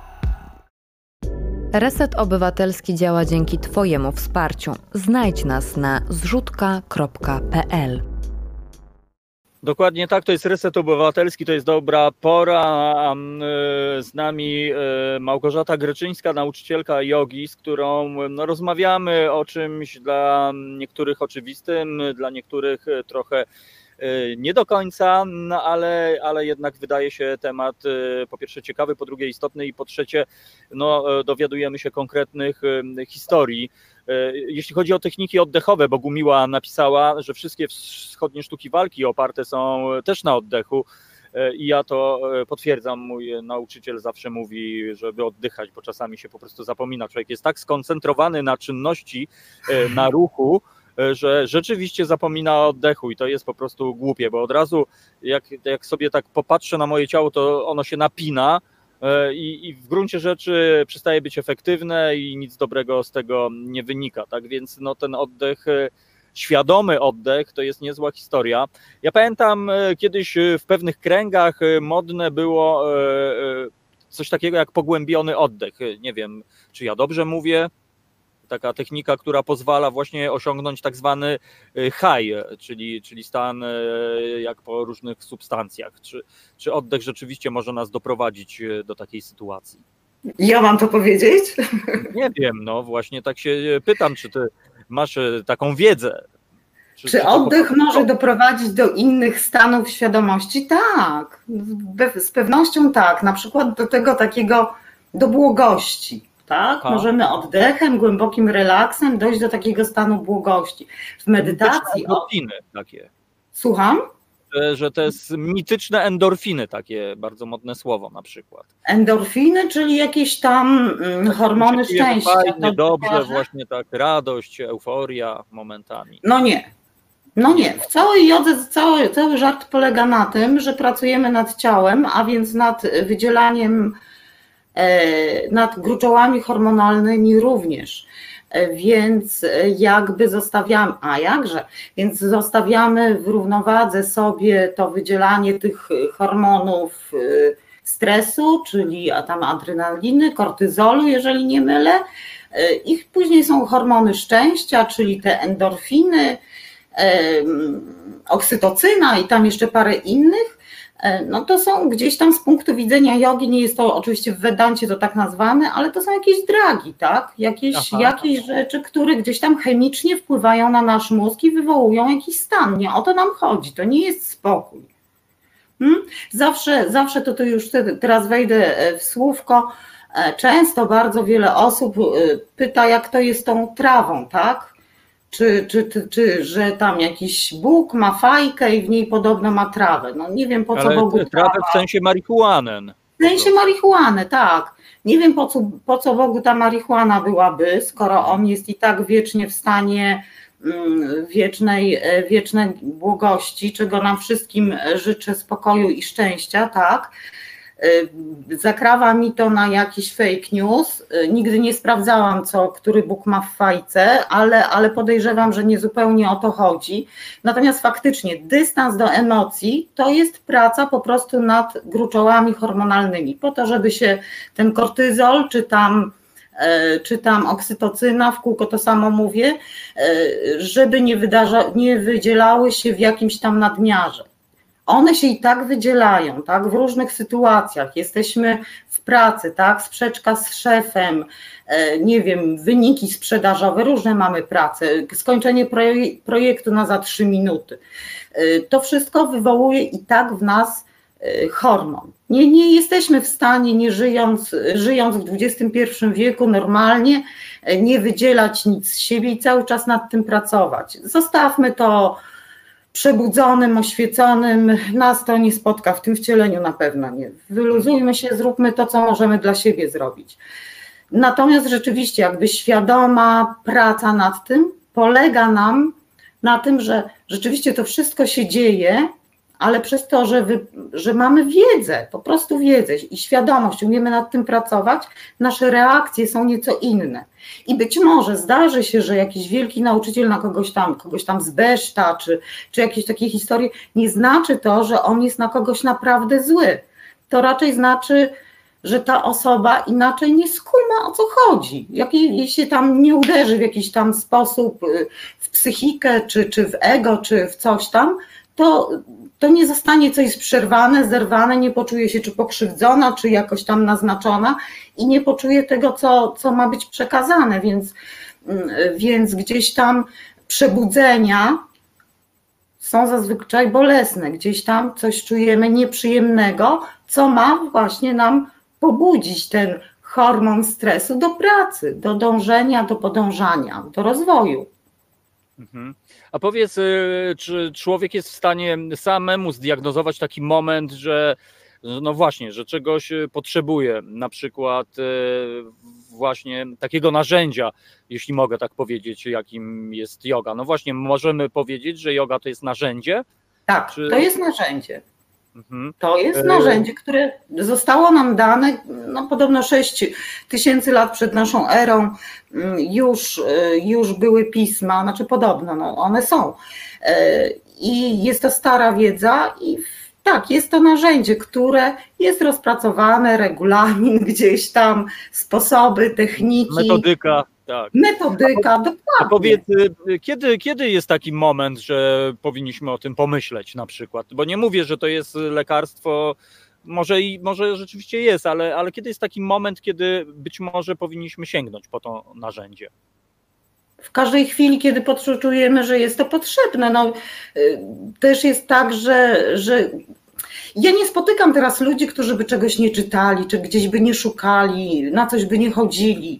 Reset Obywatelski działa dzięki Twojemu wsparciu. Znajdź nas na zrzutka kropka pe el. Dokładnie tak, to jest Reset Obywatelski, to jest dobra pora. Z nami Małgorzata Greczyńska, nauczycielka jogi, z którą no, rozmawiamy o czymś dla niektórych oczywistym, dla niektórych trochę nie do końca, no ale, ale jednak wydaje się temat po pierwsze ciekawy, po drugie istotny i po trzecie no, dowiadujemy się konkretnych historii. Jeśli chodzi o techniki oddechowe, bo Gumiła napisała, że wszystkie wschodnie sztuki walki oparte są też na oddechu i ja to potwierdzam, mój nauczyciel zawsze mówi, żeby oddychać, bo czasami się po prostu zapomina. Człowiek jest tak skoncentrowany na czynności, na ruchu, że rzeczywiście zapomina o oddechu i to jest po prostu głupie, bo od razu jak, jak sobie tak popatrzę na moje ciało, to ono się napina i, i w gruncie rzeczy przestaje być efektywne i nic dobrego z tego nie wynika, tak więc no, ten oddech, świadomy oddech to jest niezła historia. Ja pamiętam kiedyś w pewnych kręgach modne było coś takiego jak pogłębiony oddech, nie wiem czy ja dobrze mówię, taka technika, która pozwala właśnie osiągnąć tak zwany high, czyli, czyli stan jak po różnych substancjach. Czy, czy oddech rzeczywiście może nas doprowadzić do takiej sytuacji? Ja mam to powiedzieć? Nie wiem, no właśnie tak się pytam, czy ty masz taką wiedzę? Czy, Czy, czy oddech po... może doprowadzić do innych stanów świadomości? Tak, z pewnością tak. Na przykład do tego takiego, do błogości. Tak? Możemy oddechem, głębokim relaksem dojść do takiego stanu błogości. W medytacji... Endorfiny takie. Słucham? Że, że to jest mityczne endorfiny, takie bardzo modne słowo na przykład. Endorfiny, czyli jakieś tam hormony szczęścia. Fajnie, dobrze, kojarzy? Właśnie tak, radość, euforia momentami. No nie. No nie, w całej jodze cały, cały żart polega na tym, że pracujemy nad ciałem, a więc nad wydzielaniem, nad gruczołami hormonalnymi również. Więc jakby zostawiamy, a jakże, więc zostawiamy w równowadze sobie to wydzielanie tych hormonów stresu, czyli tam adrenaliny, kortyzolu, jeżeli nie mylę. I później są hormony szczęścia, czyli te endorfiny, oksytocyna i tam jeszcze parę innych, no to są gdzieś tam z punktu widzenia jogi, nie jest to oczywiście w Wedancie to tak nazwane, ale to są jakieś dragi, tak? Jakieś, jakieś rzeczy, które gdzieś tam chemicznie wpływają na nasz mózg i wywołują jakiś stan. Nie o to nam chodzi, to nie jest spokój. Hmm? Zawsze, zawsze to, to już teraz wejdę w słówko, często bardzo wiele osób pyta, jak to jest z tą trawą, tak? Czy, czy, czy, czy że tam jakiś Bóg ma fajkę i w niej podobno ma trawę. No nie wiem po co Ale Bogu trawę w sensie marihuanę. W sensie marihuany, tak. Nie wiem po co, po co Bogu ta marihuana byłaby, skoro on jest i tak wiecznie w stanie wiecznej, wiecznej błogości, czego nam wszystkim życzę spokoju i szczęścia, tak. Zakrawa mi to na jakiś fake news. Nigdy nie sprawdzałam, co który Bóg ma w fajce, ale, ale podejrzewam, że nie zupełnie o to chodzi. Natomiast faktycznie dystans do emocji to jest praca po prostu nad gruczołami hormonalnymi, po to, żeby się ten kortyzol, czy tam, czy tam oksytocyna, w kółko to samo mówię, żeby nie, wydarza, nie wydzielały się w jakimś tam nadmiarze. One się i tak wydzielają, tak, w różnych sytuacjach. Jesteśmy w pracy, tak, sprzeczka z szefem, nie wiem, wyniki sprzedażowe, różne mamy prace, skończenie projektu na za trzy minuty. To wszystko wywołuje i tak w nas hormon. Nie, nie jesteśmy w stanie, nie żyjąc, żyjąc w dwudziestym pierwszym wieku normalnie, nie wydzielać nic z siebie i cały czas nad tym pracować. Zostawmy to przebudzonym, oświeconym, nas to nie spotka w tym wcieleniu na pewno nie. Wyluzujmy się, zróbmy to, co możemy dla siebie zrobić. Natomiast rzeczywiście jakby świadoma praca nad tym polega nam na tym, że rzeczywiście to wszystko się dzieje, ale przez to, że, wy, że mamy wiedzę, po prostu wiedzę i świadomość, umiemy nad tym pracować, nasze reakcje są nieco inne. I być może zdarzy się, że jakiś wielki nauczyciel na kogoś tam, kogoś tam zbeszta, czy, czy jakieś takie historie, nie znaczy to, że on jest na kogoś naprawdę zły. To raczej znaczy, że ta osoba inaczej nie skuma, o co chodzi. Jak jej się tam nie uderzy w jakiś tam sposób w psychikę, czy, czy w ego, czy w coś tam, to, to nie zostanie coś przerwane, zerwane, nie poczuje się czy pokrzywdzona, czy jakoś tam naznaczona i nie poczuje tego, co, co ma być przekazane, więc, więc gdzieś tam przebudzenia są zazwyczaj bolesne, gdzieś tam coś czujemy nieprzyjemnego, co ma właśnie nam pobudzić ten hormon stresu do pracy, do dążenia, do podążania, do rozwoju. Mhm. A powiedz, czy człowiek jest w stanie samemu zdiagnozować taki moment, że no właśnie, że czegoś potrzebuje, na przykład właśnie takiego narzędzia, jeśli mogę tak powiedzieć, jakim jest joga. No właśnie, możemy powiedzieć, że joga to jest narzędzie? Tak, czy... to jest narzędzie. Mhm. To jest narzędzie, które zostało nam dane, no podobno sześć tysięcy lat przed naszą erą już, już były pisma, znaczy podobno, no one są. I jest to stara wiedza i tak, jest to narzędzie, które jest rozpracowane, regulamin gdzieś tam, sposoby, techniki. Metodyka. tak. Metodyka, A dokładnie. powiedz, kiedy, kiedy jest taki moment, że powinniśmy o tym pomyśleć na przykład? Bo nie mówię, że to jest lekarstwo, może i może rzeczywiście jest, ale, ale kiedy jest taki moment, kiedy być może powinniśmy sięgnąć po to narzędzie? W każdej chwili, kiedy poczujemy, że jest to potrzebne. No, też jest tak, że, że ja nie spotykam teraz ludzi, którzy by czegoś nie czytali, czy gdzieś by nie szukali, na coś by nie chodzili.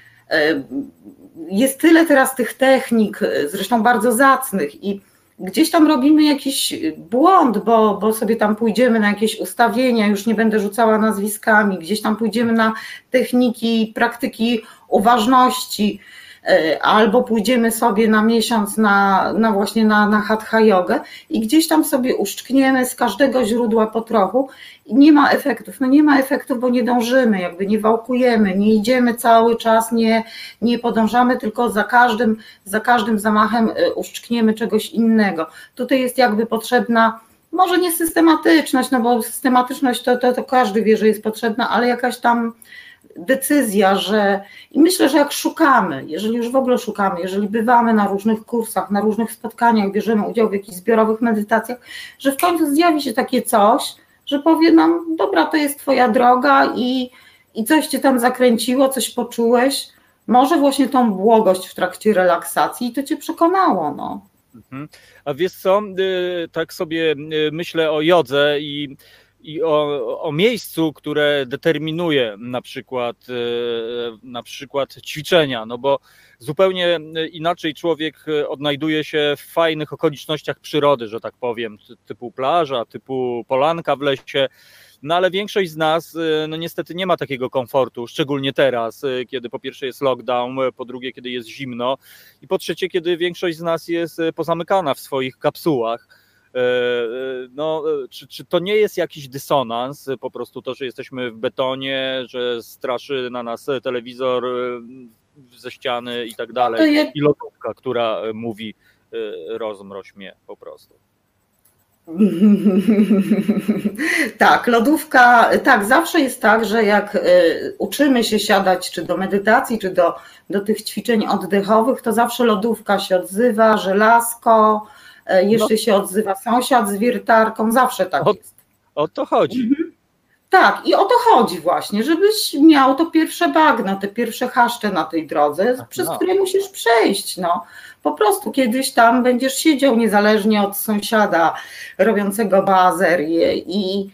Jest tyle teraz tych technik, zresztą bardzo zacnych, i gdzieś tam robimy jakiś błąd, bo, bo sobie tam pójdziemy na jakieś ustawienia, już nie będę rzucała nazwiskami, gdzieś tam pójdziemy na techniki, praktyki uważności, albo pójdziemy sobie na miesiąc na, na właśnie na, na hatha jogę i gdzieś tam sobie uszczkniemy z każdego źródła po trochu i nie ma efektów. No nie ma efektów, bo nie dążymy, jakby nie wałkujemy, nie idziemy cały czas, nie, nie podążamy, tylko za każdym, za każdym zamachem uszczkniemy czegoś innego. Tutaj jest jakby potrzebna, może nie systematyczność, no bo systematyczność to, to, to każdy wie, że jest potrzebna, ale jakaś tam decyzja, że i myślę, że jak szukamy, jeżeli już w ogóle szukamy, jeżeli bywamy na różnych kursach, na różnych spotkaniach, bierzemy udział w jakichś zbiorowych medytacjach, że w końcu zjawi się takie coś, że powie nam, dobra, to jest twoja droga i, i coś cię tam zakręciło, coś poczułeś, może właśnie tą błogość w trakcie relaksacji i to cię przekonało. No. Mhm. A wiesz co, tak sobie myślę o jodze i I o, o miejscu, które determinuje na przykład, na przykład ćwiczenia, no bo zupełnie inaczej człowiek odnajduje się w fajnych okolicznościach przyrody, że tak powiem, typu plaża, typu polanka w lesie, no ale większość z nas no niestety nie ma takiego komfortu, szczególnie teraz, kiedy po pierwsze jest lockdown, po drugie kiedy jest zimno i po trzecie kiedy większość z nas jest pozamykana w swoich kapsułach. No, czy, czy to nie jest jakiś dysonans, po prostu to, że jesteśmy w betonie, że straszy na nas telewizor ze ściany i tak dalej, i lodówka, która mówi rozmroź mnie po prostu. Tak, lodówka, tak, zawsze jest tak, że jak uczymy się siadać czy do medytacji, czy do, do tych ćwiczeń oddechowych, to zawsze lodówka się odzywa, żelazko, jeszcze no. się odzywa sąsiad z wiertarką, zawsze tak o, jest. O to chodzi. Mhm. Tak, i o to chodzi właśnie, żebyś miał to pierwsze bagno, te pierwsze chaszcze na tej drodze, Ach, przez no. które musisz przejść. No. Po prostu kiedyś tam będziesz siedział niezależnie od sąsiada robiącego bazerię i,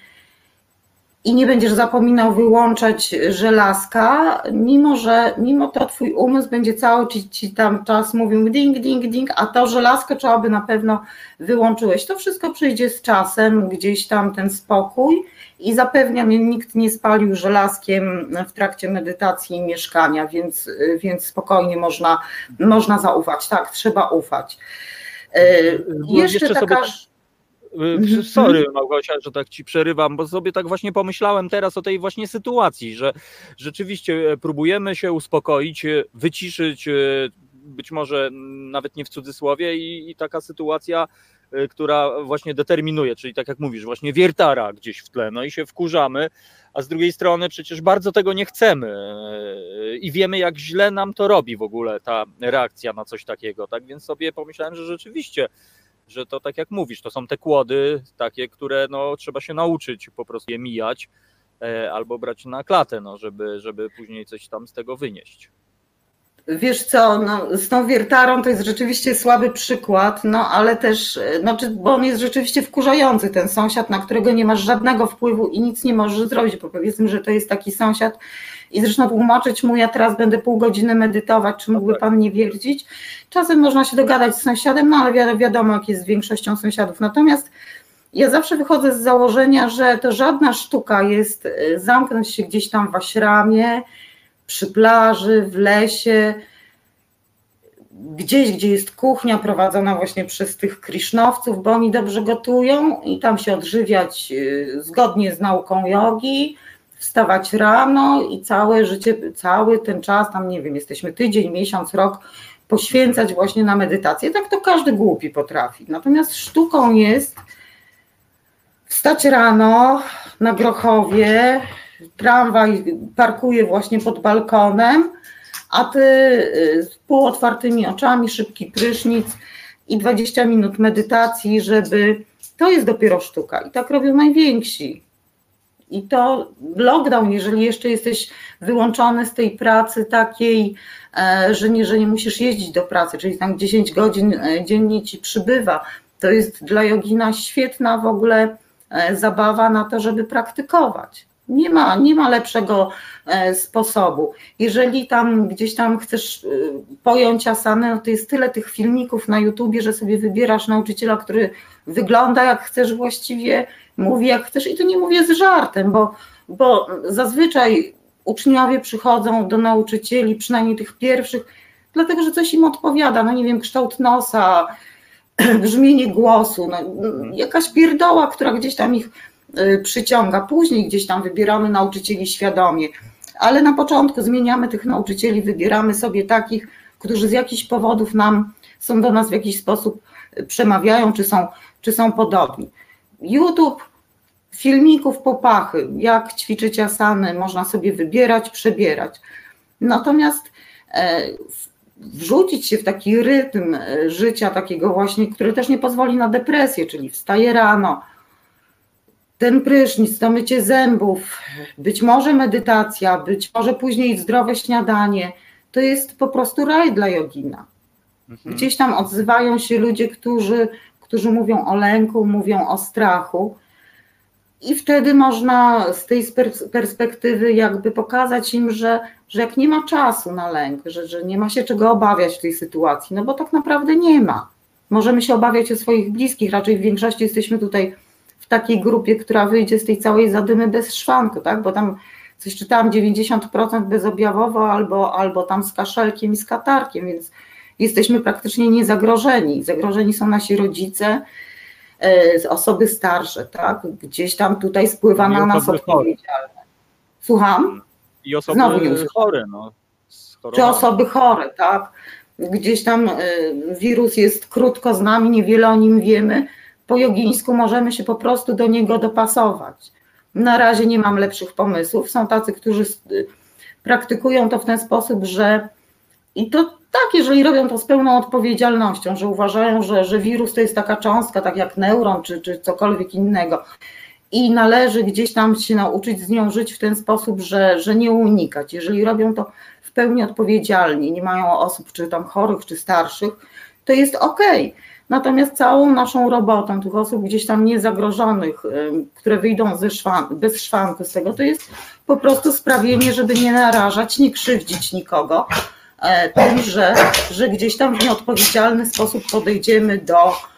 i nie będziesz zapominał wyłączać żelazka, mimo że mimo to twój umysł będzie cały ci, ci tam czas mówił ding, ding, ding, a to żelazko trzeba by na pewno wyłączyłeś. To wszystko przyjdzie z czasem, gdzieś tam ten spokój i zapewniam, nikt nie spalił żelazkiem w trakcie medytacji i mieszkania, więc, więc spokojnie można, można zaufać. Tak, trzeba ufać. Jeszcze, Jeszcze taka... Sobie... Sorry Małgosia, że tak ci przerywam, bo sobie tak właśnie pomyślałem teraz o tej właśnie sytuacji, że rzeczywiście próbujemy się uspokoić, wyciszyć, być może nawet nie w cudzysłowie i, i taka sytuacja, która właśnie determinuje, czyli tak jak mówisz, właśnie wiertara gdzieś w tle, no i się wkurzamy, a z drugiej strony przecież bardzo tego nie chcemy i wiemy, jak źle nam to robi w ogóle ta reakcja na coś takiego, tak więc sobie pomyślałem, że rzeczywiście, że to tak jak mówisz, to są te kłody takie, które no, trzeba się nauczyć po prostu je mijać e, albo brać na klatę, no, żeby, żeby później coś tam z tego wynieść. Wiesz co, no, z tą wiertarą to jest rzeczywiście słaby przykład, no ale też, no, bo on jest rzeczywiście wkurzający, ten sąsiad, na którego nie masz żadnego wpływu i nic nie możesz zrobić, bo powiedzmy, że to jest taki sąsiad i zresztą tłumaczyć mu, ja teraz będę pół godziny medytować, czy mógłby pan nie wierdzić. Czasem można się dogadać z sąsiadem, no ale wiadomo, jak jest z większością sąsiadów. Natomiast ja zawsze wychodzę z założenia, że to żadna sztuka jest zamknąć się gdzieś tam w aśramie, przy plaży, w lesie, gdzieś, gdzie jest kuchnia prowadzona właśnie przez tych krisznowców, bo oni dobrze gotują i tam się odżywiać zgodnie z nauką jogi, wstawać rano i całe życie, cały ten czas, tam nie wiem, jesteśmy tydzień, miesiąc, rok, poświęcać właśnie na medytację. Tak to każdy głupi potrafi. Natomiast sztuką jest wstać rano na Grochowie, tramwaj parkuje właśnie pod balkonem, a ty z półotwartymi oczami, szybki prysznic i dwadzieścia minut medytacji, żeby... To jest dopiero sztuka i tak robią najwięksi. I to lockdown, jeżeli jeszcze jesteś wyłączony z tej pracy takiej, że nie, że nie musisz jeździć do pracy, czyli tam dziesięć godzin dziennie ci przybywa, to jest dla jogina świetna w ogóle zabawa na to, żeby praktykować. Nie ma, nie ma lepszego sposobu. Jeżeli tam gdzieś tam chcesz pojąć asanę, no to jest tyle tych filmików na YouTubie, że sobie wybierasz nauczyciela, który wygląda jak chcesz właściwie, mówi jak chcesz i to nie mówię z żartem, bo, bo zazwyczaj uczniowie przychodzą do nauczycieli, przynajmniej tych pierwszych, dlatego że coś im odpowiada, no nie wiem, kształt nosa, brzmienie głosu, no, jakaś pierdoła, która gdzieś tam ich przyciąga. Później gdzieś tam wybieramy nauczycieli świadomie, ale na początku zmieniamy tych nauczycieli, wybieramy sobie takich, którzy z jakichś powodów nam są do nas w jakiś sposób przemawiają, czy są, czy są podobni. YouTube, filmików popachy, jak ćwiczyć asany, można sobie wybierać, przebierać. Natomiast wrzucić się w taki rytm życia takiego właśnie, który też nie pozwoli na depresję, czyli wstaję rano, ten prysznic, to mycie zębów, być może medytacja, być może później zdrowe śniadanie, to jest po prostu raj dla jogina. Mhm. Gdzieś tam odzywają się ludzie, którzy, którzy mówią o lęku, mówią o strachu i wtedy można z tej perspektywy jakby pokazać im, że, że jak nie ma czasu na lęk, że, że nie ma się czego obawiać w tej sytuacji, no bo tak naprawdę nie ma. Możemy się obawiać o swoich bliskich, raczej w większości jesteśmy tutaj w takiej grupie, która wyjdzie z tej całej zadymy bez szwanku, tak? Bo tam coś czytałam, dziewięćdziesiąt procent bezobjawowo albo, albo tam z kaszelkiem i z katarkiem, więc jesteśmy praktycznie niezagrożeni. Zagrożeni są nasi rodzice, osoby starsze, tak? Gdzieś tam tutaj spływa na nas odpowiedzialne. Słucham? I osoby Znowu nie chore, no. Czy osoby chore, tak? Gdzieś tam wirus jest krótko z nami, niewiele o nim wiemy. Po jogińsku możemy się po prostu do niego dopasować. Na razie nie mam lepszych pomysłów. Są tacy, którzy praktykują to w ten sposób, że i to tak, jeżeli robią to z pełną odpowiedzialnością, że uważają, że, że wirus to jest taka cząstka, tak jak neuron czy, czy cokolwiek innego i należy gdzieś tam się nauczyć z nią żyć w ten sposób, że, że nie unikać. Jeżeli robią to w pełni odpowiedzialnie, nie mają osób czy tam chorych, czy starszych, to jest okej. Natomiast całą naszą robotą tych osób gdzieś tam niezagrożonych, które wyjdą ze szwan, bez szwanku z tego, to jest po prostu sprawienie, żeby nie narażać, nie krzywdzić nikogo, tym, że, że gdzieś tam w nieodpowiedzialny sposób podejdziemy do,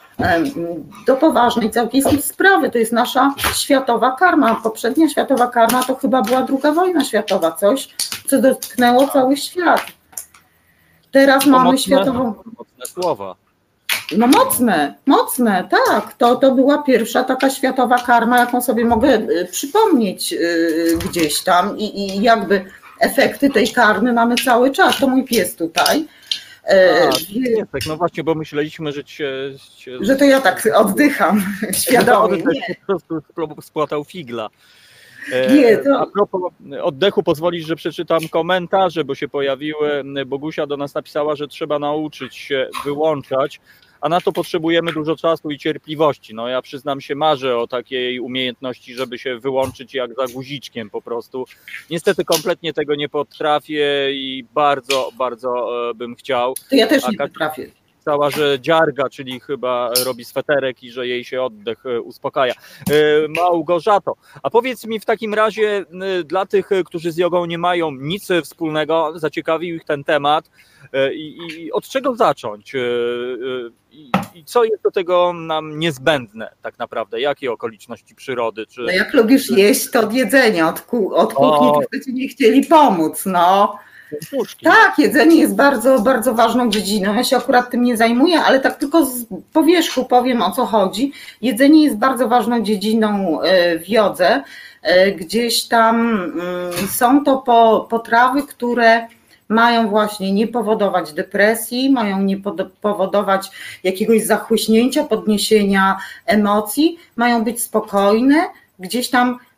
do poważnej całkiem sprawy. To jest nasza światowa karma. Poprzednia światowa karma to chyba była druga wojna światowa, coś, co dotknęło cały świat. Teraz to mamy mocne, światową... Mocne słowa. No mocne, mocne, tak. To, to była pierwsza taka światowa karma, jaką sobie mogę przypomnieć gdzieś tam i, i jakby efekty tej karmy mamy cały czas. To mój pies tutaj. A, piesek, no właśnie, bo myśleliśmy, że cię... cię... Że to ja tak oddycham świadomie. Nie. Po prostu spłatał figla. Nie, to... A propos oddechu, pozwolisz, że przeczytam komentarze, bo się pojawiły. Bogusia do nas napisała, że trzeba nauczyć się wyłączać, a na to potrzebujemy dużo czasu i cierpliwości. No ja przyznam się, marzę o takiej umiejętności, żeby się wyłączyć jak za guziczkiem po prostu. Niestety kompletnie tego nie potrafię i bardzo, bardzo bym chciał. To ja też a nie potrafię. Cała, że dziarga, czyli chyba robi sweterek i że jej się oddech uspokaja. Małgorzato, a powiedz mi w takim razie dla tych, którzy z jogą nie mają nic wspólnego, zaciekawił ich ten temat i, i od czego zacząć? I, I co jest do tego nam niezbędne tak naprawdę? Jakie okoliczności przyrody? Czy... No jak lubisz jeść, to od jedzenia, od, ku, od kuchni, to chcecie nie chcieli pomóc, no. Puszki. Tak, jedzenie jest bardzo, bardzo ważną dziedziną. Ja się akurat tym nie zajmuję, ale tak tylko z powierzchu powiem, o co chodzi. Jedzenie jest bardzo ważną dziedziną w jodze. Gdzieś tam są to potrawy, które mają właśnie nie powodować depresji, mają nie powodować jakiegoś zachłyśnięcia, podniesienia emocji, mają być spokojne, gdzieś tam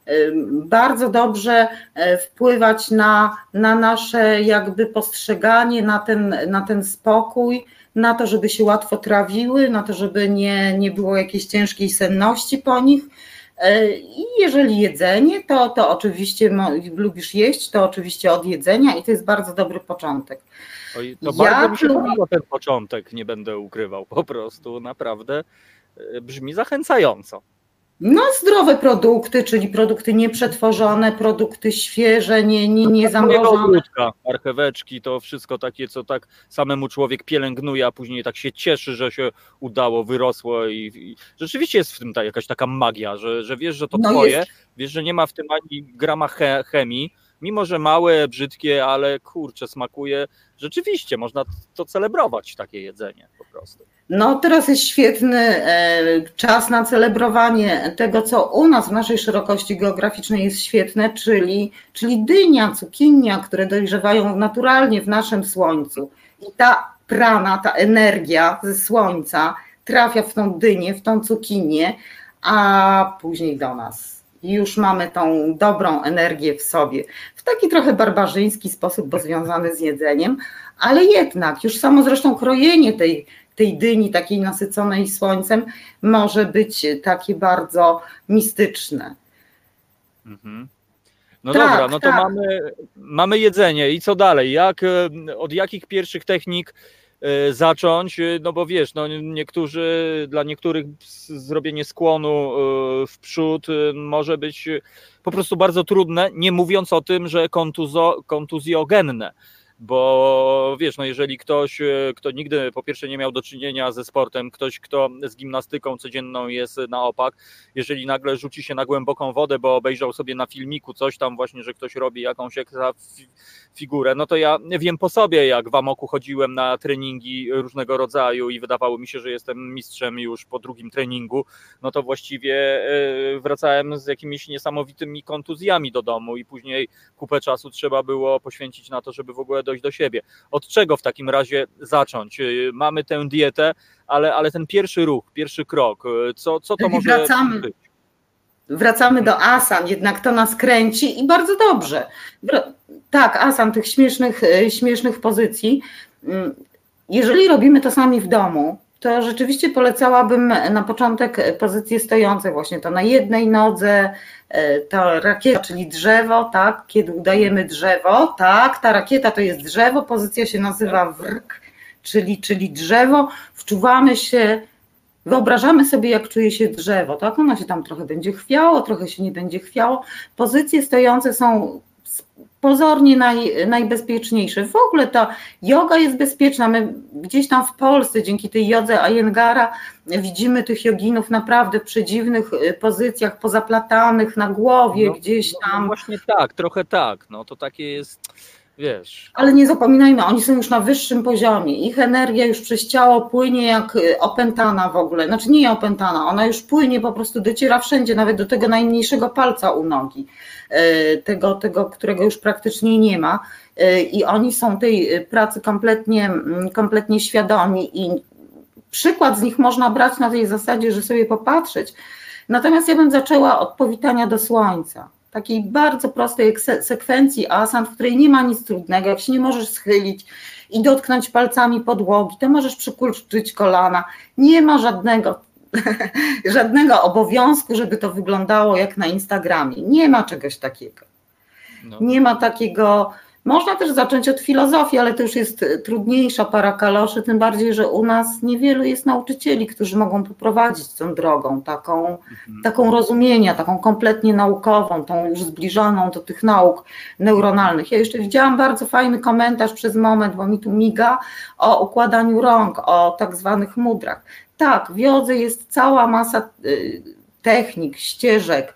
bardzo dobrze wpływać na, na nasze jakby postrzeganie, na ten, na ten spokój, na to, żeby się łatwo trawiły, na to, żeby nie, nie było jakiejś ciężkiej senności po nich. I jeżeli jedzenie, to, to oczywiście lubisz jeść, to oczywiście od jedzenia i to jest bardzo dobry początek. Oj, to ja bardzo mi się podoba ten początek, nie będę ukrywał, po prostu naprawdę brzmi zachęcająco. No zdrowe produkty, czyli produkty nieprzetworzone, produkty świeże, nie, nie, nie zamrożone. Ogródka, marcheweczki, to wszystko takie, co tak samemu człowiek pielęgnuje, a później tak się cieszy, że się udało, wyrosło i, i rzeczywiście jest w tym ta, jakaś taka magia, że, że wiesz, że to no twoje, jest. Wiesz, że nie ma w tym ani grama he, chemii, mimo że małe, brzydkie, ale kurczę, smakuje. Rzeczywiście można to celebrować, takie jedzenie po prostu. No teraz jest świetny czas na celebrowanie tego, co u nas w naszej szerokości geograficznej jest świetne, czyli, czyli dynia, cukinia, które dojrzewają naturalnie w naszym słońcu. I ta prana, ta energia ze słońca trafia w tą dynię, w tą cukinię, a później do nas. I już mamy tą dobrą energię w sobie. W taki trochę barbarzyński sposób, bo związany z jedzeniem, ale jednak już samo zresztą krojenie tej, tej dyni takiej nasyconej słońcem może być takie bardzo mistyczne. Mhm. No tak, dobra, no to tak. mamy, mamy jedzenie i co dalej? Jak, od jakich pierwszych technik zacząć, no bo wiesz, no niektórzy, dla niektórych zrobienie skłonu w przód może być po prostu bardzo trudne, nie mówiąc o tym, że kontuzo, kontuzjogenne, bo wiesz, no jeżeli ktoś, kto nigdy po pierwsze nie miał do czynienia ze sportem, ktoś, kto z gimnastyką codzienną jest na opak, jeżeli nagle rzuci się na głęboką wodę, bo obejrzał sobie na filmiku coś tam właśnie, że ktoś robi jakąś ekstra figurę, no to ja wiem po sobie, jak w amoku chodziłem na treningi różnego rodzaju i wydawało mi się, że jestem mistrzem już po drugim treningu, no to właściwie wracałem z jakimiś niesamowitymi kontuzjami do domu i później kupę czasu trzeba było poświęcić na to, żeby w ogóle dojść do siebie. Od czego w takim razie zacząć? Mamy tę dietę, ale, ale ten pierwszy ruch, pierwszy krok, co, co to może wracamy, być? Wracamy do asan, jednak to nas kręci i bardzo dobrze. Tak, asan, tych śmiesznych, śmiesznych pozycji. Jeżeli robimy to sami w domu, to rzeczywiście polecałabym na początek pozycje stojące, właśnie to na jednej nodze, ta rakieta, czyli drzewo, tak, kiedy udajemy drzewo, tak, ta rakieta to jest drzewo, pozycja się nazywa wrk, czyli, czyli drzewo, wczuwamy się, wyobrażamy sobie, jak czuje się drzewo, tak, ono się tam trochę będzie chwiało, trochę się nie będzie chwiało, pozycje stojące są pozornie naj, najbezpieczniejsze. W ogóle ta joga jest bezpieczna. My gdzieś tam w Polsce dzięki tej jodze Iyengara widzimy tych joginów naprawdę w przedziwnych pozycjach, pozaplatanych na głowie, no, gdzieś tam. No właśnie tak, trochę tak. No to takie jest, wiesz. Ale nie zapominajmy, oni są już na wyższym poziomie. Ich energia już przez ciało płynie jak opętana w ogóle. Znaczy nie opętana, ona już płynie, po prostu dociera wszędzie, nawet do tego najmniejszego palca u nogi. Tego, tego, którego już praktycznie nie ma i oni są tej pracy kompletnie, kompletnie świadomi i przykład z nich można brać na tej zasadzie, że sobie popatrzeć. Natomiast ja bym zaczęła od powitania do słońca, takiej bardzo prostej sekwencji asan, w której nie ma nic trudnego, jak się nie możesz schylić i dotknąć palcami podłogi, to możesz przykurczyć kolana, nie ma żadnego żadnego obowiązku, żeby to wyglądało jak na Instagramie. Nie ma czegoś takiego. No. Nie ma takiego. Można też zacząć od filozofii, ale to już jest trudniejsza para kaloszy, tym bardziej, że u nas niewielu jest nauczycieli, którzy mogą poprowadzić tą drogą, taką, mhm. taką rozumienia, taką kompletnie naukową, tą już zbliżoną do tych nauk neuronalnych. Ja jeszcze widziałam bardzo fajny komentarz przez moment, bo mi tu miga, o układaniu rąk, o tak zwanych mudrach. Tak, w jodze jest cała masa technik, ścieżek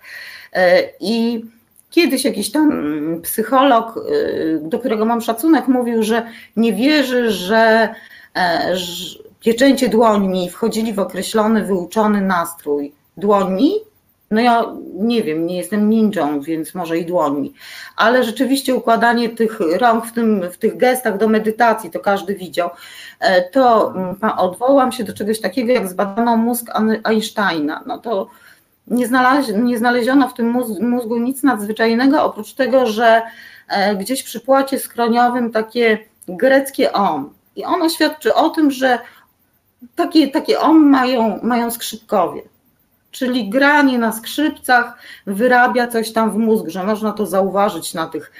i kiedyś jakiś tam psycholog, do którego mam szacunek, mówił, że nie wierzy, że pieczęcie dłońmi wchodzili w określony, wyuczony nastrój. Dłońmi? No ja nie wiem, nie jestem ninją, więc może i dłońmi, ale rzeczywiście układanie tych rąk w, tym, w tych gestach do medytacji, to każdy widział, to odwołam się do czegoś takiego, jak zbadano mózg Einsteina. No to Nie, znalaz- nie znaleziono w tym mózgu, mózgu nic nadzwyczajnego, oprócz tego, że e, gdzieś przy płacie skroniowym takie greckie om. I ono świadczy o tym, że takie, takie om mają, mają skrzypkowie. Czyli granie na skrzypcach wyrabia coś tam w mózg, że można to zauważyć na tych,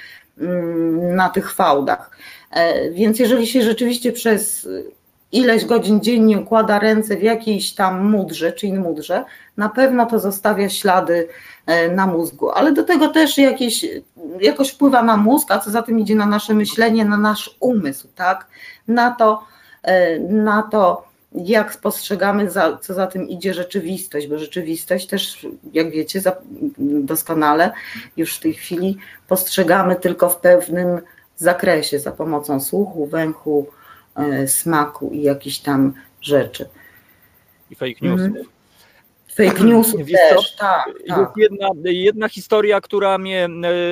na tych fałdach. Więc jeżeli się rzeczywiście przez ileś godzin dziennie układa ręce w jakiejś tam mudrze, czy mudrze, na pewno to zostawia ślady na mózgu. Ale do tego też jakieś, jakoś wpływa na mózg, a co za tym idzie na nasze myślenie, na nasz umysł, tak? Na to, na to jak spostrzegamy, za, co za tym idzie rzeczywistość, bo rzeczywistość też, jak wiecie, za, doskonale już w tej chwili postrzegamy tylko w pewnym zakresie, za pomocą słuchu, węchu, e, smaku i jakichś tam rzeczy. I fake newsów. Mm. Fake newsów też, tak, tak. Jest jedna, jedna historia, która mnie e,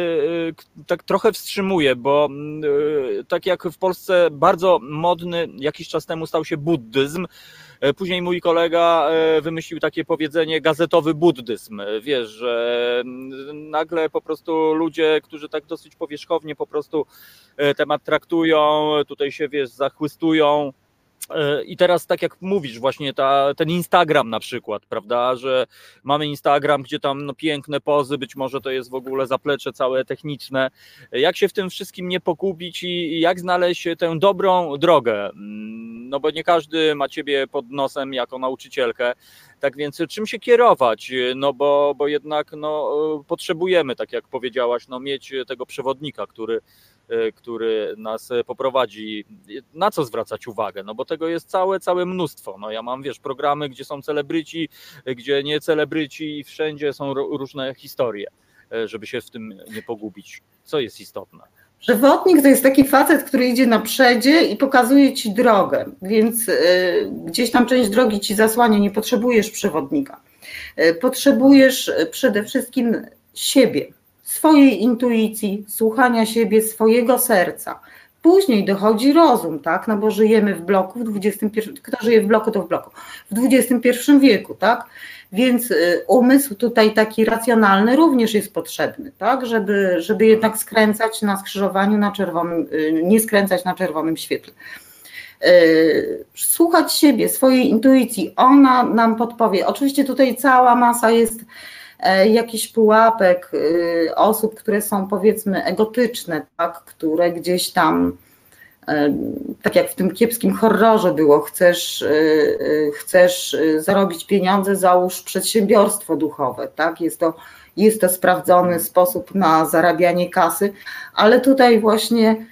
tak trochę wstrzymuje, bo e, tak jak w Polsce bardzo modny jakiś czas temu stał się buddyzm, e, później mój kolega e, wymyślił takie powiedzenie gazetowy buddyzm. Wiesz, że nagle po prostu ludzie, którzy tak dosyć powierzchownie po prostu temat traktują, tutaj się, wiesz, zachwystują. I teraz tak jak mówisz, właśnie ta, ten Instagram na przykład, prawda, że mamy Instagram, gdzie tam no, piękne pozy, być może to jest w ogóle zaplecze całe techniczne. Jak się w tym wszystkim nie pogubić i jak znaleźć tę dobrą drogę? No bo nie każdy ma ciebie pod nosem jako nauczycielkę, tak więc czym się kierować? No bo, bo jednak no, potrzebujemy, tak jak powiedziałaś, no, mieć tego przewodnika, który który nas poprowadzi, na co zwracać uwagę, no bo tego jest całe, całe mnóstwo. No ja mam, wiesz, programy, gdzie są celebryci, gdzie nie celebryci i wszędzie są różne historie, żeby się w tym nie pogubić. Co jest istotne? Przewodnik to jest taki facet, który idzie na przedzie i pokazuje ci drogę, więc y, gdzieś tam część drogi ci zasłania, nie potrzebujesz przewodnika. Y, potrzebujesz przede wszystkim siebie, swojej intuicji, słuchania siebie, swojego serca. Później dochodzi rozum, tak? No bo żyjemy w bloku, w dwudziestym pierwszym, kto żyje w bloku, to w bloku, w dwudziestym pierwszym wieku, tak? Więc umysł tutaj taki racjonalny również jest potrzebny, tak? Żeby, żeby jednak skręcać na skrzyżowaniu na czerwonym, nie skręcać na czerwonym świetle. Słuchać siebie, swojej intuicji, ona nam podpowie. Oczywiście tutaj cała masa jest jakiś pułapek osób, które są powiedzmy egotyczne, tak, które gdzieś tam, tak jak w tym kiepskim horrorze było, chcesz, chcesz zarobić pieniądze, załóż przedsiębiorstwo duchowe, tak, jest to, jest to sprawdzony sposób na zarabianie kasy, ale tutaj właśnie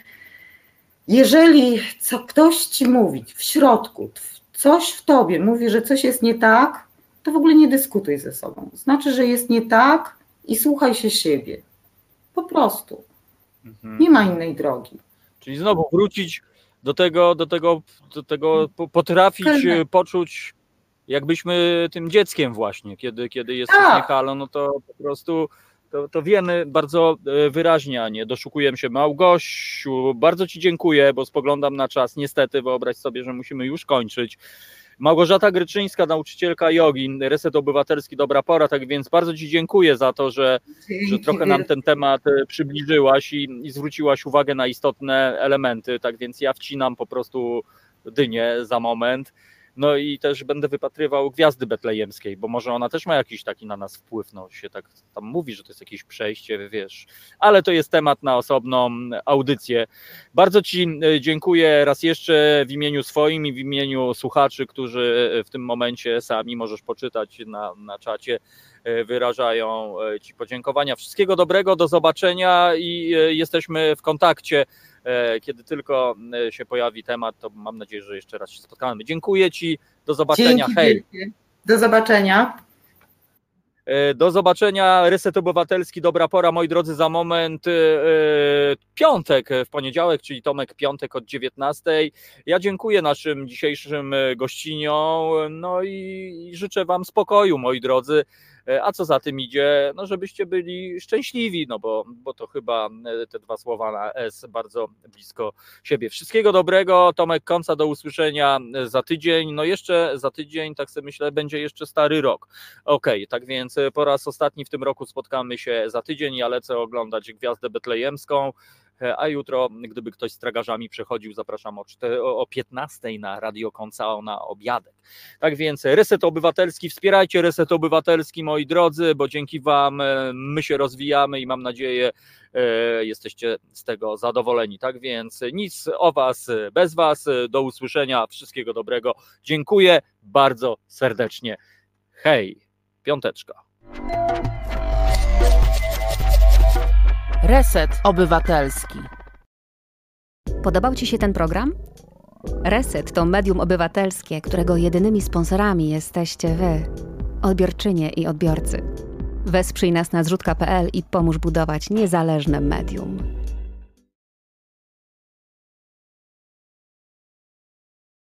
jeżeli co ktoś ci mówi w środku, coś w tobie mówi, że coś jest nie tak, to w ogóle nie dyskutuj ze sobą. Znaczy, że jest nie tak i słuchaj się siebie. Po prostu. Mhm. Nie ma innej drogi. Czyli znowu wrócić do tego, do tego, do tego potrafić Kelne. poczuć, jakbyśmy tym dzieckiem właśnie, kiedy, kiedy jest coś nie halo, no to po prostu to, to wiemy bardzo wyraźnie, a nie doszukujemy się. Małgosiu, bardzo ci dziękuję, bo spoglądam na czas. Niestety, wyobraź sobie, że musimy już kończyć. Małgorzata Gryczyńska, nauczycielka jogi, Reset Obywatelski, dobra pora, tak więc bardzo ci dziękuję za to, że, że trochę nam ten temat przybliżyłaś i, i zwróciłaś uwagę na istotne elementy, tak więc ja wcinam po prostu dynię za moment. No i też będę wypatrywał Gwiazdy Betlejemskiej, bo może ona też ma jakiś taki na nas wpływ, no się tak tam mówi, że to jest jakieś przejście, wiesz, ale to jest temat na osobną audycję. Bardzo ci dziękuję raz jeszcze w imieniu swoim i w imieniu słuchaczy, którzy w tym momencie sami możesz poczytać na, na czacie, wyrażają ci podziękowania. Wszystkiego dobrego, do zobaczenia i jesteśmy w kontakcie. Kiedy tylko się pojawi temat, to mam nadzieję, że jeszcze raz się spotkamy. Dziękuję ci, do zobaczenia, Dzięki, hej. wielkie. Do zobaczenia. Do zobaczenia, Reset Obywatelski, dobra pora, moi drodzy, za moment piątek, w poniedziałek, czyli Tomek piątek od dziewiętnastej. Ja dziękuję naszym dzisiejszym gościniom, no i życzę wam spokoju, moi drodzy. a co za tym idzie, no żebyście byli szczęśliwi, no bo, bo to chyba te dwa słowa na S bardzo blisko siebie. Wszystkiego dobrego, Tomek Konca, do usłyszenia za tydzień, no jeszcze za tydzień, tak sobie myślę, będzie jeszcze stary rok. Okej, okay, tak więc po raz ostatni w tym roku spotkamy się za tydzień, ja lecę oglądać Gwiazdę Betlejemską, a jutro, gdyby ktoś z tragarzami przechodził, zapraszam o, o piętnastej na Radio Konca na obiadek. Tak więc Reset Obywatelski, wspierajcie Reset Obywatelski, moi drodzy, bo dzięki wam my się rozwijamy i mam nadzieję, jesteście z tego zadowoleni. Tak więc nic o was bez was, do usłyszenia, wszystkiego dobrego, dziękuję bardzo serdecznie, hej, piąteczka. Reset Obywatelski. Podobał Ci się ten program? Reset to medium obywatelskie, którego jedynymi sponsorami jesteście Wy, odbiorczynie i odbiorcy. Wesprzyj nas na zrzutka kropka pe el i pomóż budować niezależne medium.